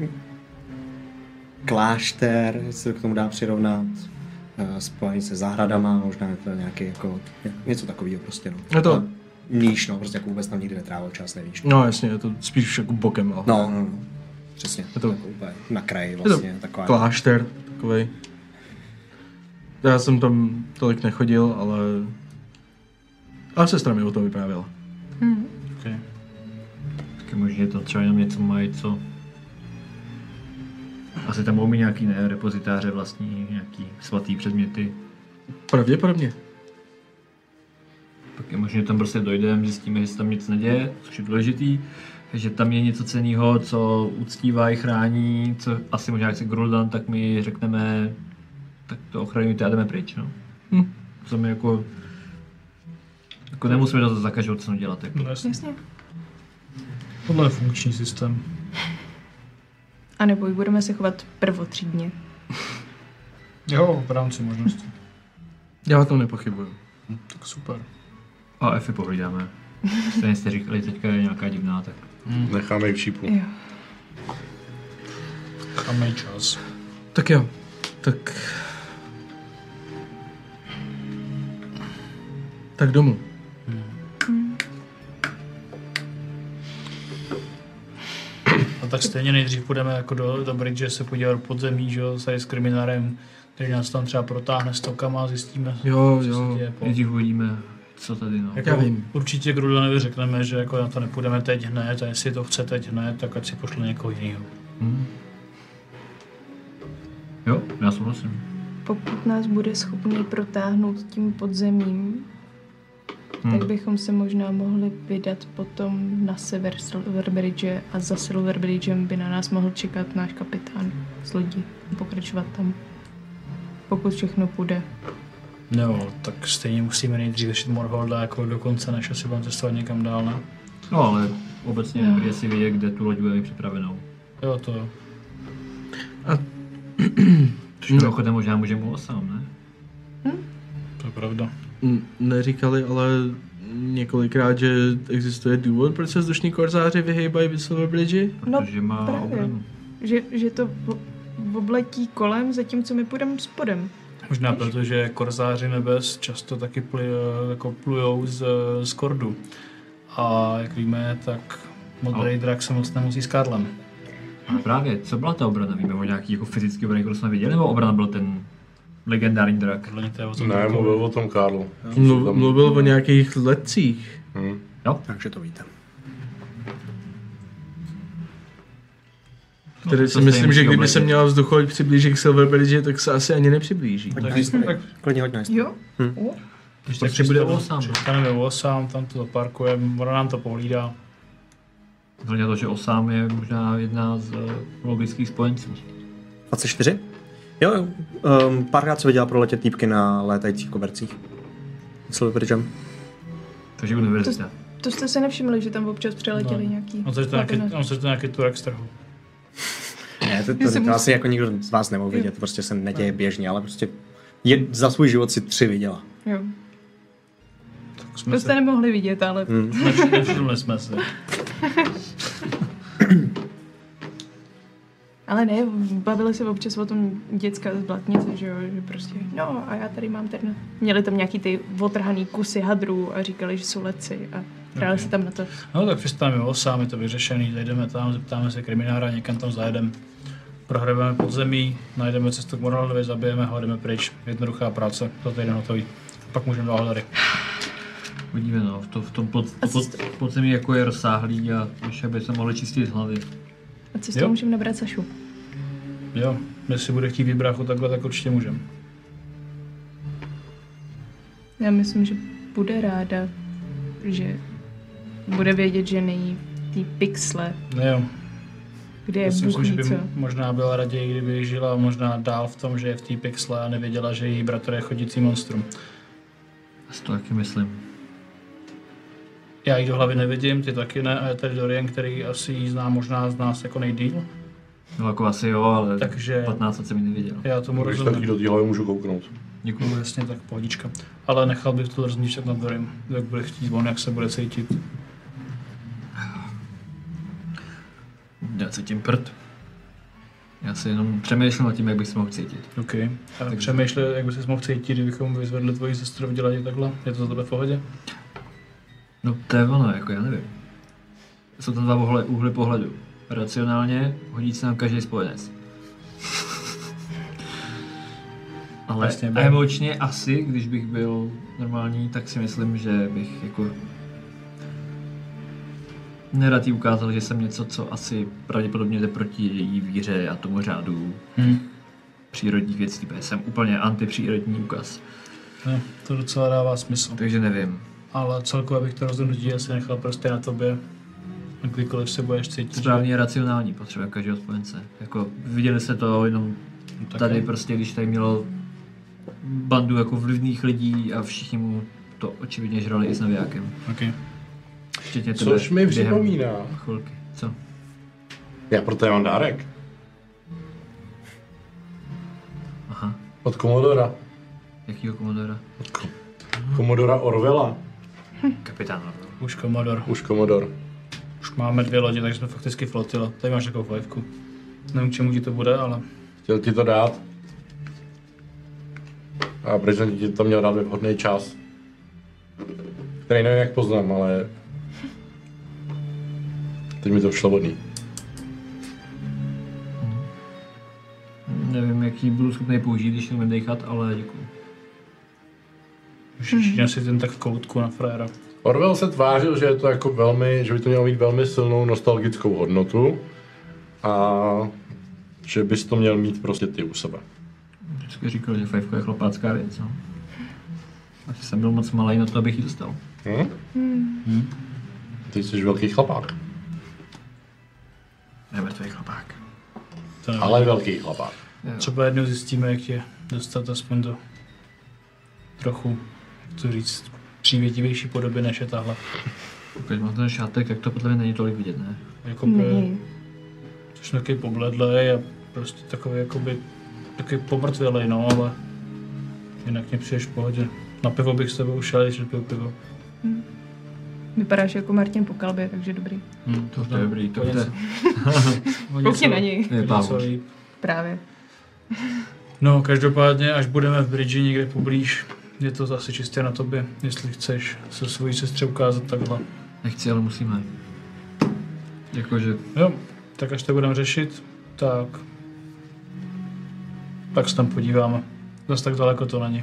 klášter, jestli se k tomu dá přirovnat. Spojený se zahradama, možná je to nějaký jako něco takového prostě. No. Je to- Níž, no, prostě jako vůbec tam nikdy netrávil čas, nevíš. No jasně, je to spíš jako bokem, ale... No. Přesně. Je to- jako úplně na kraji Je vlastně. to Taková. klášter, takovej. Já jsem tam tolik nechodil, ale sestra mi o tom vyprávěla. Okay. Taky možná to třeba jenom něco mají, co... Asi tam budou mít nějaký repozitáře vlastní, nějaký svatý předměty. Pravděpodobně. Pak je možné, že tam prostě dojdeme, zjistíme, že se tam nic neděje, což je důležitý. Že tam je něco cenného, co uctívají, chrání, co asi možná chce Gruldan, tak my řekneme, tak to ochraňujte a jdeme pryč, no. To mi jako nemusíme to za každou cenu dělat, jako. No, jasně. Jasně. Tohle je funkční systém. A nebo budeme se chovat prvotřídně. Jo, v rámci možností. Já o tom nepochybuju. Tak super. A Efi pohlídáme. Stejně jste říkali, teďka je nějaká divná, tak... Necháme ji v šípu. Jo. Tam mají čas. Tak jo, tak... Tak domů. A tak stejně nejdřív půjdeme jako do Bridge se podívat do podzemí, že jo, s kriminárem, který nás tam třeba protáhne s tokama a zjistíme, Jo, co jo. se děje. Nejdřív uvidíme, co tady, no. Jako Já vím. určitě Grudanovi řekneme, že jako na to nepůjdeme teď hned a jestli to chce teď hned, tak ať si pošle někoho jiného. Jo, já souhlasím. Pokud nás bude schopný protáhnout tím podzemím, tak bychom se možná mohli vydat potom na sever Silverbridge a za Silverbridgem by na nás mohl čekat náš kapitán z lodi. Pokračovat tam, pokud všechno půjde. Jo, tak stejně musíme nejdřív řešit Morholda jako dokonce, než asi budeme cestovat někam dál, ne? No ale obecně je dobré si vědět, kde tu loď bude mít připravenou. Jo, to jo. Což mimochodem možná můžeme mu sám, ne? To je pravda. Neříkali ale několikrát, že existuje důvod, proč se vzdušní korzáři vyhejbají v Silverbridge? No, Protože má právě. obranu. Že to obletí kolem, zatímco my půjdeme spodem. Možná proto, že korzáři nebes často taky plujou z Kordu. A jak víme, tak modrý drak se moc nemusí s Karlem. Ale právě, co byla ta obrana? Víme o nějaký jako fyzický obrany, kterou jsme viděli, nebo obrana byl ten legendární drak? Podle mě to je o tom Ne, drakovi. mluvil o tom Karlu. Mluvil o nějakých letcích. Jo? Takže to víte. Který si myslím, že kdyby se měla vzducholoď přiblížit k Silverbridge, tak se asi ani nepřiblíží. Klidně hoď na historii. Jo? Když tak si bude osám. Přestaneme u osám, tam to zaparkujeme, ona nám to pohlídá. Hlavně to, že osám je možná jedna z logických spojenců. 24? Jo. Párkrát se viděla proletět týpky na létajících kobercích. Myslel Bridgem. Takže univerzita. To jste se nevšimli, že tam občas přeletěli nějaký... On se to nějaký Turek z trhu. Ne, to asi jako nikdo z vás nemohl vidět, to prostě se neděje běžně, ale prostě za svůj život si 3 viděla. Jo. To jste nemohli vidět, ale... Nevšimli jsme se. Ale ne, bavili se občas o tom děcka z Blatnice, že jo, že prostě, no a já tady mám ten... Měli tam nějaký ty otrhaný kusy hadrů a říkali, že jsou letci a hráli se tam na to. No tak přistaneme osám, je to vyřešený, zajdeme tam, zeptáme se kriminára, někam tam zajedeme. Prohrabeme podzemí, najdeme cestu k Moraldovi, zabijeme ho a jdeme pryč. Jednoduchá práce, za týden hotový. Pak můžeme dál tady. Vidíme, no, v tom podzemí jako je rozsáhlý a ještě by se mohli čistit z hlavy. A co z toho můžeme nabrat Sašu? Jo, jestli bude chtít výbráchu takhle, tak určitě můžeme. Já myslím, že bude ráda, že bude vědět, že není tý pixle, Jo, kde je já si Bůh myslím, že ví by co. možná byla raději, kdyby žila možná dál v tom, že je v té pixle a nevěděla, že její bratr je chodící monstrum. Já si to taky myslím. Já jí do hlavy nevidím, ty taky ne, a je tady Dorian, který asi jí zná možná z nás jako nejdýl. No jako asi jo, ale Takže 15 let jsem ji neviděl. já tomu Když taky rozumím. do té hlavy můžu kouknout. Děkuju, jasně, tak pohodička. Ale nechal bych to rozmýšlet nad Dorian, jak bude chtít on, jak se bude cítit. Já cítím prd. Já si jenom přemýšlím nad tím, jak bych se mohl cítit. OK. A přemýšlel, jak by se mohl cítit, kdybychom vyzvedli tvoji sestru, dělat takhle? Je to za tebe v pohodě? No to je ono, jako já nevím. Jsou to 2 úhly pohledu. Racionálně hodí se nám každý spojenec. Ale Jasně, emočně asi, když bych byl normální, tak si myslím, že bych jako nerad jí ukázal, že jsem něco, co asi pravděpodobně jde proti její víře a tomu řádu přírodních věcí. Protože jsem úplně antipřírodní úkaz. No, to docela dává smysl. Takže nevím. Ale celkově bych to rozhodnutí asi nechal prostě na tobě. A kdykoliv se budeš cítit. Správně racionální potřeba každého spojence. Jako viděli se to jenom tady prostě, když tady mělo bandu jako vlivných lidí a všichni mu to očividně žrali i s navijákem. Okay. Včetně tebe. Což mi během připomíná. Chvilky. Co? Já pro tebe mám dárek. Aha. Od Komodora. Jakýho komodora? Od Komodora Orwella. Kapitán. Už Komodor. Už Komodor. Už máme 2 lodi, takže jsme fakticky flotila. Tady máš takovou fajfku. Nevím, čemu ti to bude, ale... Chtěl ti to dát. A proč jsem ti to měl dát ve vhodný čas. Který nevím, jak poznám, ale... Teď mi to šlo vodný. Nevím, jaký budu schopný použít, když neumím dechat, ale děkuju. Už si ten tak v koutku na frajera. Orwell se tvářil, že je to jako velmi, že by to mělo mít velmi silnou nostalgickou hodnotu a že bys to měl mít prostě ty u sebe. Vždycky říkal, že fajfka je chlapácká věc, no. Asi jsem byl moc malej na to, abych ji dostal. Ty jsi velký chlapák, Nemrtvý chlapák. To nevím. ale velký chlapák. Třeba jednou zjistíme, jak tě dostat aspoň do trochu, co říct, přívětivější podoby, než je tahle. Pokud mám ten šátek, tak to podle mě není tolik vidět, ne? Jakoby, Není. což takový pobledlej a prostě takový jakoby, takový pomrtvělej, no, ale jinak mě přijdeš v pohodě. Na pivo bych s tebou šel, když pil pivo. Vypadáš jako Martin po kalbě, takže dobrý. To je dobrý, to je. Koukni na něj. Je Pávo. Právě. No, každopádně, až budeme v bridži někde poblíž, je to zase čistě na tobě, jestli chceš se svojí sestře ukázat takhle. Nechci, ale musíme. Jakože, Jo, tak až to budeme řešit, tak se tam podíváme. Zase tak daleko to není.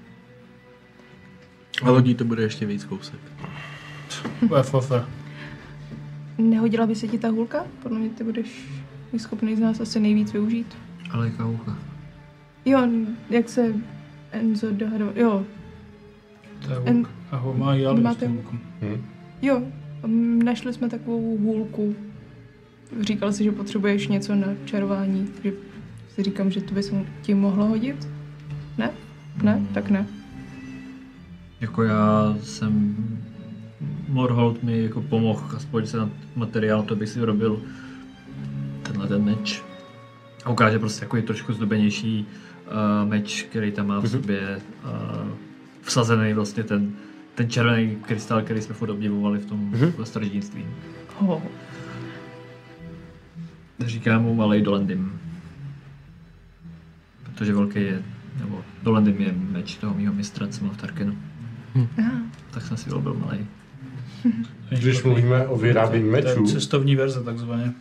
A lodí to bude ještě víc kousek. FFR. Nehodila by se ti ta hůlka? Podle mě ty budeš schopný z nás asi nejvíc využít. ale jaká ucha. Jo, jak se Enzo dohadoval. Jo. To je vůk. A ho má jali s tím vůkem. Jo, našli jsme takovou hůlku. Říkal jsi, že potřebuješ něco na čarování, že si říkám, že to by se ti mohlo hodit? Ne? Ne? Tak ne. Jako já jsem... Morholt mi jako pomohl aspoň se na materiál, to bych si vyrobil tenhle ten meč. A ukáže prostě takový trošku zdobenější meč, který tam má v sobě vsazený vlastně ten červený krystal, který jsme furt obdivovali v tom starožitnictví. Říkám mu malej Dolendim. Protože velký je, nebo Dolendim je meč toho mýho mistra, co mám v Tarkenu. Tak jsem si vyrobil malej. Když mluvíme o vyrábění To mečů, je cestovní verze takzvaně.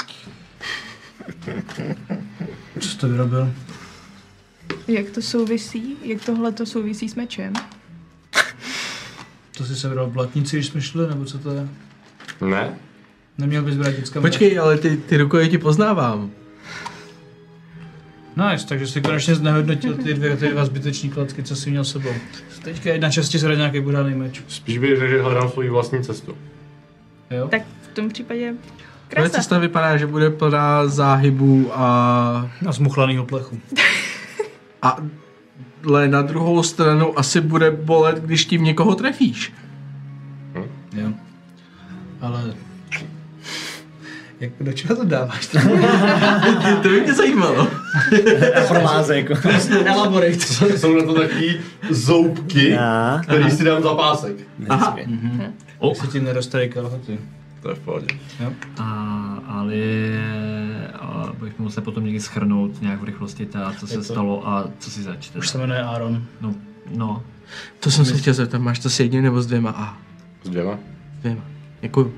Co jsi to vyrobil? Jak to souvisí? Jak tohle to souvisí s mečem? To jsi sebral v blatnici, když jsme šli, nebo co to je? ne? Neměl bys brát děcka. Počkej, ale ty rukoje ti poznávám. Nice, takže jsi konečně znehodnotil ty dva zbyteční klacky, co jsi měl s sebou. Teďka jedna část ti zradí nějaký pořádný meč. Spíš bych řekl, že hledám svoji vlastní cestu. Jo? Tak v tom případě Tvoje cesta vypadá, že bude plná záhybů a zmuchlanýho plechu. ale na druhou stranu asi bude bolet, když tím někoho trefíš. Jo. Ale... Do čeho to dáváš? To by mě zajímalo. Provázek. Elaborate. Jsou na to takový zoubky, který si dám za pásek. Aha. Se ti nedostají kalhoty. To je v pohodě. Jo. Ale bych musel potom někdy shrnout nějak v rychlosti co se stalo a co si začte. Už se jmenuje Aaron. No. To jsem se chtěl zeptat, máš to s jedním nebo s dvěma A? S dvěma? Dvěma. Děkuju.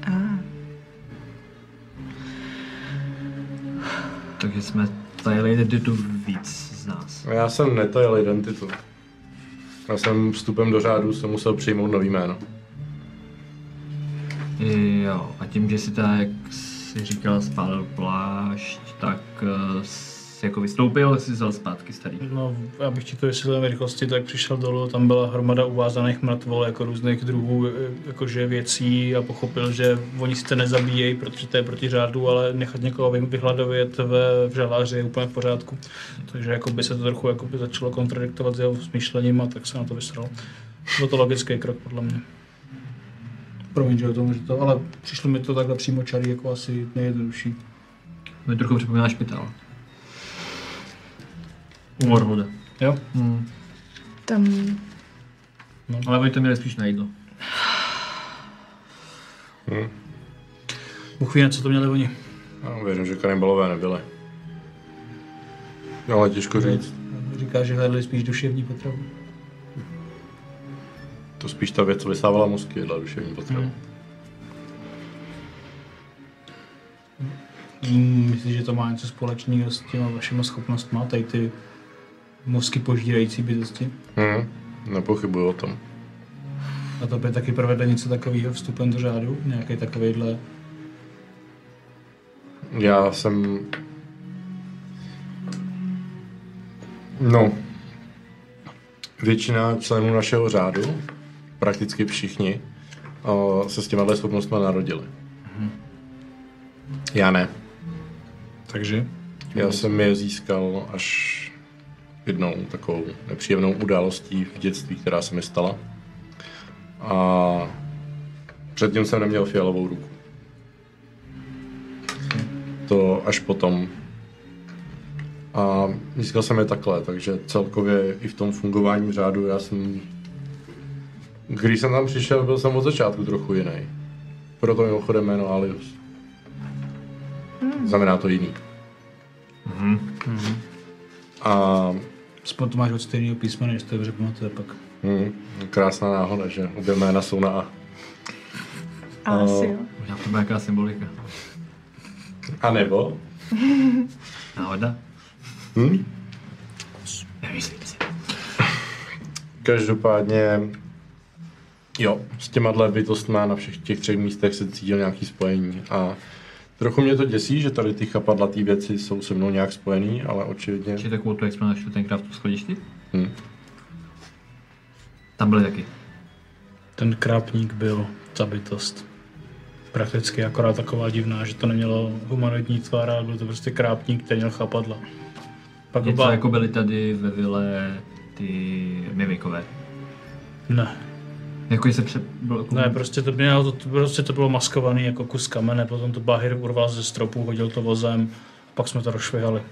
Takže jsme tajili identitu víc z nás. Já jsem netajil identitu. Já jsem vstupem do řádu jsem musel přijmout nový jméno. Jo, a tím, že si tak, jak jsi říkal, spálil plášť, tak jsi jako vystoupil, jsi vzal zpátky starý. No, abych ti to vysvětlil v rychlosti, tak přišel dolů, tam byla hromada uvázaných mrtvol, jako různých druhů jakože věcí a pochopil, že oni si to nezabíjejí, protože to je proti řádu, ale nechat někoho vyhladovět v žaláři je úplně v pořádku. Takže jako by se to trochu jako by začalo kontradiktovat s jeho smýšlením a tak se na to vysral. Byl to logický krok podle mě. Promiň, že o tom, že to, ale přišlo mi to takhle přímo čarý jako asi nejjednodušší. Mě trochu připomíná špitál. U Morholda. Jo? Tam... No. Ale oni to měli spíš na jídlo. Bůh ví, na co to měli oni. Já věřím, že kanibalové nebyly. Ale těžko říct. Říká, že hledali spíš duševní potravu. To spíš ta věc, co vysávala mozky, jedla duševní potravu. Myslíš, že to má něco společného s těma vašima schopnostmi, tady ty mozky požírající bytosti? Nepochybuju o tom. A to by taky provedla něco takového vstupem do řádu? Nějaký takovejhle... Já jsem... No... Většina členů našeho řádu, prakticky všichni, se s těma schopnostmi narodili. Já ne. Takže? Já jsem je získal až jednou takovou nepříjemnou událostí v dětství, která se mi stala. A předtím jsem neměl fialovou ruku. To až potom. A získal jsem je takhle, takže celkově i v tom fungování řádu já jsem... Když jsem tam přišel, byl jsem od začátku trochu jiný. Proto mimochodem jméno Alius. Znamená to jiný. A... Spolu to máš od stejného písmene, jestli to dobře pamatuje pak. Krásná náhoda, že obě jména jsou na A. Asi jo. Možná to byla jaká symbolika. A nebo? Náhoda? Nemyslím si. Každopádně, jo, s těma bytostma na všech těch 3 místech se cítil nějaký spojení a trochu mě to děsí, že tady ty chapadlatý věci jsou se mnou nějak spojený, ale očividně... Či takovou tu, jak jsme našli tenkrát v schodišti? Tam byly taky. Ten krápník byl ta bytost. Prakticky akorát taková divná, že to nemělo humanoidní tvar, ale byl to prostě krápník, který měl chápadla. Pak Něco jako byly tady ve vile ty mimikové. Ne. Jako se jako... Ne, prostě to bylo maskovaný jako kus kamene, potom to Bahir urval ze stropu, hodil to vozem, a pak jsme to rozšvihali.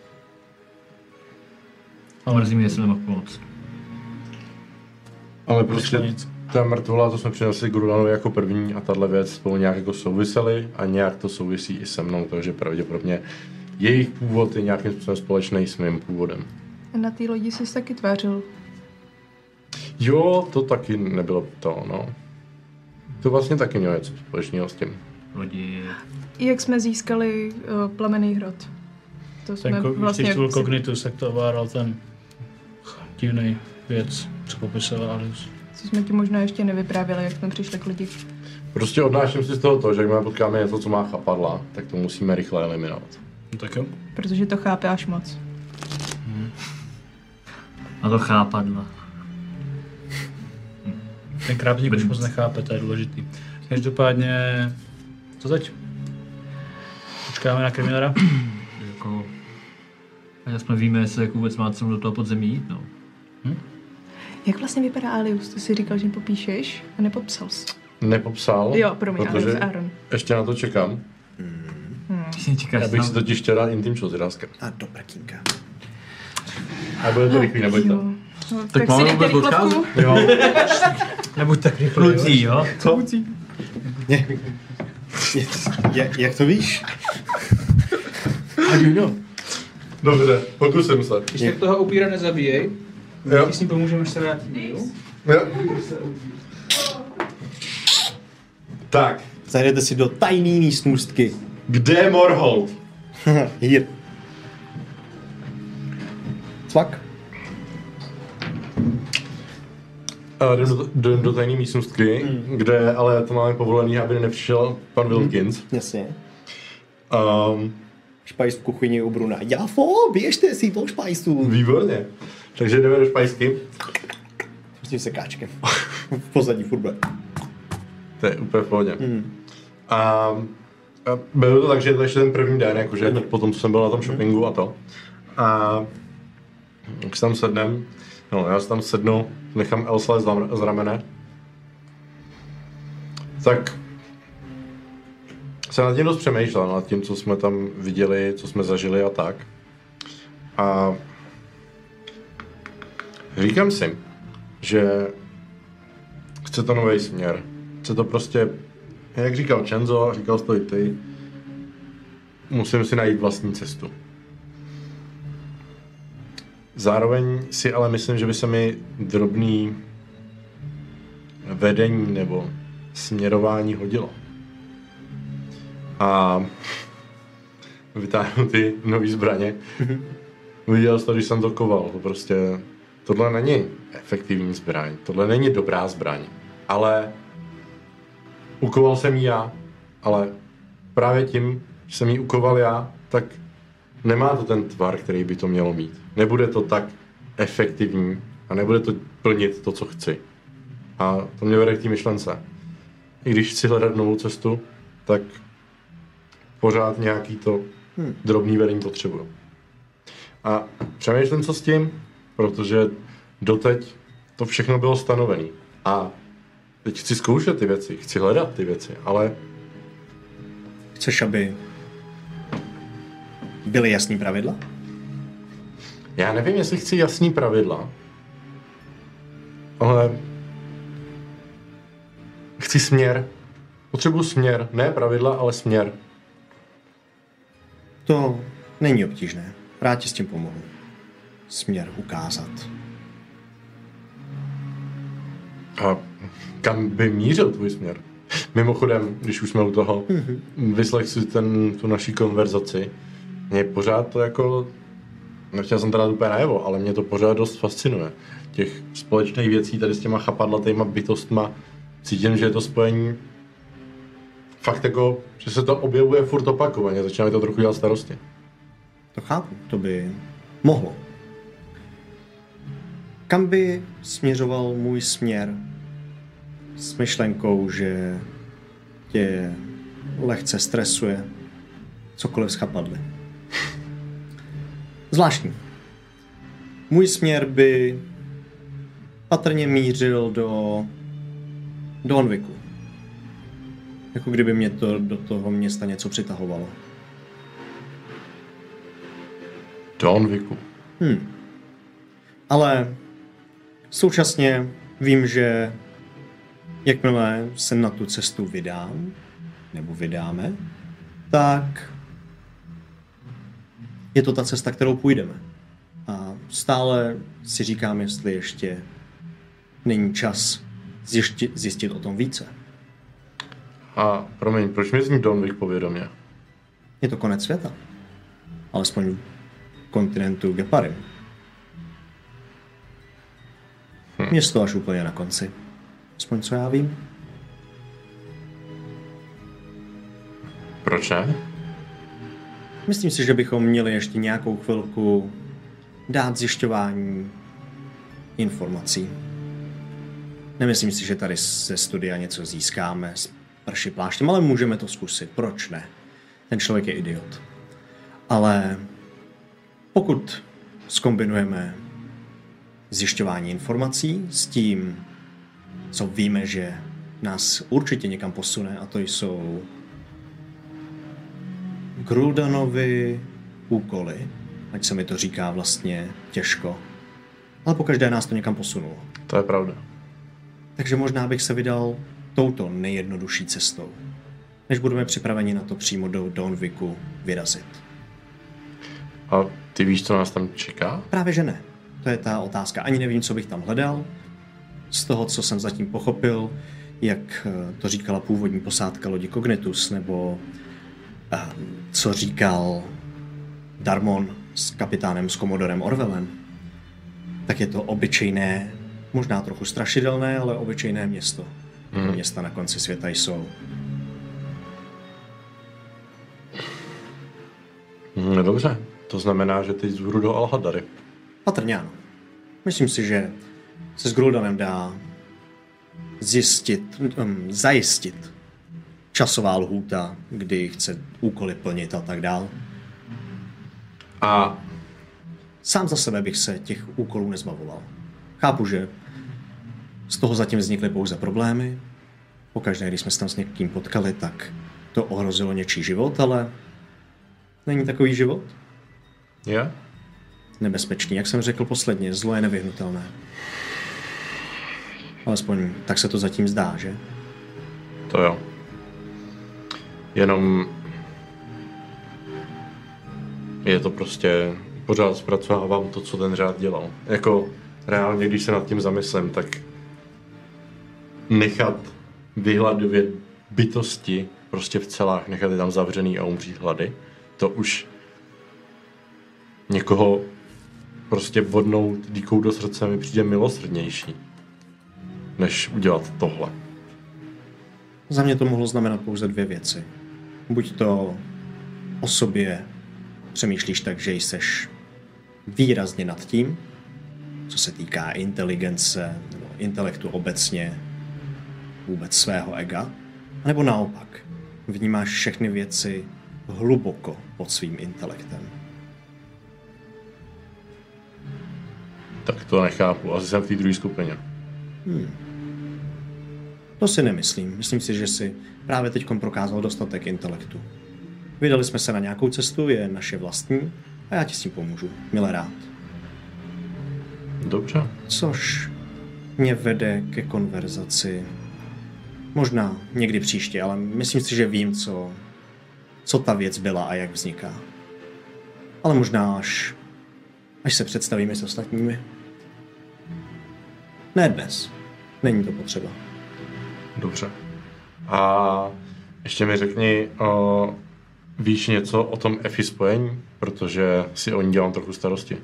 Ale mrzí mě, jestli nemohl pomoct. Ale prostě ta mrtvola, to jsme přinesli Gurulanovi jako první a tahle věc spolu nějak jako souvisely a nějak to souvisí i se mnou, takže pravděpodobně jejich původ je nějakým způsobem společný s mým původem. A na té lodi jsi taky tvářil. Jo, to taky nebylo to, no. To vlastně taky mělo něco společného s tím. Lodi... Jak jsme získali plamenný hrot. To jsme vlastně... Když byl Cognitus, tak to ovládal ten divný věc, co popisoval Alius. Co jsme ti možná ještě nevyprávěli, jak jsme přišli k lidi. Prostě odnáším si z toho to, že jakmile potkáme něco, co má chapadla, tak to musíme rychle eliminovat. No tak jo. Protože to chápe až moc. A to chápadla. Ten krápník už moc nechápe, to je důležitý. Každopádně, co teď? Počkáme na kriminora? Jako... A aspoň víme, jestli jako vůbec má cenu do toho podzemí jít, no. Jak vlastně vypadá Alius? To si říkal, že popíšeš a nepopsal jsi. Nepopsal, Jo, promiň, protože Alius Aaron. ještě na to čekám. Já bych si totiž chtěl dát intim show s Ráskem. A do prkínka. A bude to rychlý, nebojte. Jo. No, Tak máme vůbec odcházet? Jo. Nebuď tak rychlý. Kluci, jo? Co? Jak to víš? Dobře, pokusím se. Když tak toho upíra nezabíjej, Jo. my s ním pomůžeme, až se vrátíme, jo? Jo. Tak, Zajdete si do tajný místnůstky. kde je Morholt? Here. Cvak. Jdem do tajné místnostky, kde ale to máme povolený, aby nepřišel pan Wilkins. Jasně. Um, Špajs v kuchyni u Bruna. Jafo, běžte si do špajsu. Výborně. Takže jdeme do špajsky. S tím sekáčkem. V pozadí furt bude. To je úplně v pohodě. A bylo to tak, že je to ještě ten první den, jakože potom, co jsem byl na tom shoppingu a to. A když tam sednem, no já si tam sednu, nechám Elsa z ramene, tak jsem nad tím dost přemýšlel, nad tím, co jsme tam viděli, co jsme zažili a tak. A říkám si, že chce to nový směr. Chce to prostě, jak říkal Čenzo, říkal jsi to i ty, musím si najít vlastní cestu. Zároveň si ale myslím, že by se mi drobný vedení nebo směrování hodilo. A vytáhnu ty nový zbraně. Viděl jsi to, když jsem to koval. To prostě, tohle není efektivní zbraň, tohle není dobrá zbraň, ale ukoval jsem ji já, ale právě tím, že jsem ji ukoval já, tak nemá to ten tvar, který by to mělo mít. Nebude to tak efektivní a nebude to plnit to, co chci. A to mě vede k té myšlence. I když chci hledat novou cestu, tak pořád nějaký to drobný vedení potřebuju. A přemýšlím, co s tím, protože doteď to všechno bylo stanovené. A teď chci zkoušet ty věci, chci hledat ty věci, ale Chceš, aby byly jasný pravidla? já nevím, jestli chci jasný pravidla, ale chci směr. Potřebuji směr, ne pravidla, ale směr. To není obtížné. Rád ti s tím pomohu. Směr ukázat. A kam by mířil tvůj směr? Mimochodem, když už jsme u toho, vyslech si tu naší konverzaci. Mě pořád to jako, nechtěl jsem teda úplně najevo, ale mě to pořád dost fascinuje. Těch společných věcí tady s těma chapadlatýma bytostma, cítím, že je to spojení fakt jako, že se to objevuje furt opakovaně, začíná mi to trochu dělat starosti. To chápu, to by mohlo. Kam by směřoval můj směr? s myšlenkou, že tě lehce stresuje cokoliv z chapadly. Zvláštní. Můj směr by patrně mířil do Donviku. Jako kdyby mě to do toho města něco přitahovalo. Donviku. Ale současně vím, že jakmile se na tu cestu vydám, nebo vydáme, tak je to ta cesta, kterou půjdeme. A stále si říkám, jestli ještě není čas zjistit o tom více. A promiň, proč mi zní Donvik povědomě? Je to konec světa. Alespoň v kontinentu Geparim. Město až úplně na konci. Aspoň co já vím. Proč ne? Myslím si, že bychom měli ještě nějakou chvilku dát zjišťování informací. Nemyslím si, že tady ze studia něco získáme s prší pláštěm, ale můžeme to zkusit. Proč ne? Ten člověk je idiot. Ale pokud zkombinujeme zjišťování informací s tím, co víme, že nás určitě někam posune, a to jsou Gruldanovi úkoly, ať se mi to říká vlastně těžko, ale pokaždé nás to někam posunulo. To je pravda. Takže možná bych se vydal touto nejjednodušší cestou, než budeme připraveni na to přímo do Donviku vyrazit. A ty víš, co nás tam čeká? Právě že ne. To je ta otázka. Ani nevím, co bych tam hledal. Z toho, co jsem zatím pochopil, jak to říkala původní posádka lodi Cognitus, nebo co říkal Darmon s kapitánem, s komodorem Orwellem, tak je to obyčejné, možná trochu strašidelné, ale obyčejné město. Města na konci světa jsou. No dobře, to znamená, že teď zůru do Alhadary. Patrně ano. Myslím si, že se s Gruldanem dá zajistit časová lhůta, kdy chce úkoly plnit a tak dál. A Sám za sebe bych se těch úkolů nezbavoval. Chápu, že z toho zatím vznikly pouze problémy. Pokaždé, když jsme se tam s někým potkali, tak to ohrozilo něčí život, ale není takový život? je? Nebezpečný, jak jsem řekl posledně, zlo je nevyhnutelné. Alespoň tak se to zatím zdá, že? To jo. Jenom je to prostě, pořád zpracovávám to, co ten řád dělal. Jako reálně, když se nad tím zamyslím, tak nechat vyhladovět bytosti prostě v celách, nechat je tam zavřený a umřít hlady, to už někoho prostě vodnout dýkou do srdce mi přijde milosrdnější, než udělat tohle. Za mě to mohlo znamenat pouze dvě věci. Buď to o sobě přemýšlíš tak, že jseš výrazně nad tím, co se týká inteligence nebo intelektu obecně, vůbec svého ega, nebo naopak, vnímáš všechny věci hluboko pod svým intelektem. Tak to nechápu, asi jsem v té druhé skupině. To si nemyslím. Myslím si, že si právě teď prokázal dostatek intelektu. Vydali jsme se na nějakou cestu, je naše vlastní, a já ti s tím pomůžu. Milé rád. Dobře. Což mě vede ke konverzaci. Možná někdy příště, ale myslím si, že vím, co ta věc byla a jak vzniká. Ale možná až se představíme s ostatními. Ne dnes. Není to potřeba. Dobře. A ještě mi řekni, víš něco o tom EFI spojení? Protože si o ní dělám trochu starosti.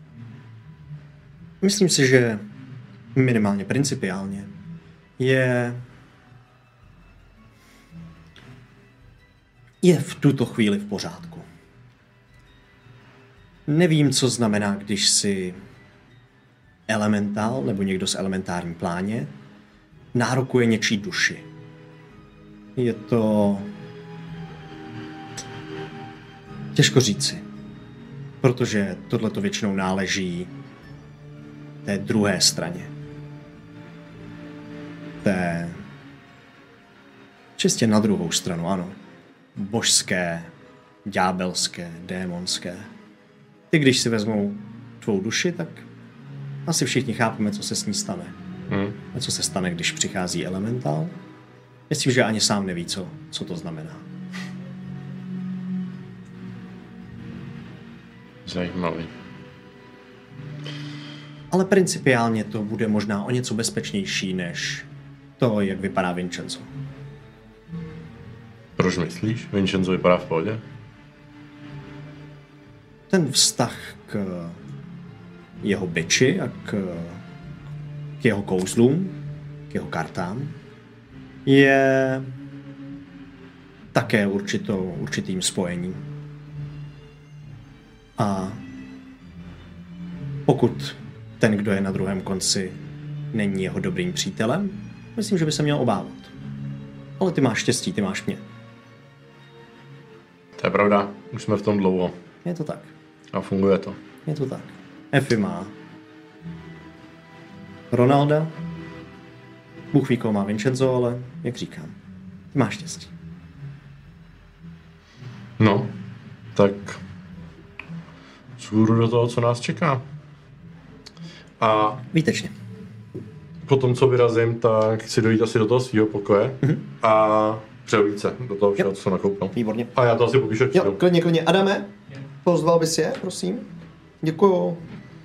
Myslím si, že minimálně principiálně je v tuto chvíli v pořádku. Nevím, co znamená, když si elementál nebo někdo z elementární pláně nárokuje něčí duši. Je to... těžko říci, protože tohleto většinou náleží té druhé straně. Té... čistě na druhou stranu, ano. Božské, ďábelské, démonské. Ty, když si vezmou tvou duši, tak asi všichni chápeme, co se s ní stane. A co se stane, když přichází elementál? Myslím, že ani sám neví, co to znamená. Zajímavý. Ale principiálně to bude možná o něco bezpečnější, než to, jak vypadá Vincenzo. Proč myslíš? Vincenzo vypadá v pohodě? Ten vztah k jeho biči a k jeho kouzlům, k jeho kartám, je také určitým spojením. A pokud ten, kdo je na druhém konci, není jeho dobrým přítelem, myslím, že by se měl obávat. Ale ty máš štěstí, ty máš mě. To je pravda, už jsme v tom dlouho. Je to tak. A funguje to. Je to tak. Effie má Ronalda, Bůh ví, koho má Vincenzo, ale jak říkám, ty máš štěstí. No, tak vzhůru do toho, co nás čeká. A Výtečně. potom, co vyrazím, tak chci dojít asi do toho svého pokoje a přelít se do toho všeho, co jsem nakoupil. Výborně. A já to asi popíšu. Jo, klidně. Adame, pozval bys je, prosím. Děkuju.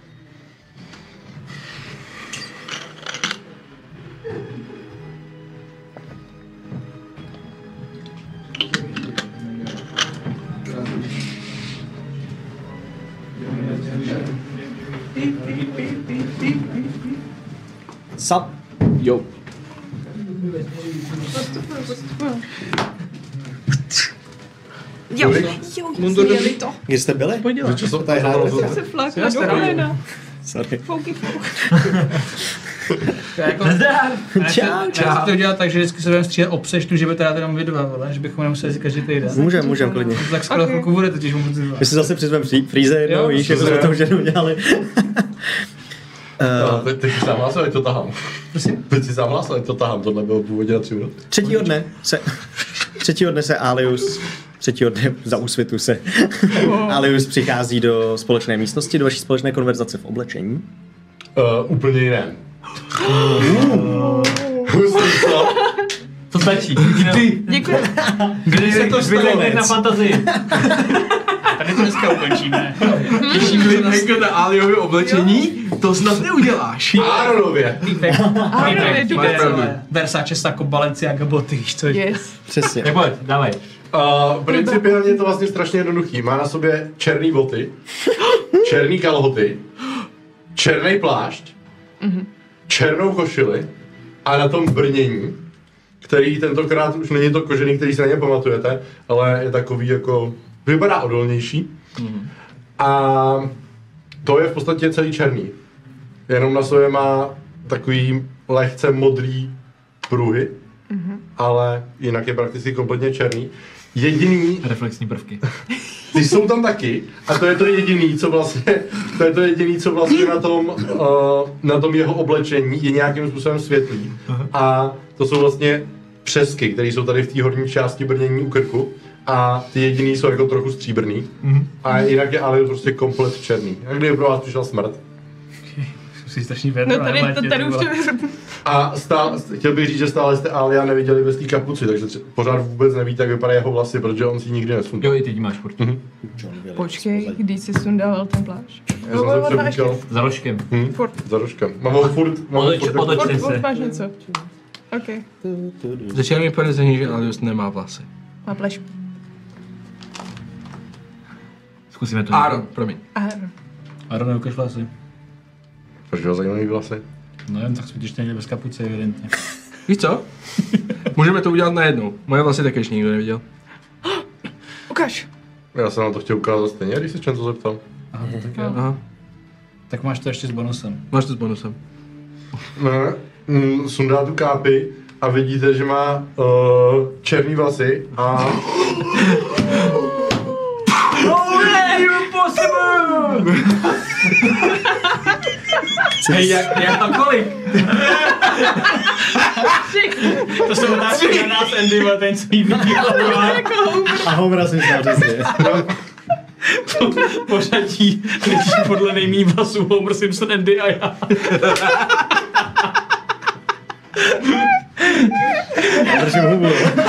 Sap. Jo. Jo, jeli to. Kde jste byli? Co tady hráli? Se flákla do kolena. Sorry. Fouky. Čau. To dělat tak, že vždycky se budeme střílet o přeštu, že by teda jenom vy dva, vole, že bychom nemuseli si každý týden. Můžem klidně. Tak skoro chvilku bude totiž mu dva. My si zase přizveme Freeze jednou, víš, jak jsme to už jednou dělali. Teď si sám hlásal, ať to tahám. Prosím? Teď si sám hlásal, ať to tahám. Tohle bylo původně na 3 minuty. Třetího dne se Alius, třetího dne za úsvitu se Alius přichází do společné místnosti, do vaší společné konverzace v oblečení. Úplně jiné. Hustý, co? To stačí. Děkuji. Kdy se to stalo na fantazii. Tady to dneska ukončíme. Když na Aliově oblečení, to snad neuděláš. Aaronově. Aaronově, Versace, Sako, Balenciaga, boty, víš co? Yes. Přesně. Tak pojď, dávej. Principiálně je to vlastně strašně jednoduchý. Má na sobě černý boty, černý kalhoty, černý plášť, černou košili a na tom brnění, který tentokrát už není to kožený, který si na něm pamatujete, ale je takový jako, vypadá odolnější. A to je v podstatě celý černý. Jenom na sobě má takový lehce modrý pruhy, ale jinak je prakticky kompletně černý. Jediný, Reflexní prvky. ty jsou tam taky, a to je to jediný, co vlastně na tom jeho oblečení je nějakým způsobem světlý. A to jsou vlastně přesky, které jsou tady v té horní části brnění u krku. A ty jediný jsou jako trochu stříbrný. A jinak je ale prostě komplet černý. A kdyby pro vás přišla smrt. Jsi strašný vědr, No tady už to A chtěl bych říct, že stále jste Alia neviděli bez té kapuci, takže pořád vůbec nevíte, jak vypadají jeho vlasy, protože on si ji nikdy nesundal. Jo, i ty máš furt. Počkej, když jsi sundával ten plášť. Já jsem se převlíkal Za rožkem. za rožkem. Mám ho furt Otočte se. Furt máš něco. OK. Začíná mi podezření, že Alius nemá vlasy. Má pleš. Zkusíme to. Aaron, promiň. Aaron, neukaž vlasy. Proč ho zajímavý vlasy? No jen tak svítíš ten bez kapuce, evidentně. Víš co? Můžeme to udělat najednou. Moje vlasy také ještě nikdo neviděl. Ukaž. Já jsem vám to chtěl ukázat stejně, když se něco zeptal. Aha, to tak jo. Aha, Tak máš to ještě s bonusem. máš to s bonusem. Ne, sundá tu kápi a vidíte, že má černý vlasy a... Hej, jak a kolik? To jsou otázky na nás, Andy, ale ten svý viděl. A Homera si myslel přesně. Pořadí lidí podle nejmí vlasů Homer Simpson, Andy a já. Držím hubu.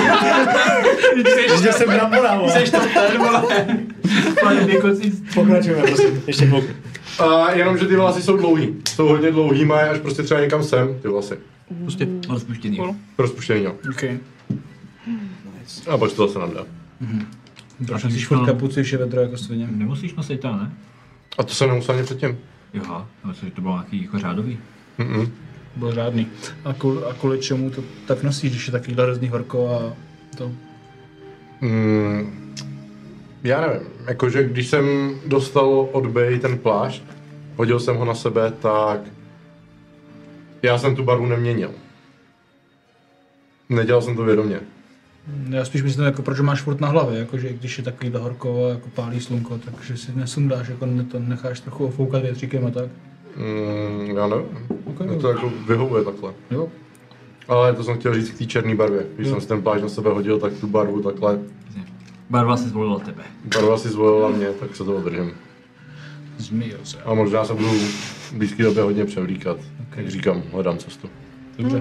Ještě jsem bramboral. Jseš to ten, vole. Pokračujeme, prosím. Ještě chvilku. A jenom, že ty vlasy jsou dlouhý. Jsou hodně dlouhý, mají až prostě třeba někam sem, ty vlasy. Prostě rozpuštěný. Rozpuštěný, jo. Okay. A pak to zase nám dá. Proč nosíš furt kapuci, už je vedro jako svině? Nemusíš nosit to, ne? A to jsem nemusel ani předtím. Jo, myslím, že to bylo nějaký jako řádový. Byl řádný. A kvůli čemu to tak nosíš, když je takovýhle hrozný horko a to? Já nevím, jakože když jsem dostal od Bay ten plášť, hodil jsem ho na sebe, tak já jsem tu barvu neměnil. Nedělal jsem to vědomě. Já spíš myslím, jako proč máš furt na hlavě, jakože když je takovýhle horko a jako pálí slunko, takže si nesundáš, jako to necháš trochu ofoukat větříkem a tak. Já nevím, mě to jako vyhovuje takhle. Jo. Ale to jsem chtěl říct k té černé barvě. Když jsem si ten plášť na sebe hodil, tak tu barvu takhle. Barva si zvolila tebe. Barva si zvolila mě, tak se toho držím. Zmíjil se. A možná se budu v blízké době hodně převlíkat. Jak říkám, hledám cestu. Dobře.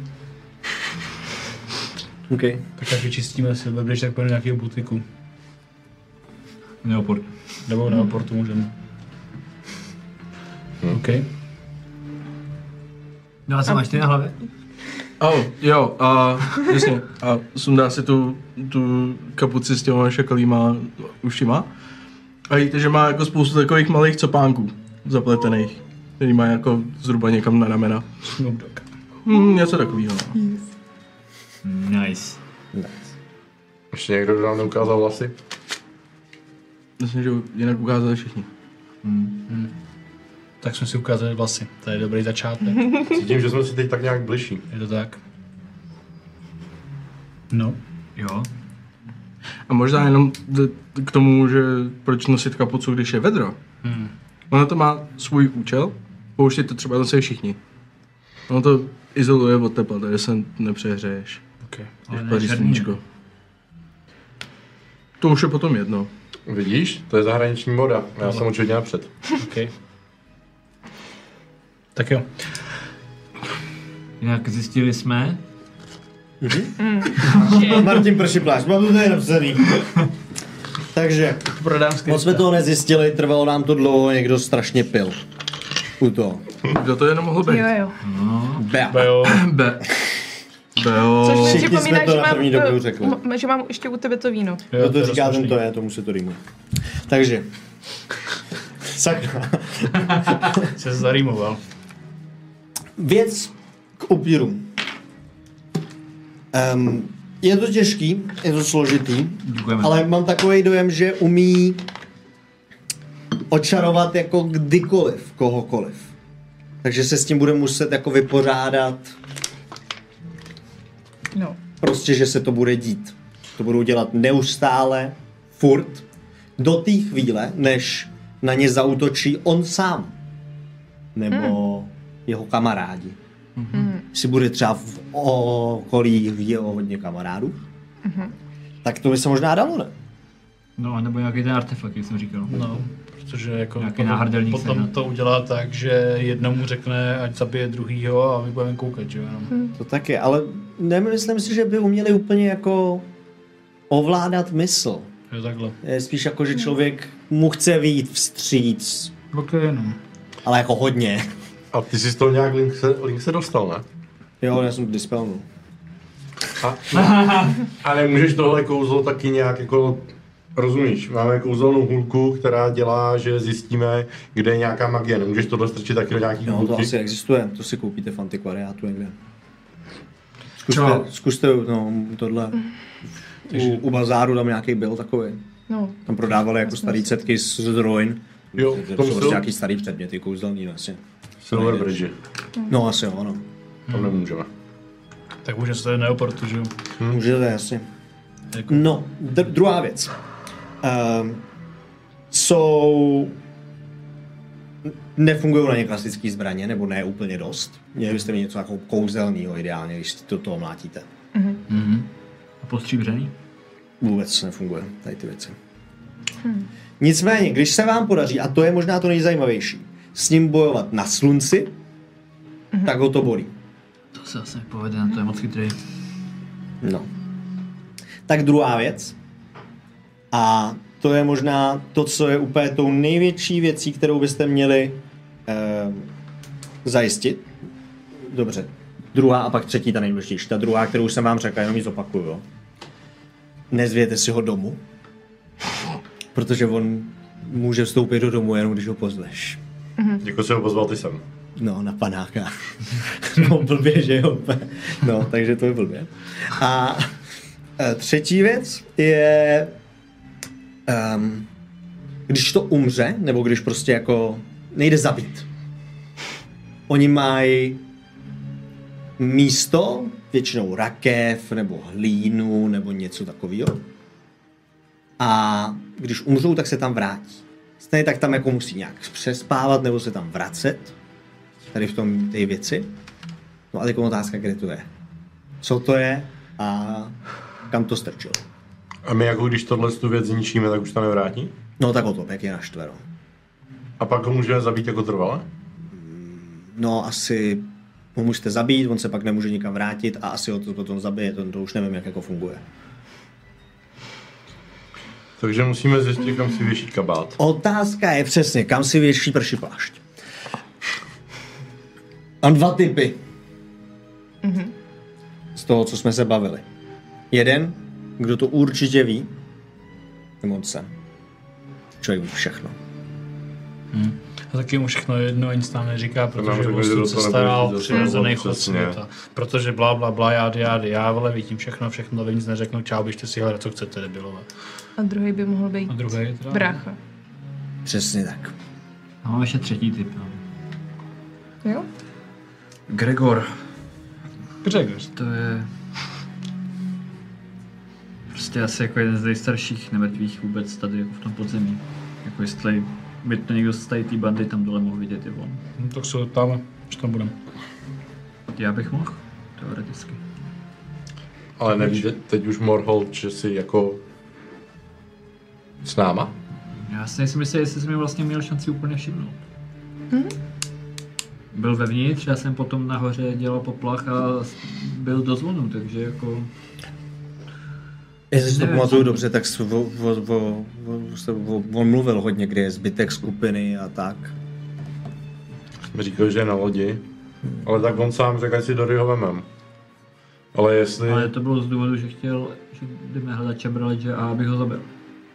Okay. Tak až vyčistíme si, když tak půjdeme do nějakého butiku. Neoport. Nebo na portu můžeme. OK. No a co máš ty na hlavě? Jo, a jasně. A sundá si tu kapuci s těma šakalýma ušima. A vidíte, že má jako spoustu takových malých copánků zapletených, který má jako zhruba někam na ramena. Snoop Dogg. Něco takového. Nice. Ještě někdo, kdo nám neukázal vlasy? Myslím, že jinak ukázali všichni. Tak jsme si ukázali vlasy. To je dobrý začátek. Cítím, že jsme si teď tak nějak bližší. Je to tak? No. Jo. A možná jenom k tomu, že proč nosit kapucu, když je vedro. Ono to má svůj účel, pouštět to třeba nosí všichni. Ono to izoluje od tepla, takže se nepřehřeješ. Okay. Když paří sluníčko. To už je potom jedno. Vidíš? To je zahraniční moda. Já jsem určitě napřed. Okay. Tak jo. Jinak zjistili jsme... Martin prší plášť, mám to tady napsaný. Takže, moc jsme toho nezjistili, trvalo nám to dlouho, někdo strašně pil. U toho. Kdo to jenom mohl být? Jo. Beo. Což mi Všichni připomíná, jsme to že na první dobrou řekli. že mám ještě u tebe to víno. Kdo to říká, ten to je, tomu se to rýmuje. Takže. Sakra. Se zarýmoval. Věc k upírům. Je to těžký, je to složitý, Děkujeme. ale mám takový dojem, že umí očarovat jako kdykoliv, kohokoliv. Takže se s tím bude muset jako vypořádat. No. Prostě, že se to bude dít. To budou dělat neustále, furt, do té chvíle, než na ně zaútočí on sám. Nebo jeho kamarádi. Jestli bude třeba v okolí jeho hodně kamarádů, tak to by se možná dalo, ne? No, nebo nějaký ten artefakt, jak jsem říkal. No, protože jako Nějaký náhrdelník potom sehnat. to udělá tak, že jednomu řekne, ať zabije druhýho a my budeme koukat, že jo? To taky, ale nemyslím si, že by uměli úplně jako ovládat mysl. Jo, takhle. Je spíš jako, že člověk mu chce vyjít vstříc, Ok, no. ale jako hodně. A ty jsi z toho nějak link se dostal, ne? Jo, já jsem dispelnul. A nemůžeš tohle kouzlo taky nějak jako, rozumíš, máme kouzelnou hůlku, která dělá, že zjistíme, kde je nějaká magie. Nemůžeš tohle strčit taky do nějaký No, to hůlky? asi existuje, to si koupíte v antikvariátu někde. Zkuste no, tohle. U bazáru tam nějaký byl takový. No. Tam prodávali jako starý cetky z ruin. Jo, To to jsou jsou prostě nějaký starý předměty, kouzelný vlastně. Silver Bridge. No asi jo, no. Tam nemůžeme. Tak můžeme se tady neoportu, že jo? Můžete, jasně. Jako- No, druhá věc. Jsou... Nefungují na ně klasické zbraně, nebo ne úplně dost. Měli byste mít něco jako kouzelného ideálně, když do toho mlátíte. A postříbřený? Vůbec nefunguje, tady ty věci. Nicméně, když se vám podaří, a to je možná to nejzajímavější, s ním bojovat na slunci, tak ho to bolí. To se asi nepovede, to je moc chytrý. No. Tak druhá věc. A to je možná to, co je úplně tou největší věcí, kterou byste měli zajistit. Dobře. Druhá a pak třetí, ta nejdůležitější. Ta druhá, kterou jsem vám řekl, jenom ji zopakuju. Jo. Nezvěte si ho domů, protože on může vstoupit do domu jenom, když ho pozveš. Jako si ho pozval ty sem. No, na panáka. No, blbě, že jo. No, takže to je blbě. A třetí věc je, když to umře, nebo když prostě jako nejde zabít. Oni mají místo, většinou rakev, nebo hlínu, nebo něco takového. A když umřou, tak se tam vrátí. Stejně tak tam jako musí nějak přespávat, nebo se tam vracet. Tady v tom té věci. No a teď otázka, kde to je. Co to je a kam to strčil. A my jako když tohle tu věc zničíme, tak už to nevrátí? No tak o to, jak je naštvero. A pak ho můžeme zabít jako trvale? No asi ho můžete zabít, on se pak nemůže nikam vrátit a asi ho to potom zabije, to už nevím, jak jako funguje. Takže musíme zjistit, kam si věší kabát. Otázka je přesně, kam si věší prší plášť. Mám dva typy. Z toho, co jsme se bavili. Jeden, kdo to určitě ví, je moc jsem. Člověk ví všechno. A taky mu všechno jedno, nic tam neříká, protože řekl, že vlastně do se toho stará o nebude přirozený zasahovat, chod přesně. světa. Protože blá, blá, blá, jády, já vole, vidím všechno, ale nic neřeknu, čau, běžte si hledat, co chcete, debilové. A druhý by mohl být A druhý teda? brácha. Přesně tak. A mám ještě třetí typ. No. Jo? Gregor. Gregor. To je... Prostě asi jako jeden z nejstarších nemrtvých vůbec tady jako v tom podzemí. Jako jestli by to někdo z té bandy tam dole mohl vidět, je on. No, tak se tam, že tam budem. Já bych mohl, teoreticky. Ale nevíte teď už Morholt, že si jako s náma? Já si nejsem jistý, jestli jsem mi vlastně měl šanci úplně všimnout. Byl vevnitř, já jsem potom nahoře dělal poplach a byl do zvonu, takže jako... Jestli si to Nevím, pamatuju co- dobře, tak on mluvil hodně, kde je zbytek skupiny a tak. Mi říkal, že je na lodi. Ale tak on sám řekl, ať si Dory ho vemem. Ale jestli... Ale to bylo z důvodu, že chtěl, že jdeme hledat Chamberlaine a abych ho zabil.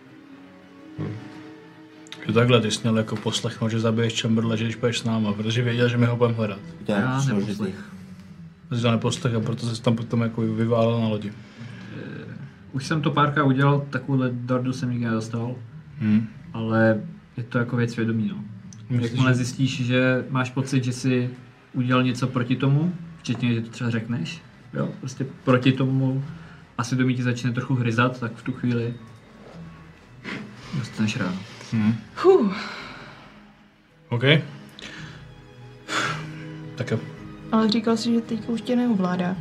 Jo takhle, ty jsi měl jako poslechnout, že zabiješ Chamberlaine, když půjdeš s náma, protože věděl, že my ho budeme hledat. To je Já složitý. neposlech. Ty jsi to neposlech a proto jsi tam potom jako vyválel na lodi. Už jsem to párkrát udělal, takovouhle dardu jsem nikdy nedostal, ale je to jako věc svědomí, no. Jakmile zjistíš, že máš pocit, že jsi udělal něco proti tomu, včetně, že to třeba řekneš, jo, prostě proti tomu a svědomí ti začne trochu hryzat, tak v tu chvíli dostaneš ráno. OK. Tak jo, Ale říkal jsi, že teďka už tě neovládá.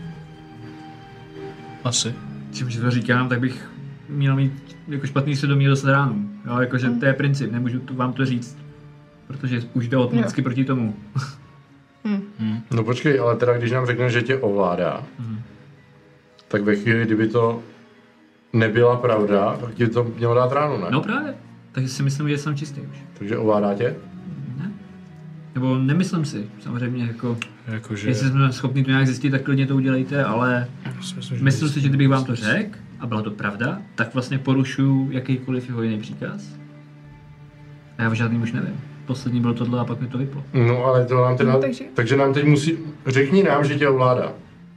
asi. Čím, že to říkám, tak bych měl mít jako špatný svědomí dostat ráno. Jo, jakože to je princip, nemůžu vám to říct, protože už jde automaticky proti tomu. No počkej, ale teda když nám řekne, že tě ovládá, tak ve chvíli, kdyby to nebyla pravda, tak ti to mělo dát ráno, ne? No právě, takže si myslím, že jsem čistý už. Takže ovládá tě? Ne? Nebo nemyslím si, samozřejmě jako, Jakože... jestli jsme schopni to nějak zjistit, tak klidně to udělejte, ale myslím si, že kdybych vám to řekl a byla to pravda, tak vlastně porušuju jakýkoliv jeho jiný příkaz. A já v žádným už nevím. Poslední bylo tohle a pak mi to vyplo. No ale to nám teda... No, takže nám teď musí... Řekni nám, že tě ovládá.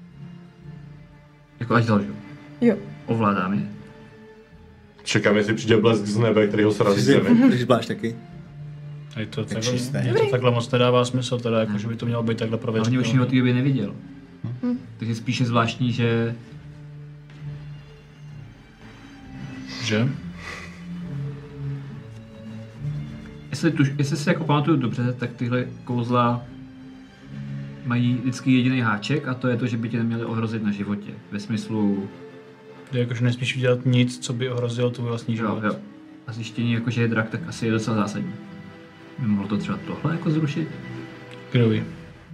Jako ať lžu. jo. Ovládám je. Čekám, jestli přijde blesk z nebe, který ho srazí z zemi. Když bláš taky. Je to čisté. takhle moc nedává smysl, teda jako, že by to mělo být takhle Hlavně už proveditelné. od té doby neviděl. Takže spíše zvláštní, že jestli si jako pamatuju dobře, tak tyhle kouzla mají vždycky jediný háček a to je to, že by tě neměli ohrozit na životě. Ve smyslu... Jakože nesmíš udělat nic, co by ohrozilo tvůj vlastní život. Jo. A zjištění, jako, že je drak, tak asi je docela zásadní. Nemohlo to třeba tohle jako zrušit? Kdo ví?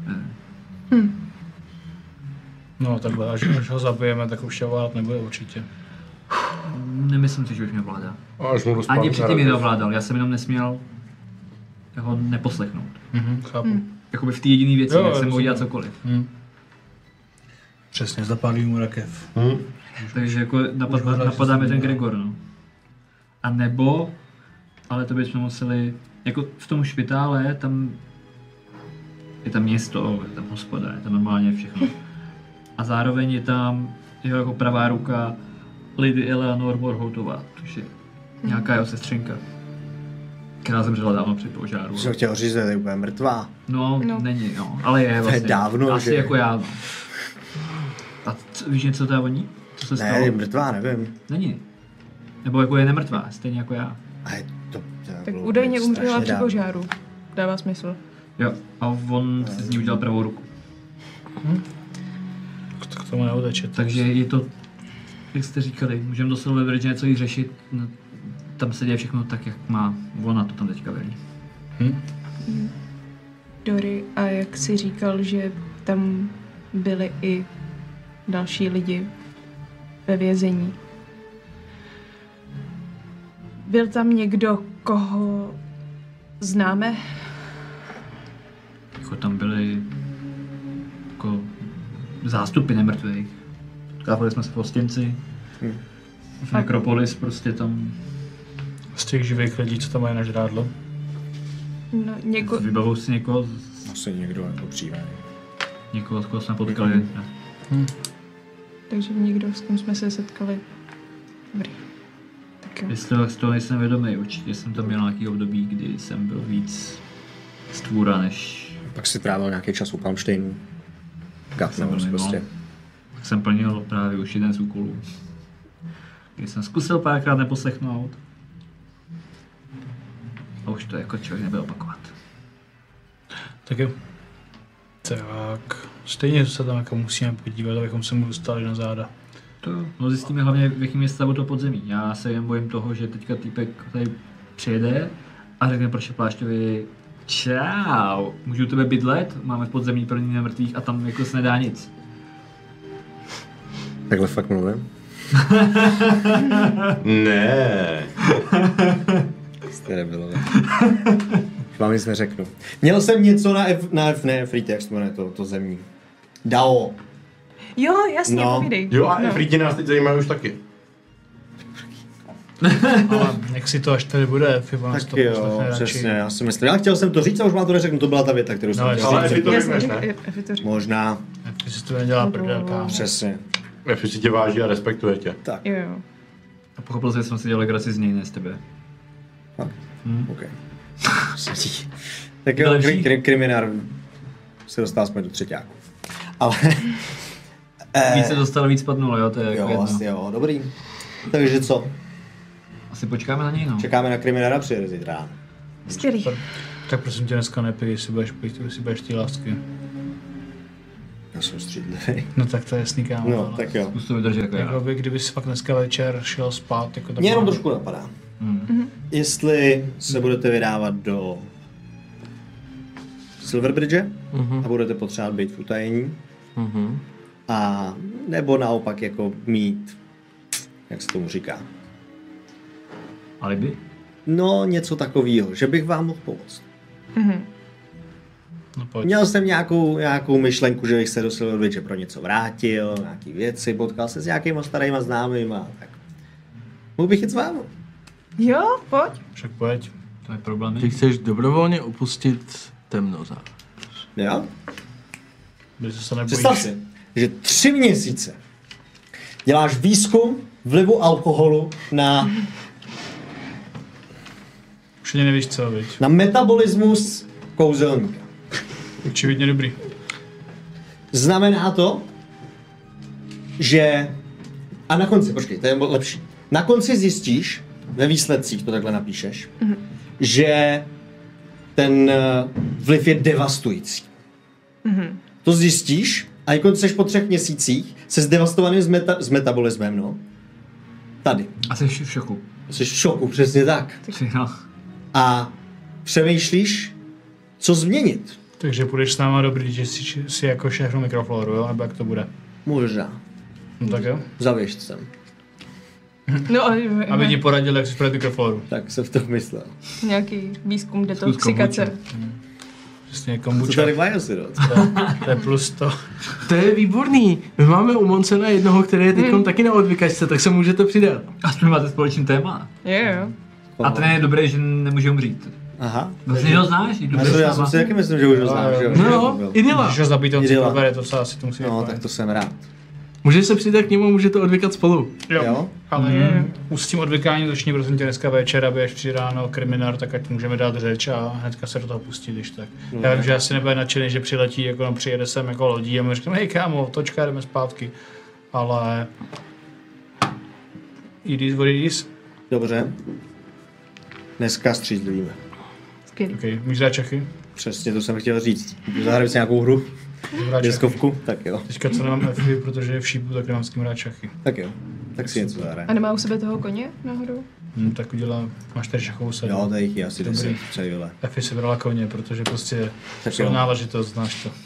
No takhle, až ho zabijeme, tak už ovládat nebude určitě. Nemyslím si, že už mě ovládá. Až mu dospát Ani předtím mě neovládal, já jsem jenom nesměl ho neposlechnout. Chápu. Jakoby v té jediné věci, jak jsem mohl dělat cokoliv. Přesně, zapálí mu rakev. Takže jako napadáme ten Gregor, no. A nebo, ale to bychom museli, jako v tom špitále, tam je tam město, je tam hospoda, je tam normálně všechno. A zároveň je tam jeho jako pravá ruka Lady Eleanor Morhoutová, což je nějaká jeho sestřenka, která zemřela dávno při požáru. Jsem chtěl říct, že je úplně mrtvá. No, není, no, ale je vlastně. To je dávno, asi že? jako já, no. A víš něco o ní? Co se stalo? Ne, je mrtvá, nevím. Není. Nebo jako je nemrtvá, stejně jako já. A je to Tak bylo údajně umřela strašně při dávno. požáru. Dává smysl. Jo, a on si z ní udělal pravou ruku. Tak tomu neuteče. Takže je to, jak jste říkali, můžeme do Silver Bridge něco jí řešit. No, tam se děje všechno tak, jak má. Ona to tam teďka velí. Dory, a jak jsi říkal, že tam byli i další lidi ve vězení. Byl tam někdo, koho známe? Jako tam byly jako zástupy nemrtvých. Tkávali jsme se v hostinci. V Nekropolis prostě tam. Z těch živých lidí, co tam mají na žrádlo. No, Vybavuju si někoho, Asi někdo jako příjmený. někoho, s koho jsme potkali. takže někdo, s kým jsme se setkali. Dobrý. Tak jo. Jestli z toho nejsem vědomý, určitě jsem tam měl nějaký období, kdy jsem byl víc stvůra než Pak si trávil nějaký čas u Kalmštejnů. Gatnou mimo. prostě. Tak jsem plnil právě už jeden z úkolů. Když jsem zkusil párkrát neposlechnout. A už to jako člověk nebude opakovat. Tak jo. Tak, stejně se tam jako musíme podívat, abychom se mu dostali na záda. To, no zjistíme hlavně, v jakém je stavu to podzemí. Já se jen bojím toho, že teďka týpek tady přijede a řekne Prošeplášťovi čau, můžu u tebe bydlet? Máme v podzemí plný nemrtvých a tam jako se nedá nic. Takhle fakt mluvím. Ne. Jste nebylo, ne? Už vám nic neřeknu. Měl jsem něco na Free Text, jmenuje to zemní. Dao. Jo, jasně, No. povídej. Jo, a no. Efriti nás teď zajímají už taky. Ale nech si to, až tady bude, Fibo nás Tak to jo, poslechne radši. přesně, já si myslím. Já chtěl jsem to říct a už vám to neřeknu, to byla ta věta, kterou jsem No, chtěl ale říct. Efi to Jasně, řekneš, ne? Efi to říká. Možná, Ty si to nedělá prdel, kámo. přesně. Efi si tě váží a respektuje tě. Tak, Jo. A pochopil jsem, že jsem si dělal legraci z něj, ne z tebe. fakt. OK. Tak jo, Další. kriminár se dostal aspoň do třetíku. Ale... Víc se dostal, víc padnulo, jo, to je jako Jo, jedno. asi jo, dobrý. Takže co? Asi počkáme na něj, no. Čekáme na kriminára, přijede zítra ráno. Skvělý. Tak prosím tě dneska nepij, jestli budeš ty lásky. Já jsem střídlivý. No tak to je jasný, kámo. No, ale tak jo. Zkus to vydržet jako já. Jakoby, kdyby si fakt dneska večer šel spát, jako tak... Mě jenom trošku napadá. Jestli se budete vydávat do Silverbridge a budete potřebovat být v utajení a nebo naopak jako mít, jak se tomu říká, Alibi? no něco takového, že bych vám mohl pomoct. No pojď. Měl jsem nějakou myšlenku, že bych se do Silverbridge pro něco vrátil, nějaký věci, potkal se s nějakýma starýma známýma, tak mohl bych jít s vámi. Jo, pojď. Však pojď. To je problém. Ty chceš dobrovolně opustit Temnozář. Jo? Když se nebojíš. Představ si, že 3 měsíce děláš výzkum vlivu alkoholu na Už ani nevíš co, viď? metabolismus kouzelníka. Očividně dobrý. Znamená to, že... A na konci, počkej, to je lepší. Na konci zjistíš, ve výsledcích to takhle napíšeš, že ten vliv je devastující. To zjistíš a jako jsi po 3 měsících se zdevastovaným s metabolismem, no. Tady. A jsi v šoku. Jsi v šoku, přesně tak. No. A přemýšlíš, co změnit. Takže půjdeš s náma dobrý, že si jako šéfnu mikrofloru, jo? Nebo jak to bude? Možná. No tak jo. Zavěšť sem. No a Aby ti poradil, jak si spravit mikrofloru. Tak jsem v tom myslel. nějaký výzkum detoxikace. Přesně Co kombuča. tady mají asi, no? To je plus 100. To je výborný. My máme u Moncena jednoho, který je teď taky na odvykačce, tak se můžete přidat. Aspoň máte společný téma. Jo. A ten je dobrý, že nemůže umřít. Aha. Vlastně ho znáš, Já jsem si taky myslím, že už ho znám, že jo? No, Idyla. Když ho zabít, on si Idyla. probere to, co asi to musí No, tak to jsem rád. Můžeš se přidat k němu, můžete odvykat spolu. Jo? Ale už s tím odvykáním začni prosím tě dneska večer, aby až přijde ráno kriminár, tak ať můžeme dát řeč a hnedka se do toho pustit, když tak. Já vím, že asi nebude nadšený, že přiletí, jako no, přijede sem jako lodí a my říkáme, hej kámo, točka, jdeme zpátky. Ale... It is what it is. Dobře. Dneska střízlivíme. Skvělý. Okay. Můžeš dát čachy? Přesně to jsem chtěl říct. Zahraju si nějakou hru, Dát deskovku, tak jo. Teďka co nemám FI, protože je v šípu, tak nemám s kým hrát šachy. Tak jo. Tak si něco zahraj. A nemá u sebe toho koně náhodou? Tak udělám, máš tady šachovou sadu. Jo, tady jich je asi 10, celé. FI si brala koně, protože prostě Tak jsou jo. náležitost, znáš to.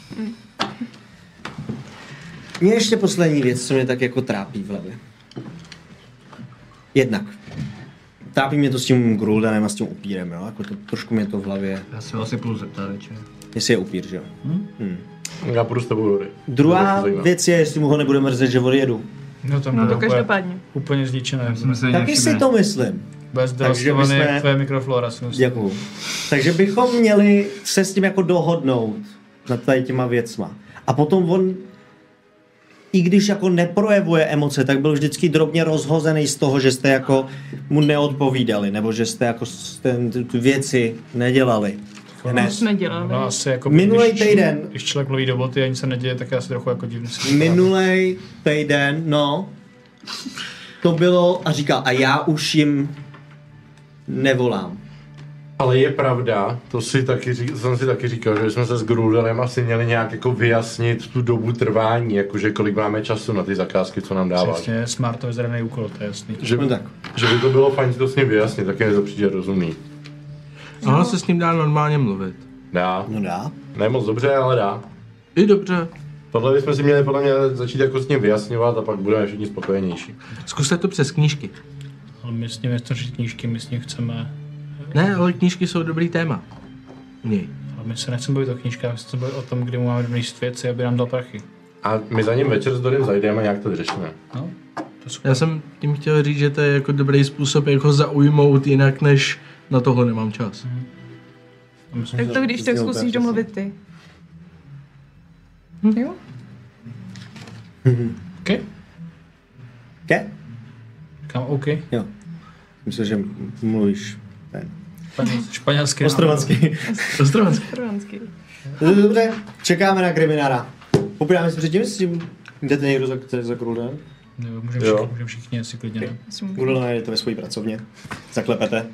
Mě ještě poslední věc, co mě tak jako trápí v hlavě. Jednak. Trápí mě to s tím Gruldanem a s tím upírem, jo? Jako to, trošku mě to v hlavě. Já se asi půjdu zeptat večer. Jestli je upír, že jo? Já půjdu s tebou, Rory. Druhá To zajímá. věc je, jestli mu ho nebude mrzet, že odjedu. No tam No bude to úplně, každopádně. úplně zničené. Já si myslím, že Taky si to myslím. Bez Takže devastovaný bychom- jak tvoje mikroflora, si myslím. Děkuju. Takže bychom měli se s tím jako dohodnout nad tady těma věcma. A potom on, i když jako neprojevuje emoce, tak byl vždycky drobně rozhozený z toho, že jste jako mu neodpovídali, nebo že jste jako ty věci nedělali. To jsme dělali. No asi jako Minulej když, týden. Když člověk loví do boty a nic se neděje, tak je asi trochu jako divný. Minulej týden, no, to bylo a říkal, a já už jim nevolám. Ale je pravda, to jsem si taky říkal, že jsme se s Gruldanem asi měli nějak jako vyjasnit tu dobu trvání, jakože kolik máme času na ty zakázky, co nám dáváš. Přesně, smartově zrovný úkol, to je jasný. No tak. Že by to bylo fajn si to s ním vyjasnit, taky mi to přijde rozumný. Ono se s ním dá normálně mluvit. Dá. No dá. Ne moc dobře, ale dá. I dobře. Tohle bychom si měli podle mě začít jako s ním vyjasňovat a pak budeme všichni spokojenější. Zkuste to přes knížky. Ale my s ním nechceme říct knížky, my s ním chceme... Ne, ale knížky jsou dobrý téma. Nej. Ale my se nechceme bavit o knížkách, my se chceme bavit o tom, kdy mu máme donést věci, aby nám dal prachy. A my za ním večer s Dorym zajdeme a nějak to vyřešíme. No, to je super. Já jsem tím chtěl říct, že to je jako dobrý způsob, jak ho zaujmout jinak, než na tohle nemám čas. A myslím, Tak že- to když tak zkusíš domluvit ty. Jo? OK? Ke? Říkám OK. Jo. Myslím, že mluvíš ten. Španělsky. Ostrovanský. Ostrovanský. Trvanský. Dobře, čekáme na kriminára. Popíráme si předtím, s tím jdete někdo za Grulden. Jo, Jo. můžeme všichni asi klidně. Ne? Grulden najdete ve své pracovně. Zaklepete.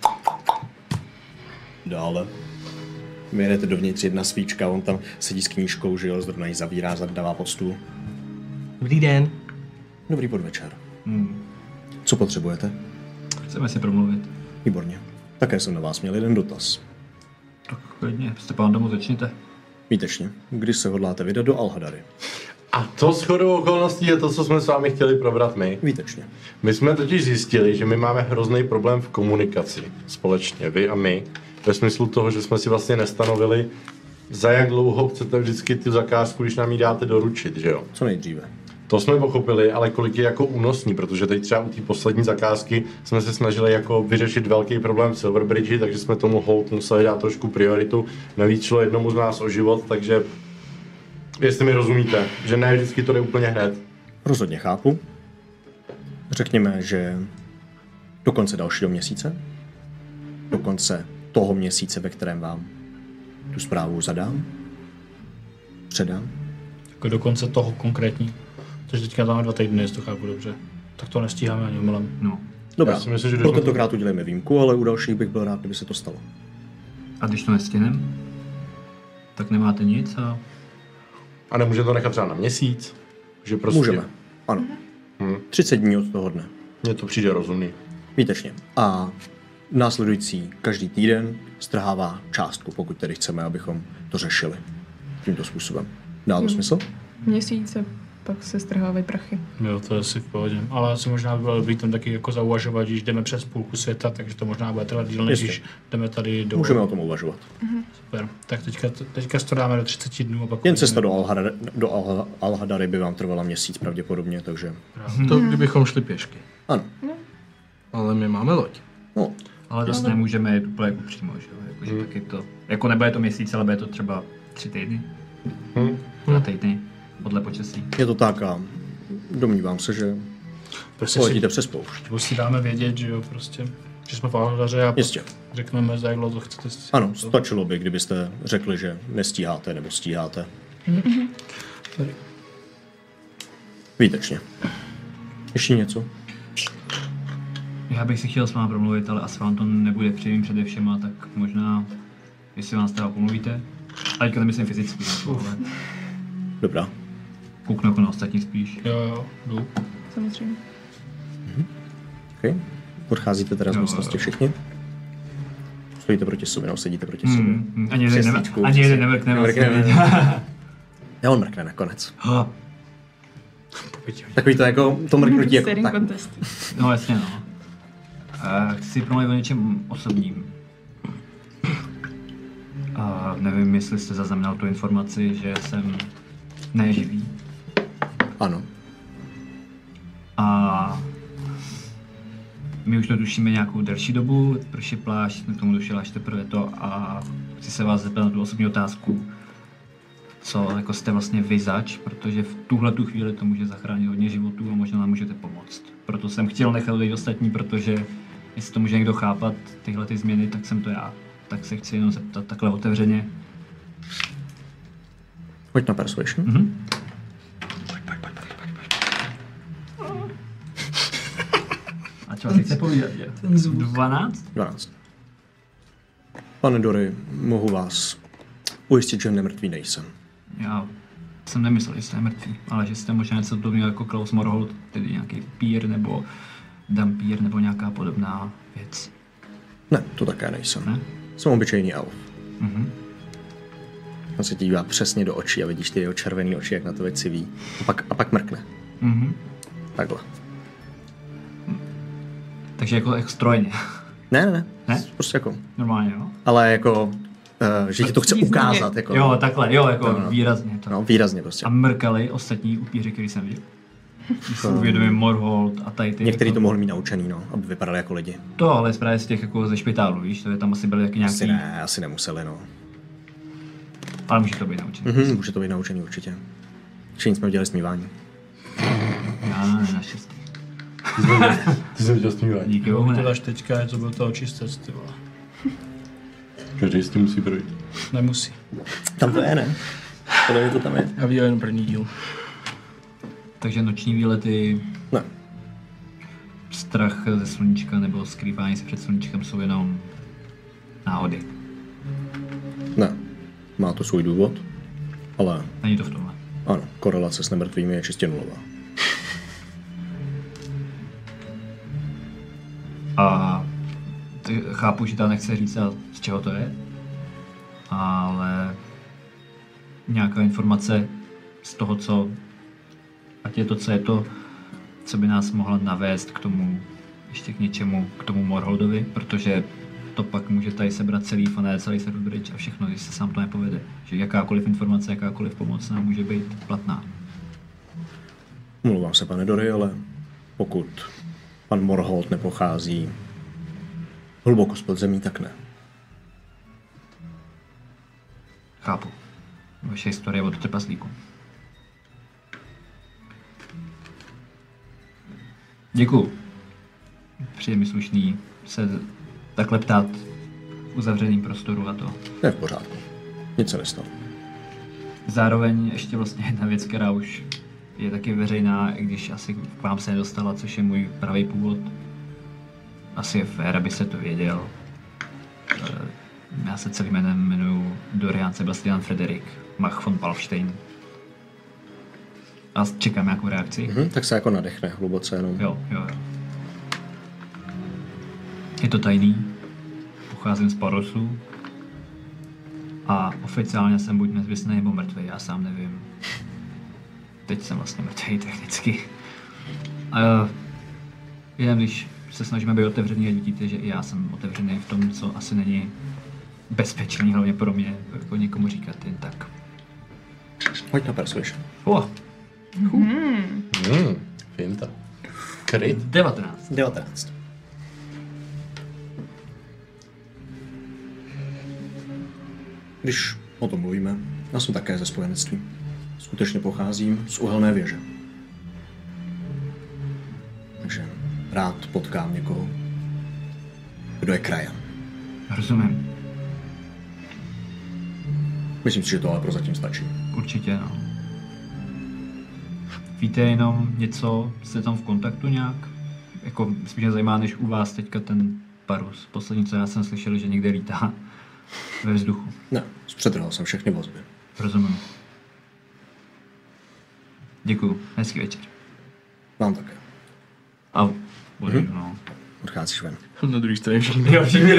Dále. Vy jedete dovnitř, jedna svíčka, on tam sedí s knížkou, že jo, zrovna ji zavírá, dává pod stůl. Dobrý den. Dobrý podvečer. Co potřebujete? Chceme si promluvit. Výborně. Také jsem na vás měl jeden dotaz. Tak klidně, Stepán domů začněte. Výtečně. Kdy se hodláte vydat do Alhadary? A to shodou okolností je to, co jsme s vámi chtěli probrat my. Výtečně. My jsme totiž zjistili, že my máme hrozný problém v komunikaci společně, vy a my. Ve smyslu toho, že jsme si vlastně nestanovili, za jak dlouho chcete vždycky tu zakázku, když nám ji dáte doručit, že jo? Co nejdříve. To jsme pochopili, ale kolik je jako únosný, protože teď třeba u té poslední zakázky jsme se snažili jako vyřešit velký problém v Silverbridge, takže jsme tomu hold museli dát trošku prioritu. Navíc šlo jednomu z nás o život, takže jestli mi rozumíte, že ne vždycky to jde úplně hned. Rozhodně chápu. Řekněme, že do konce dalšího měsíce, do konce toho měsíce, ve kterém vám tu zprávu zadám, předám, Jako do konce toho konkrétní. Takže teďka tam 2 týdny, jestli to chápu dobře. Tak to nestíháme ani omylem. No. Dobrá, Já si myslím, že pro tentokrát udělejme výjimku, ale u dalších bych byl rád, kdyby se to stalo. A když to nestihnem, tak nemáte nic A nemůže to nechat třeba na měsíc? Že prostě... Můžeme, ano. 30 dní od toho dne. Mně to přijde rozumný. Výtečně. A následující každý týden strhává částku, pokud tedy chceme, abychom to řešili tímto způsobem. Dá to smysl? Měsíce, pak se strhávají prachy. Jo, to je asi v pohodě. Ale asi možná by bylo dobrý tam taky jako zauvažovat, když jdeme přes půlku světa, takže to možná bude trvat díl, než Jistě. když jdeme tady do... Můžeme o tom uvažovat. Super. Tak teďka to dáme do 30 dnů a pak... Jen cesta do Al-Hadary by vám trvala měsíc pravděpodobně, takže... To kdybychom šli pěšky. Ano. Ale my máme loď. No, ale zase nemůžeme jít úplně jako přímo, že jo? Jakože tak je to... Jako nebude to měsíc, ale bude to třeba 3 týdny. 2 týdny. Podle počasí. je to tak a domnívám se, že Prostě poletíte přes poušť. si dáme vědět, že jo, prostě, že jsme v Alhadaře a pak Jistě. řekneme, za jak dlouho to chcete. Ano, stačilo by, kdybyste řekli, že nestíháte nebo stíháte. Výtečně. Ještě něco? Já bych si chtěl s vámi promluvit, ale asi vám to nebude příjemný přede všema, tak možná, jestli vás teda pomluvíte. A teďka nemyslím fyzicky, ale Dobrá. kouknu jako na ostatní spíš. Jo, jdu. Samozřejmě. Okay. Odcházíte teda z místnosti všichni? Stojíte proti sobě, nebo sedíte proti sobě? Ani jeden nemrkne vlastně. Já on mrkne nakonec. Ha, Takový to jako, to mrknutí jako Staring tak. contest. no jasně no. Chci promluvit o něčem osobním. Nevím, jestli jste zaznamenal tu informaci, že jsem neživý. Ano. A my už to tušíme nějakou delší dobu, prší plášť, jsme k tomu došli až teprve to a chci se vás zeptat na tu osobní otázku, co jako jste vlastně vy zač, protože v tuhle tu chvíli to může zachránit hodně životů a možná nám můžete pomoct. Proto jsem chtěl nechat odejít ostatní, protože jestli to může někdo chápat, tyhle ty změny, tak jsem to já. Tak se chci jenom zeptat takhle otevřeně. Pojď na persuasion. A co si chce povídat, že? Ten zvuk. 12? 12. Pane Dory, mohu vás ujistit, že nemrtvý nejsem. Já jsem nemyslel, že jste mrtví, ale že jste možná něco podobného jako Klaus Morholt, tedy nějaký pír nebo dampír nebo nějaká podobná věc. Ne, to také nejsem. Ne? Jsem obyčejný elf. Mhm. On se ti dívá přesně do očí a vidíš ty jeho červený oči, jak na tebe civí. A pak mrkne. Mhm. Takhle. Takže jako strojně. Ne. Ne? Prostě jako. Normálně, jo? Ale jako, že ti to chce Významně. ukázat. Jako, Jo, takhle, jo, jako No. výrazně to. No, výrazně prostě. A mrkali ostatní upíři, který jsem viděl. Když si uvědomím Morholt a tady ty. Některý jako, to mohli mít naučený, no, aby vypadali jako lidi. To, ale právě z těch jako ze špitálu, víš, to je tam asi byly taky nějaký. Asi nemuseli, no. Ale může to být naučený. Může to být naučený určitě. Všichni jsme udělali smívání. Já ne, naštěstí. Ty jsi viděl smívání. Díky bohu To ne. dáš teďka, co byl to očistec, ty vole. Každý s tím musí projít. Nemusí. Tam to je, ne? Podle mě to tam je. Já viděl jen první díl. Takže noční výlety, Ne. strach ze sluníčka nebo skrývání se před sluníčkem jsou jenom náhody. Ne. Má to svůj důvod, ale Není to v tomhle. ano, korelace s nemrtvými je čistě nulová. A chápu, že ta nechce říct, z čeho to je, ale nějaká informace z toho, co, ať je to, co je to, co by nás mohla navést k tomu, ještě k něčemu, k tomu Morholdovi, protože to pak může tady sebrat celý fané, celý Servbridge a všechno, když se sám to nepovede. Že jakákoliv informace, jakákoliv pomoc nám může být platná. Mluvám se, pane Dory, ale pokud pan Morholt nepochází hluboko z podzemí, tak ne. Chápu. Vaše historie od trpaslíku. Děkuju. Přijde mi slušný se takhle ptát v uzavřeným prostoru a to. Je v pořádku. Nic se nestalo. Zároveň ještě vlastně jedna věc, která už je taky veřejná, i když asi k vám se nedostala, což je můj pravý původ. Asi je fér, aby se to věděl. Já se celým jménem jmenuji Dorian Sebastian Frederik Mach von Palfstein. A čekám nějakou reakci. Tak se jako nadechne hluboce jenom. Jo. Je to tajný. Pocházím z Parosu. A oficiálně jsem buď nezvěstný nebo mrtvý, já sám nevím. Teď jsem vlastně mrtvý technicky. Jen když se snažíme být otevřený a vidíte, že i já jsem otevřený v tom, co asi není bezpečný, hlavně pro mě, jako někomu říkat jen tak. Hoď na persuasion. Finta. Kryt. 19. 19. Když o tom mluvíme, já jsem také ze spojenectví. Skutečně pocházím z Uhelné věže. Takže rád potkám někoho, kdo je krajan. Rozumím. Myslím si, že to ale prozatím stačí. Určitě, no. Víte jenom něco, jste tam v kontaktu nějak? Jako spíš mě zajímá, než u vás teďka ten Parus. Poslední, co já jsem slyšel, že někde lítá ve vzduchu. Ne, zpřetrhal jsem všechny vozby. Rozumím. Děkuju, hezký večer. Vám také. A odejdu, no. Odcházíš ven. Na druhé straně všichni. Jo, všichni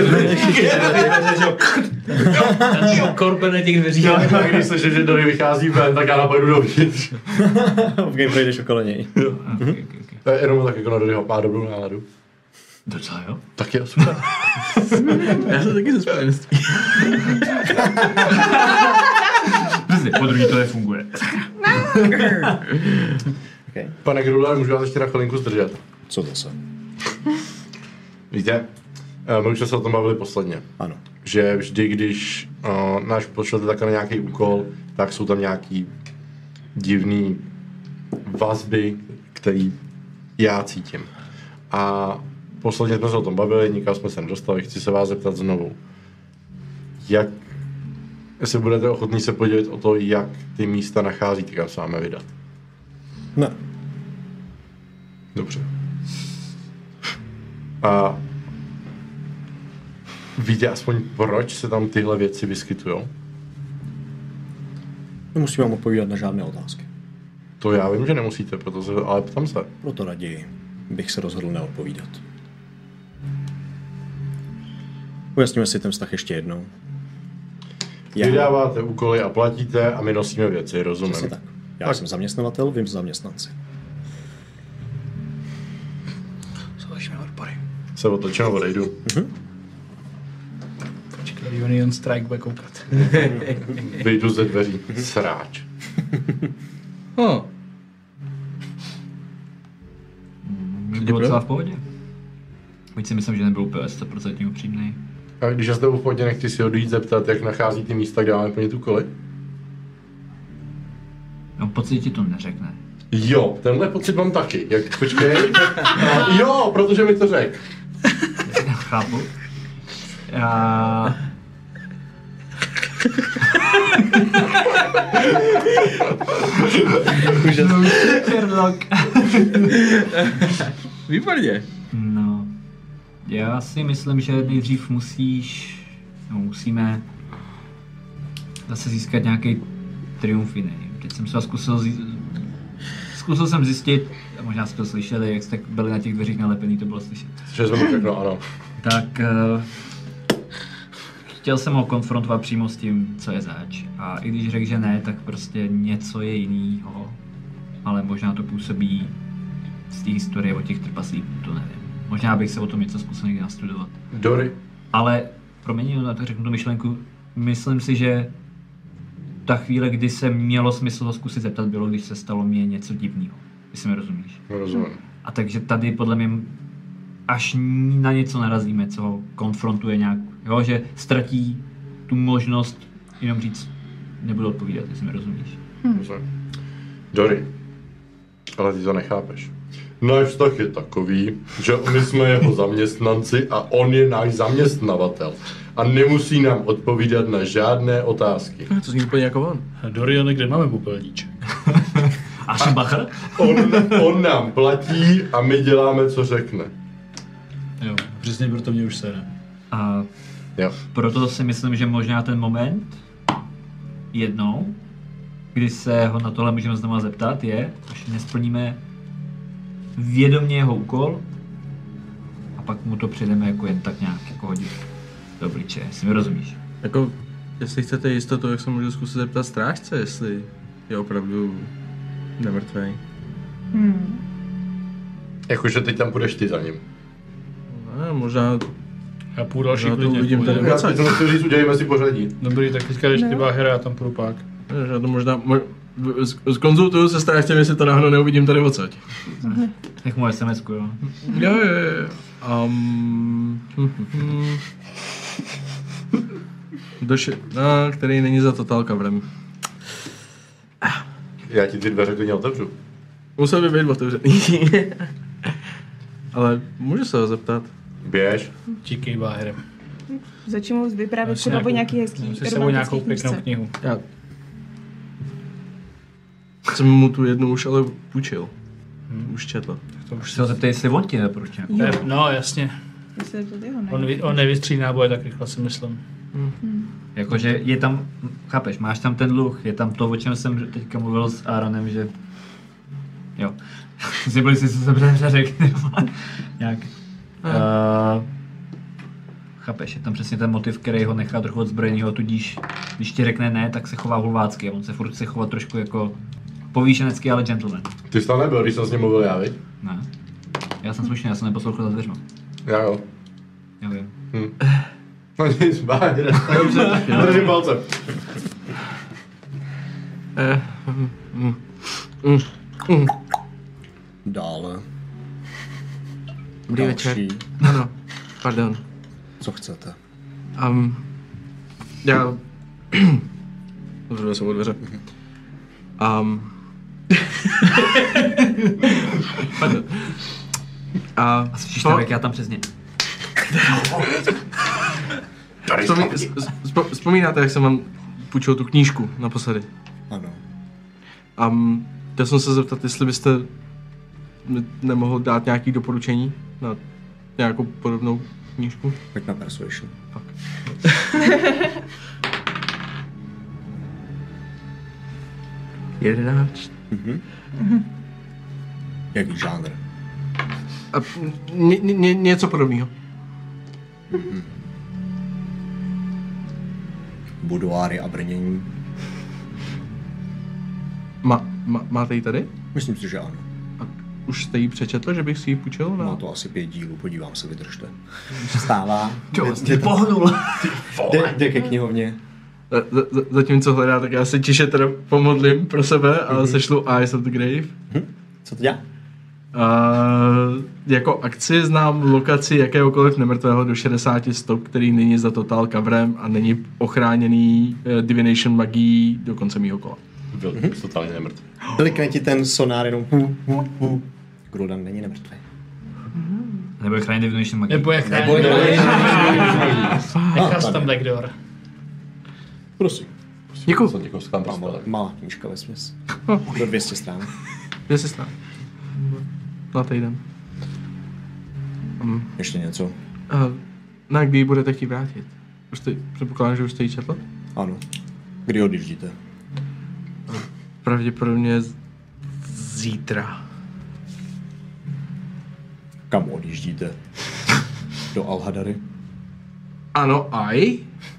korpe na těch dveří. A když slyším, že Dory vychází ven, tak já napojdu dovnitř. V gameplay jdeš okolo něj. Okay. Jenom tak jako na Doryho má dobrou náladu. Docela jo? Tak je super. Já jsem taky ze spojenství. Po druhý to nefunguje. Okay. Pane Grudler, můžu vás ještě na chvilinku zdržet? Co zase? Víte, my už jsme se o tom bavili posledně. Ano. Že vždy, když náš pošlete takhle na nějaký úkol, tak jsou tam nějaký divný vazby, který já cítím. A posledně jsme se o tom bavili, nikam jsme se nedostali, chci se vás zeptat znovu. Jestli budete ochotní se podělit o to, jak ty místa nacházíte, kam se máme vydat. Ne. Dobře. A víte aspoň, proč se tam tyhle věci vyskytujou? Nemusím vám odpovídat na žádné otázky. To já vím, že nemusíte, ale ptám se. Proto raději bych se rozhodl neodpovídat. Ujasníme si ten vztah ještě jednou. Vydáváte úkoly a platíte a my nosíme věci, rozumím. Přesně tak. Já jsem zaměstnavatel, vím zaměstnanci. Slyšíme odpory. Se otočím a odejdu. Počkej, Union Strike bude koukat. Vyjdu ze dveří. Sráč. Bylo docela v pohodě. Byť si myslím, že nebyl úplně 100% upřímnej. A když já s tebou v pohodě, nechci si odjít zeptat, jak nachází ty místa, kde máme plnit úkoly? No pocit ti to neřekne. Jo, tenhle pocit mám taky. Počkej. Jo, protože mi to řek. Chápu. Já... Sherlock. Výborně. No. Já si myslím, že nejdřív musíme zase získat nějaký triumf jiný. Teď jsem se zkusil jsem zjistit, a možná jste to slyšeli, jak jste byli na těch dveřích nalepený, to bylo slyšet. Že jsme to všechno, ano. Tak chtěl jsem ho konfrontovat přímo s tím, co je zač. A i když řekl, že ne, tak prostě něco je jinýho. Ale možná to působí z té historie o těch trpaslíků, to nevím. Možná bych se o tom něco zkusil někdy nastudovat. Dory. Ale promiň, na to řeknu tu myšlenku, myslím si, že ta chvíle, kdy se mělo smysl ho zkusit zeptat, bylo, když se stalo mě něco divného. Jestli mi rozumíš. Rozumím. A takže tady podle mě až na něco narazíme, co ho konfrontuje nějak, jo, že ztratí tu možnost jenom říct, nebudu odpovídat, jestli mi rozumíš. Rozumím. Dory, ale ty to nechápeš. Náš vztah je takový, že my jsme jeho zaměstnanci a on je náš zaměstnavatel. a nemusí nám odpovídat na žádné otázky. To zní úplně jako on. Dorian, kde máme popelníček? Aschenbacher? On nám platí a my děláme, co řekne. Jo, přesně proto mě už sere. A Jo. proto si myslím, že možná ten moment jednou, kdy se ho na tohle můžeme znovu zeptat, je, až nesplníme vědomě jeho úkol a pak mu to přijdeme jako jen tak nějak jako hodit do obliče, jestli mi rozumíš. Jako, jestli chcete jistotu, jak se můžu zkusit zeptat strážce, jestli je opravdu nemrtvej. Jakože teď tam půjdeš ty za ním. No, možná Já půjdu další Já to klidně. uvidím tady. Já teď to říct, udělejme si pořadí. Dobrý, tak teďka jdeš ty Báhera, já tam půjdu pak. že to možná zkonzultuju se strážcem, jestli to náhodou neuvidím tady odsaď. Nech mu SMS-ku, jo. Jo. Který není za total coverem. Já ti ty dveře klidně otevřu. Musel by být otevřený. Ale můžu se ho zeptat. Běž. Díky Báherem. Začím mu vyprávět třeba o nějaký hezký si sebou nějakou romantický pěknou knížce. knihu. Já jsem mu tu jednu už ale půjčil. Už četl. To Už se ho zeptej, jestli on ti neproč. Jo. No jasně. Jestli to jeho, ne? On nevystřídá boje tak rychle, si myslím. Jakože je tam, chápeš, máš tam ten dluh, je tam to, o čem jsem teďka mluvil s Aaronem, že jo, zjebili si, co jsem řekl, nějak. Chápeš, je tam přesně ten motiv, který ho nechá trochu odzbrojenýho, tudíž, když ti řekne ne, tak se chová hulvácky a on se furt chce chovat trošku jako povýšenecký, ale gentleman. Ty jsi tam nebyl, když jsem s ním mluvil já, viď? Ne. Já jsem slušný, já jsem neposlouchal za dveřma. Já jo. Já vím. No nic, báj, držím palce. Dále. Dobrý Další. večer. Ano, pardon. Co chcete? Já... Zavřel jsem o dveře. Pardon. A slyšíš tak, jak já tam přesně. Vzpomínáte, jak jsem vám půjčil tu knížku naposledy? Ano. Chtěl jsem se zeptat, jestli byste nemohl dát nějaké doporučení na nějakou podobnou knížku? Pojď na Persuasion. Fakt. Jedenáct. Jaký žánr? A něco podobného. Budoáry a brnění? Máte ji tady? Myslím si, že ano. A už jste ji přečetl, že bych si ji půjčil? Má to asi 5 dílů, podívám se, vydržte. Stává. Jde pohnul. Jde ke knihovně. Zatímco hledá, tak já se tiše teda pomodlím pro sebe a sešlu Eyes of the Grave. Co to dělá? Jako akci znám lokaci jakéhokoliv nemrtvého do 60 stop, který není za total coverem a není ochráněný divination magií do konce mýho kola. Byl totálně nemrtvý. Klikne ti ten sonár jenom Gul'dan není nemrtvý. Nebo je chráněný divination magie. Nebo jak Nebo je Nechal jsi tam backdoor. Prosím. Děkuju. Jsem někoho skám Mám dostal. malá knížka vesměs. Do 200 stran. Kde se stane? Na týden. Ještě něco? Na kdy ji budete chtít vrátit? Předpokládám, že už jste ji četl? Ano. Kdy odjíždíte? Pravděpodobně zítra. Kam odjíždíte? Do Alhadary? Ano, aj.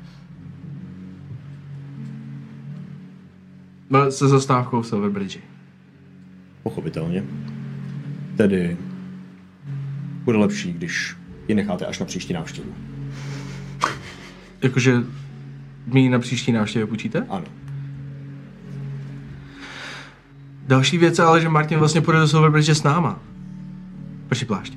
Se zastávkou v Silverbridge. Pochopitelně. Tedy bude lepší, když ji necháte až na příští návštěvu. Jakože mi na příští návštěvě půjčíte? Ano. Další věc je ale, že Martin vlastně půjde do Silverbridge s náma. Prší plášť.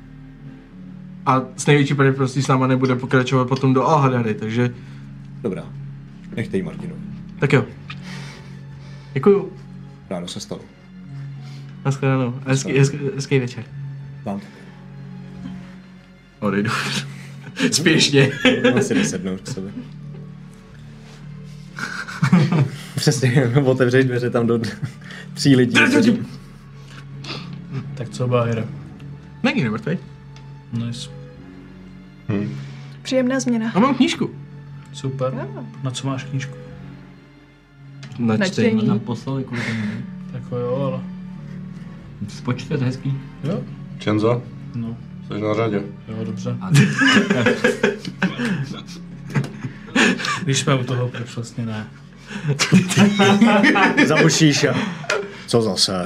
A s největší pravděpodobností s náma nebude pokračovat potom do Alhadary, takže... Dobrá. Nechte ji Martinovi. Tak jo. Děkuju. Ráno se stalo. Naschledanou. Hezký večer. Vám také. Odejdu. Spěšně. On si nesednout k sobě. Přesně, otevřeš dveře tam do 3 lidí. Tak co, Bájere? Není nemrtvej. Nice. Příjemná změna. A mám knížku. Super. Jo. Na co máš knížku? Na Na čtení. čtení. Nám poslali kvůli tomu, ne? Tak jo, ale... Spočte, to je hezký. Jo? Čenzo, No, jsi na řadě. jo, dobře. A Když jsme u toho, proč vlastně ne? Zabušíš a... Co zase?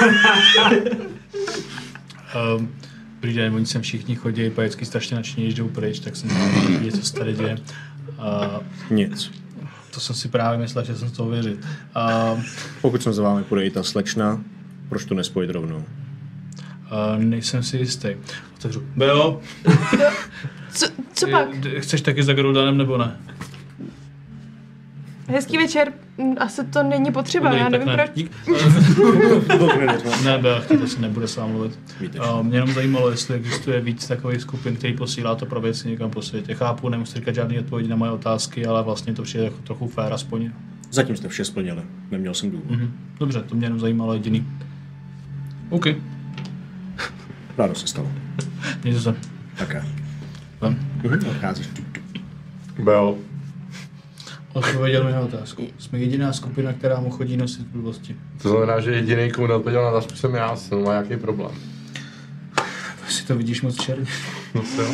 Dobrý den, oni sem všichni chodí, pajecky strašně nadšení, když jdou pryč, tak jsem vidět, co se tady děje. Nic. To jsem si právě myslel, že jsem z toho věřit. Pokud jsem za vámi půjde i ta slečna, proč tu nespojit rovnou? Nejsem si jistý. Otevřu. Beo, Co pak? chceš taky za Geruldanem nebo ne? Hezký večer. Asi to není potřeba, Dobrý, já tak nevím ne. proč. Dík. Ne, Beo, to se nebude s vámi mluvit. Mě jenom zajímalo, jestli existuje víc takových skupin, který posílá to pro věci někam po světě. Chápu, nemusíte říkat žádný odpovědi na moje otázky, ale vlastně to přijde jako trochu fér aspoň. Zatím jste vše splnili. Neměl jsem důvod. Dobře, to mě jenom zajímalo jediný. OK, Rádo se stalo. mějte se. Také. Ven. Odcházíš. Bel. Odpověděl mi na otázku. Jsme jediná skupina, která mu chodí nosit blbosti. To znamená, že jediný, komu neodpověděl na otázku, jsem já, jsem má nějaký problém. Si to vidíš moc černě. No jo.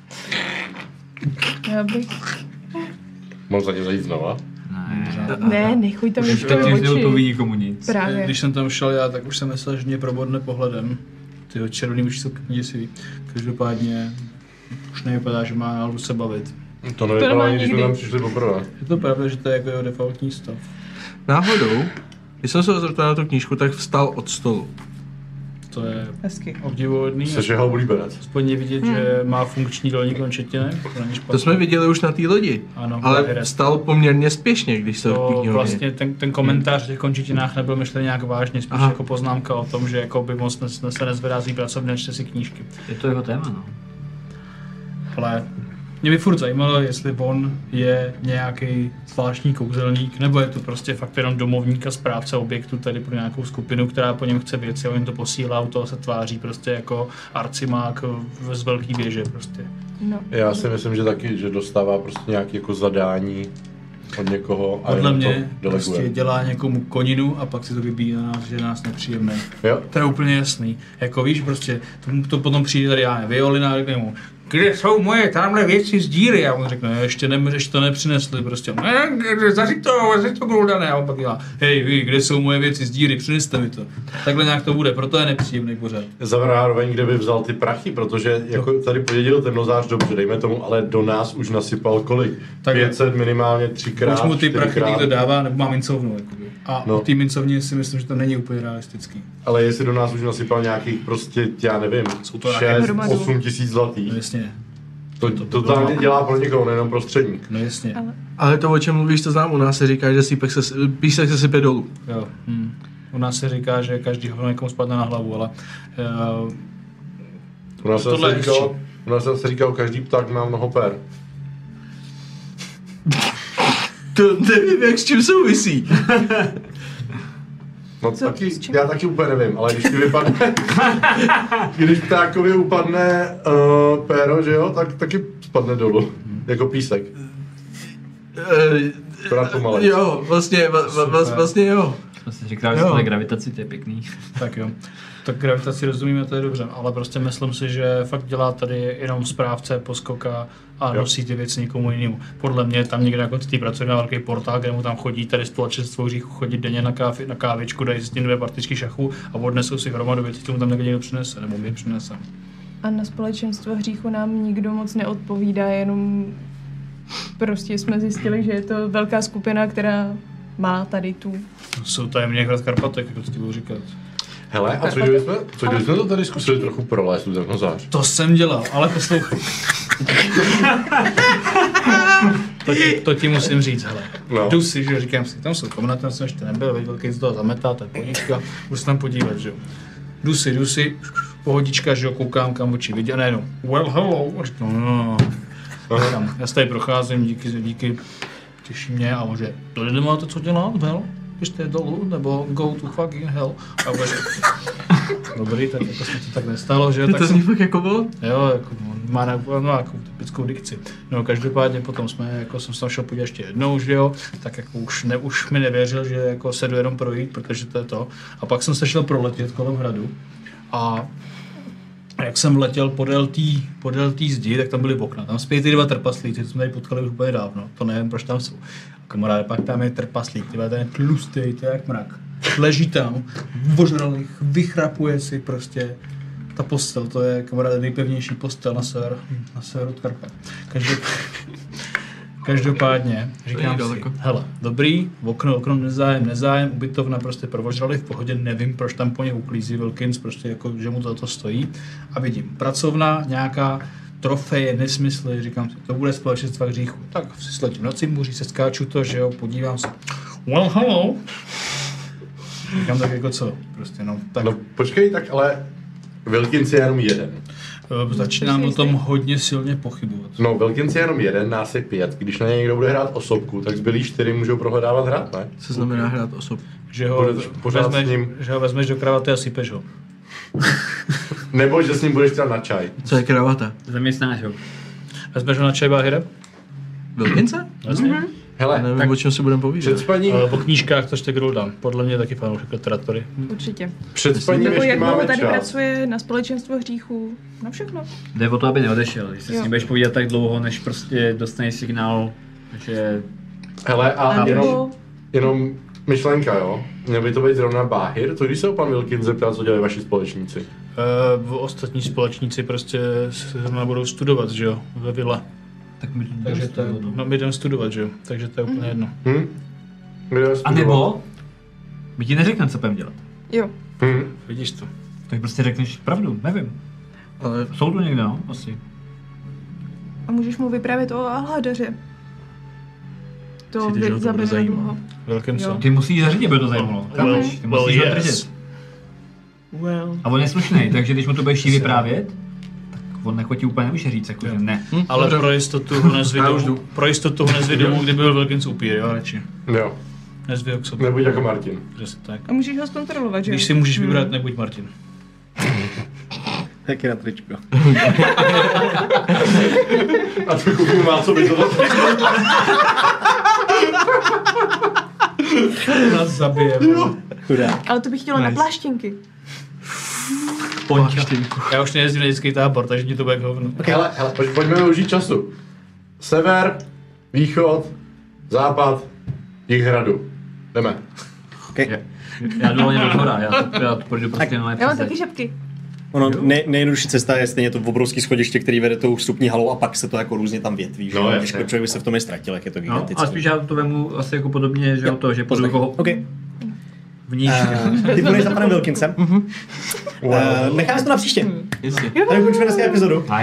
Já bych... Mohl zatím zajít znova? Ne, nechuj tam Už ještě teď už neodpoví oči. nikomu nic. Právě. Když jsem tam šel já, tak už jsem myslel, že mě probodne pohledem. Tyjo, červený už jsou děsivý. Každopádně už nevypadá, že má náladu se bavit. To nevypadalo nemá ani, když jsme nikdy. tam přišli poprvé. Je to pravda, že to je jako jeho defaultní stav. Náhodou, když jsem se zeptal na tu knížku, tak vstal od stolu. To je Hezky. obdivuhodný. Jsi jeho oblíbenec. Aspoň je vidět, že má funkční dolní končetiny. To není špatné. To jsme viděli už na té lodi. Ano, Ale Bahiret. vstal poměrně spěšně, když se To knihovně. vlastně ten komentář v těch končetinách nebyl myšlen nějak vážně, spíš Aha. jako poznámka o tom, že jako by moc se nezvedá z pracovny, nečte si knížky. Je to jeho téma, no. Ale mě by furt zajímalo, jestli on je nějaký zvláštní kouzelník, nebo je to prostě fakt jenom domovník a správce objektu tady pro nějakou skupinu, která po něm chce věci a on jim to posílá, u toho se tváří prostě jako arcimák z velký věže prostě. No. Já si myslím, že taky, že dostává prostě nějaké jako zadání od někoho a Podle jenom mě to deleguje. prostě dělá někomu koninu a pak si to vybíjí na nás, že je nás nepříjemný. Jo? To je úplně jasný. Jako víš, prostě to potom přijde tady já, Violina, a řekne mu, kde jsou moje tamhle věci z díry? A on řekne, ještě to nepřinesli, prostě. Zařiď to, Gruldane. A on pak dělá, hej vy, kde jsou moje věci z díry, přineste mi to. Takhle nějak to bude, proto je nepříjemný pořád. Zároveň, kde by vzal ty prachy, protože jako tady podědil ten nozář dobře, dejme tomu, ale do nás už nasypal kolik? Tak 500 minimálně 3krát, Už mu ty prachy 4krát. někdo dává, nebo má mincovnu. Jakoby. A No. o té mincovně si myslím, že to není úplně realistický. Ale jestli do nás už nasypal nějakých prostě, já nevím, Jsou to nějaké 6-8 tisíc zlatých. No jasně. To totálně dělá pro někoho, nejenom prostředník. No jasně. Ale to, o čem mluvíš, to znám. U nás se říká, že písek se sype dolů. Jo. U nás se říká, že každý hovno někomu spadne na hlavu, ale U nás Tohle je se říkalo, každý pták má mnoho per. To nevím, jak s čím souvisí. No taky, já taky úplně nevím, ale když ti vypadne, když ptákovi upadne péro, že jo, tak taky spadne dolů, jako písek. Akorát pomalej. Jo, vlastně jo. Vlastně říkal, že to gravitaci, to je pěkný. tak jo. Tak gravitaci rozumíme, to je dobře, ale prostě myslím si, že fakt dělá tady jenom správce, poskoka a nosí ty věci někomu jinému. Podle mě tam někde na konci té pracovny velký portál, kde mu tam chodí tady společenstvo hříchu, chodí denně na kávičku, dají si s tím 2 partičky šachu a odnesou si hromadu věcí, tomu tam někdo přinese, nebo my přineseme. A na společenstvo hříchu nám nikdo moc neodpovídá, jenom prostě jsme zjistili, že je to velká skupina, která má tady tu. Jsou tajemně jak Karpatek, jako ti budu říkat. Hele, a co kdybychom to tady zkusili trochu prolézt, ten nozář? To jsem dělal, ale poslouchej. to ti musím říct, hele. No. Jdu si, že říkám si, tam jsou komnaty, tam jsem ještě nebyl, velký z toho zametá, to je pohodička, budu se tam podívat, že jo. Jdu si, pohodička, že jo, koukám, kam oči vidí, a najednou, well, hello, a říkám, no. Říkám, já se tady procházím, díky, těší mě a může, to nemáte co dělat, vel? Běžte dolů, nebo go to fucking hell. A bude, dobrý, tak jako se to tak nestalo, že? Ty tak to zní fakt jako bylo? Jo, jako, má nějakou typickou dikci. No každopádně potom jsem se tam šel podívat ještě jednou, že jo, tak jako už mi nevěřil, že jako se jdu jenom projít, protože to je to. A pak jsem se šel proletět kolem hradu a jak jsem letěl podél té zdi, tak tam byly okna. Tam spějí ty 2 trpaslíci, co jsme tady potkali už úplně dávno. To nevím, proč tam jsou. Kamaráde, pak tam je trpaslík, ten je tlustý, to je jak mrak. Leží tam, ožralý, vychrapuje si prostě. Ta postel, to je kamaráde nejpevnější postel na severu Karpat. Každopádně, říkám si, hele, dobrý, okno nezájem, ubytovna prostě provožrali v pohodě, nevím, proč tam po ně uklízí Wilkins, prostě jako, že mu to stojí. A vidím, pracovna, nějaká trofeje, nesmysly, říkám si, to bude společenstva hříchu. Tak si sletím noci, muří se skáču to, že jo, podívám se. Well, hello. Říkám tak jako co, prostě no. Tak. No počkej, tak ale Wilkins je jenom jeden. Začínám o tom hodně silně pochybovat. No, Wilkins je jenom jeden, nás je 5. Když na něj někdo bude hrát osobku, tak zbylí 4 můžou prohledávat hrát, ne? Co znamená hrát osob? Že ho, že ho vezmeš do kravaty a sypeš ho. Nebo že s ním budeš třeba na čaj. Co je kravata? Zaměstnáš ho. Vezmeš ho na čaj, Báhyre? Wilkinse? Jasně. Hele, Nevím, tak o čem si budeme povídat. před spaním, Po knížkách to ještě dám. Podle mě taky fanoušek literatury. Určitě. před spaním Nebo ještě jak dlouho máme tady čas. pracuje na společenstvo hříchů, na všechno. Jde o to, aby neodešel. Když se s Jo. ním budeš povídat tak dlouho, než prostě dostaneš signál, že... Hele, A a nebo jenom myšlenka, jo? Měl by to být zrovna Báhir? To když se ho pan Wilkins zeptal, co dělají vaši společníci? Ostatní společníci prostě se zrovna budou studovat, že jo, ve vile. Tak mi Takže to je, no my jdeme studovat, že jo, takže to je úplně jedno. A nebo my ti neřekneme, co budeme dělat. jo. Vidíš to. Tak prostě řekneš pravdu, nevím. Ale Jsou tu někde, no, asi. A můžeš mu vyprávět o Alhadaře. To Myslíte, že ho to bude zabere zajímat? dlouho. Velkým Jo. Ty musíš zařídit, aby to zajímalo. Well, Ty musíš ho držet. Well. A on je slušný, takže když mu to budeš jí vyprávět, tak on jako ti úplně nemůže říct, jako, že ne. Ale Dobře. pro jistotu ho Já už jdu. nezvi domů, kdyby byl Wilkins upír, jo, radši. Jo, Nezvi ho k sobě. nebuď jako Martin. Přesně tak. A můžeš ho zkontrolovat, že jo? Když si můžeš vybrat, nebuď Martin. Taky na tričko. A tvůj kupinu má co by to Nás zabije. Chudák. Ale to bych chtěla na pláštěnky. Já už nejezdím na dětský tábor, takže ti to bude k hovnu. Hele, pojďme využít času. Sever, východ, západ, jih hradu. Jdeme. Okay. Já jdu hlavně do hora, já to projdu prostě na Já mám taky žabky. Ono, nejjednodušší cesta je stejně to obrovský schodiště, který vede tou vstupní halou a pak se to jako různě tam větví. Že? No, jasně. Těžko člověk by se v tom ztratil, jak je to No, gigantické. ale spíš já to vemu asi jako podobně, že to, že půjdu jako Okay. vníž. Ty budeš za panem Wilkinsem. Necháme to na příště. Jestli. Tady končíme dneska epizodu.